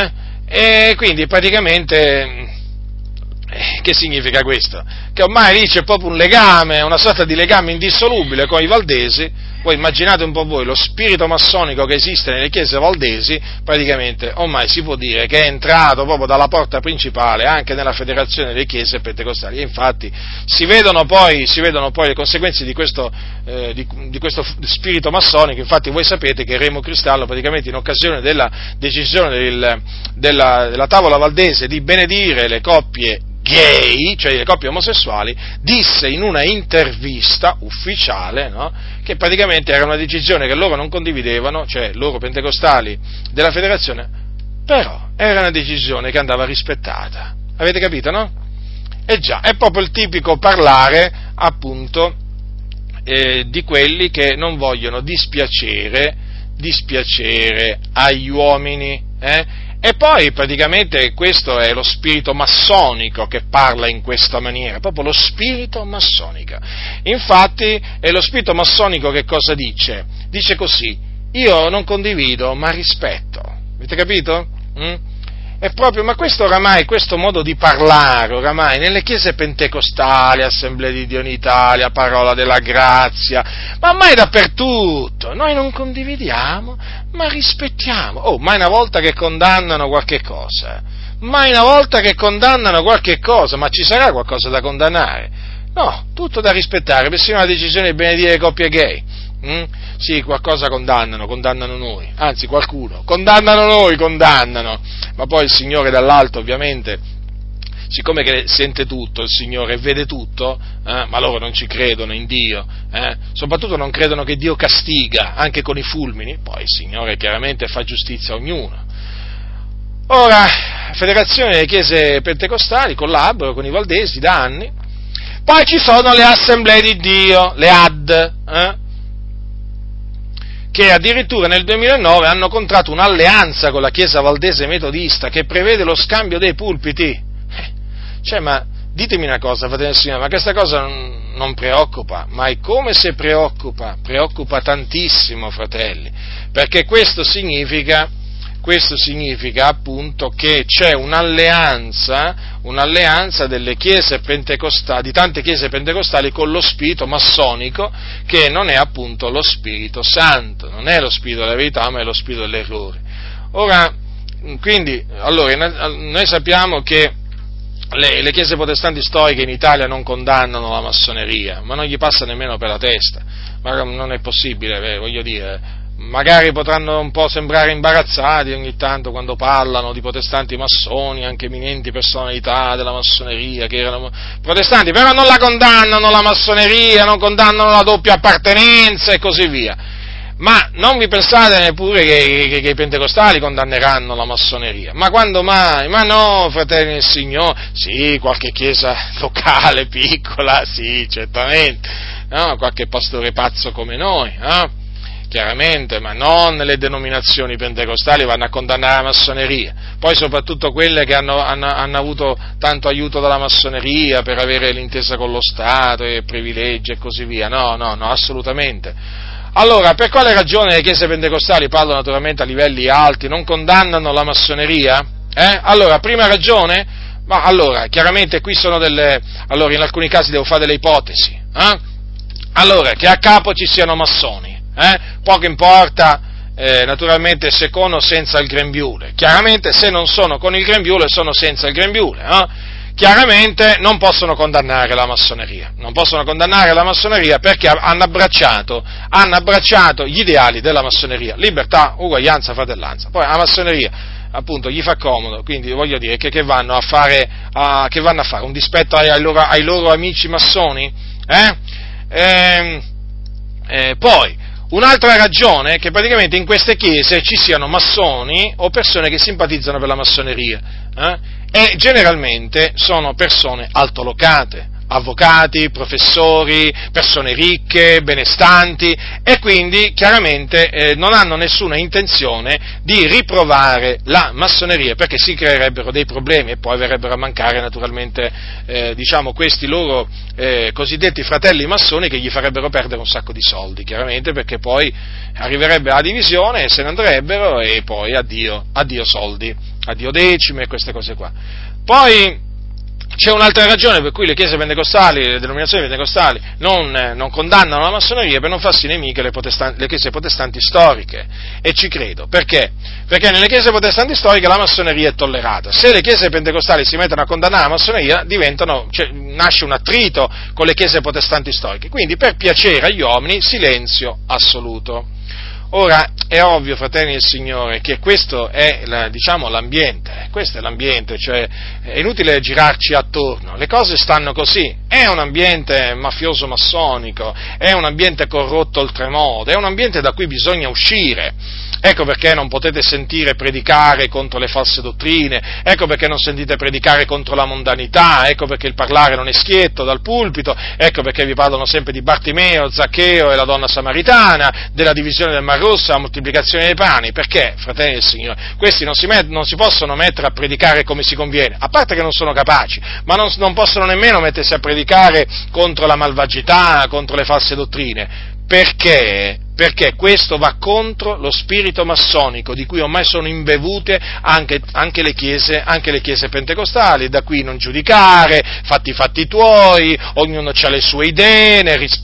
E quindi praticamente che significa questo? Che ormai lì c'è proprio un legame, una sorta di legame indissolubile con i valdesi. Voi immaginate un po' voi lo spirito massonico che esiste nelle chiese valdesi, praticamente ormai si può dire che è entrato proprio dalla porta principale anche nella Federazione delle Chiese Pentecostali, e infatti si vedono poi le conseguenze di questo spirito massonico. Infatti voi sapete che Remo Cristallo, praticamente in occasione della decisione della tavola valdese di benedire le coppie gay, cioè le coppie omosessuali, disse in una intervista ufficiale, no, che praticamente era una decisione che loro non condividevano, cioè loro pentecostali della federazione, però era una decisione che andava rispettata. Avete capito, no? E già, è proprio il tipico parlare, appunto, di quelli che non vogliono dispiacere agli uomini, E poi praticamente questo è lo spirito massonico che parla in questa maniera, proprio lo spirito massonico. Infatti è lo spirito massonico che cosa dice? Dice così: io non condivido ma rispetto. Avete capito? È proprio, ma questo modo di parlare oramai nelle chiese pentecostali, Assemblee di Dio in Italia, Parola della Grazia, ma ormai dappertutto, noi non condividiamo, ma rispettiamo. Mai una volta che condannano qualche cosa, ma ci sarà qualcosa da condannare? No, tutto da rispettare, persino la decisione di benedire le coppie gay. Sì, qualcosa condannano noi, anzi qualcuno, condannano, ma poi il Signore dall'alto ovviamente, siccome che sente tutto il Signore e vede tutto, ma loro non ci credono in Dio, soprattutto non credono che Dio castiga anche con i fulmini, poi il Signore chiaramente fa giustizia a ognuno. Ora, la Federazione delle Chiese Pentecostali collabora con i valdesi da anni, poi ci sono le Assemblee di Dio, le AD, che addirittura nel 2009 hanno contratto un'alleanza con la Chiesa Valdese Metodista che prevede lo scambio dei pulpiti. Ma ditemi una cosa, fratelli del Signore, ma questa cosa non preoccupa? Ma è come se preoccupa tantissimo, fratelli, perché questo significa appunto che c'è un'alleanza delle chiese pentecostali, di tante chiese pentecostali con lo spirito massonico, che non è appunto lo Spirito Santo, non è lo spirito della verità, ma è lo spirito dell'errore. Ora, quindi, noi sappiamo che le chiese protestanti storiche in Italia non condannano la massoneria, ma non gli passa nemmeno per la testa, ma non è possibile, voglio dire. Magari potranno un po' sembrare imbarazzati ogni tanto quando parlano di protestanti massoni, anche eminenti personalità della massoneria che erano protestanti, però non la condannano la massoneria, non condannano la doppia appartenenza e così via. Ma non vi pensate neppure che i pentecostali condanneranno la massoneria? Ma quando mai? Ma no, fratelli del Signore, sì, qualche chiesa locale, piccola, sì, certamente, no? Qualche pastore pazzo come noi, no? Chiaramente, ma non le denominazioni pentecostali vanno a condannare la massoneria, poi soprattutto quelle che hanno avuto tanto aiuto dalla massoneria per avere l'intesa con lo Stato e privilegi e così via, no, assolutamente. Allora, per quale ragione le chiese pentecostali, parlo naturalmente a livelli alti, non condannano la massoneria? Allora, prima ragione, ma allora, chiaramente qui sono allora in alcuni casi devo fare delle ipotesi, allora, che a capo ci siano massoni, poco importa, naturalmente se con o senza il grembiule, chiaramente se non sono con il grembiule sono senza il grembiule, chiaramente non possono condannare la massoneria, perché hanno abbracciato gli ideali della massoneria, libertà, uguaglianza, fratellanza, poi la massoneria appunto gli fa comodo, quindi voglio dire che vanno a fare un dispetto ai loro amici massoni, poi un'altra ragione è che praticamente in queste chiese ci siano massoni o persone che simpatizzano per la massoneria, e generalmente sono persone altolocate, avvocati, professori, persone ricche, benestanti, e quindi chiaramente non hanno nessuna intenzione di riprovare la massoneria, perché si creerebbero dei problemi e poi verrebbero a mancare naturalmente questi loro cosiddetti fratelli massoni, che gli farebbero perdere un sacco di soldi, chiaramente, perché poi arriverebbe la divisione e se ne andrebbero, e poi addio soldi, addio decime e queste cose qua. Poi c'è un'altra ragione per cui le chiese pentecostali, le denominazioni pentecostali non condannano la massoneria: per non farsi nemiche le chiese protestanti storiche, e ci credo, perché? Perché nelle chiese protestanti storiche la massoneria è tollerata. Se le chiese pentecostali si mettono a condannare la massoneria, nasce un attrito con le chiese protestanti storiche, quindi per piacere agli uomini silenzio assoluto. Ora, è ovvio, fratelli del Signore, che questo è l'ambiente, cioè è inutile girarci attorno, le cose stanno così, è un ambiente mafioso massonico, è un ambiente corrotto oltremodo, è un ambiente da cui bisogna uscire. Ecco perché non potete sentire predicare contro le false dottrine, ecco perché non sentite predicare contro la mondanità, ecco perché il parlare non è schietto dal pulpito, ecco perché vi parlano sempre di Bartimeo, Zaccheo e la donna samaritana, della divisione del Mar Rosso, la moltiplicazione dei pani. Perché, fratelli del Signore? Questi non si possono mettere a predicare come si conviene, a parte che non sono capaci, ma non possono nemmeno mettersi a predicare contro la malvagità, contro le false dottrine. Perché? Perché questo va contro lo spirito massonico, di cui ormai sono imbevute anche le chiese pentecostali. Da qui non giudicare, fatti i fatti tuoi, ognuno ha le sue idee,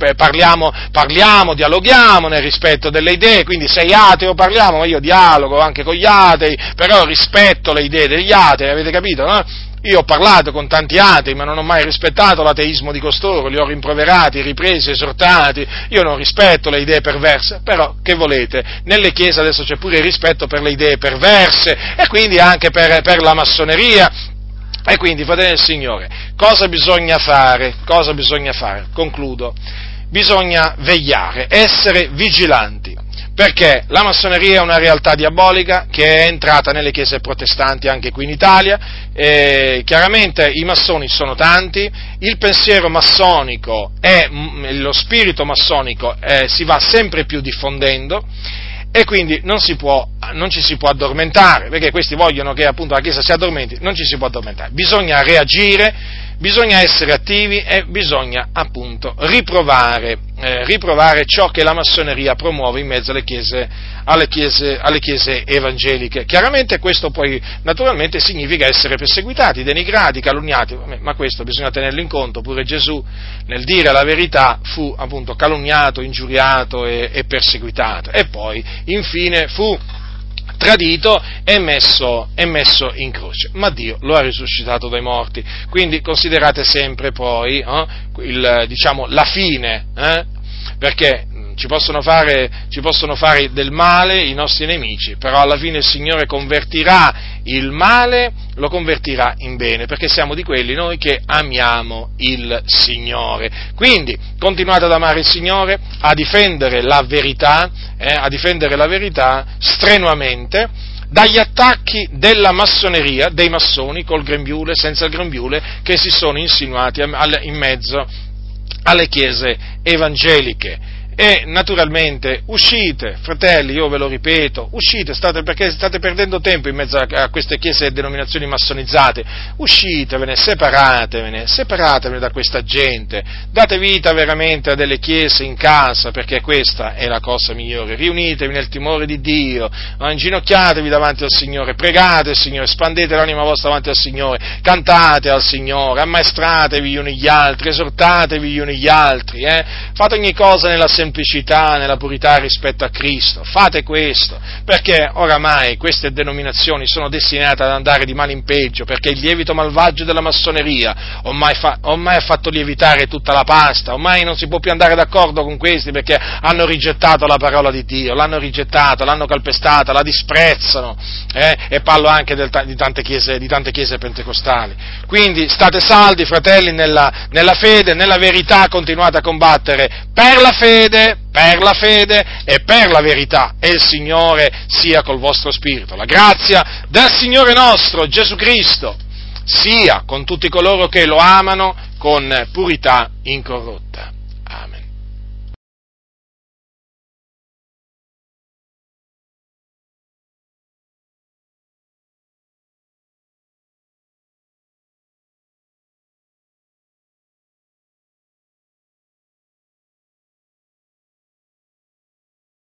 parliamo, dialoghiamo nel rispetto delle idee. Quindi sei ateo, parliamo, ma io dialogo anche con gli atei, però rispetto le idee degli atei, avete capito, no? Io ho parlato con tanti atei, ma non ho mai rispettato l'ateismo di costoro, li ho rimproverati, ripresi, esortati. Io non rispetto le idee perverse, però, che volete, nelle chiese adesso c'è pure il rispetto per le idee perverse, e quindi anche per la massoneria. E quindi, fratelli del Signore, cosa bisogna fare? Concludo. Bisogna vegliare, essere vigilanti, Perché la massoneria è una realtà diabolica che è entrata nelle chiese protestanti anche qui in Italia. Chiaramente i massoni sono tanti, il pensiero massonico e lo spirito massonico si va sempre più diffondendo, e quindi non ci si può addormentare, perché questi vogliono che appunto la Chiesa si addormenti. Non ci si può addormentare, bisogna reagire, bisogna essere attivi e bisogna appunto riprovare ciò che la massoneria promuove in mezzo alle chiese evangeliche. Chiaramente questo poi naturalmente significa essere perseguitati, denigrati, calunniati, ma questo bisogna tenerlo in conto. Pure Gesù, nel dire la verità, fu appunto calunniato, ingiuriato e perseguitato, e poi infine fu tradito e messo in croce, ma Dio lo ha risuscitato dai morti. Quindi considerate sempre poi la fine, perché ci possono fare del male i nostri nemici, però alla fine il Signore convertirà il male, lo convertirà in bene, perché siamo di quelli noi che amiamo il Signore. Quindi continuate ad amare il Signore, a difendere la verità strenuamente dagli attacchi della massoneria, dei massoni col grembiule, senza il grembiule, che si sono insinuati in mezzo alle chiese evangeliche. E naturalmente uscite, fratelli, io ve lo ripeto, uscite, perché state perdendo tempo in mezzo a queste chiese e denominazioni massonizzate. Uscitevene, separatevene da questa gente, date vita veramente a delle chiese in casa, perché questa è la cosa migliore. Riunitevi nel timore di Dio, inginocchiatevi davanti al Signore, pregate il Signore, spandete l'anima vostra davanti al Signore, cantate al Signore, ammaestratevi gli uni gli altri, esortatevi gli uni gli altri, fate ogni cosa nella semplicità, nella purità rispetto a Cristo. Fate questo, perché oramai queste denominazioni sono destinate ad andare di male in peggio, perché il lievito malvagio della massoneria ormai ha fatto lievitare tutta la pasta. Ormai non si può più andare d'accordo con questi, perché hanno rigettato la parola di Dio, l'hanno rigettata, l'hanno calpestata, la disprezzano, e parlo anche di tante chiese pentecostali. Quindi state saldi, fratelli, nella fede, nella verità, continuate a combattere per la fede e per la verità, e il Signore sia col vostro spirito. La grazia del Signore nostro Gesù Cristo sia con tutti coloro che lo amano con purità incorrotta.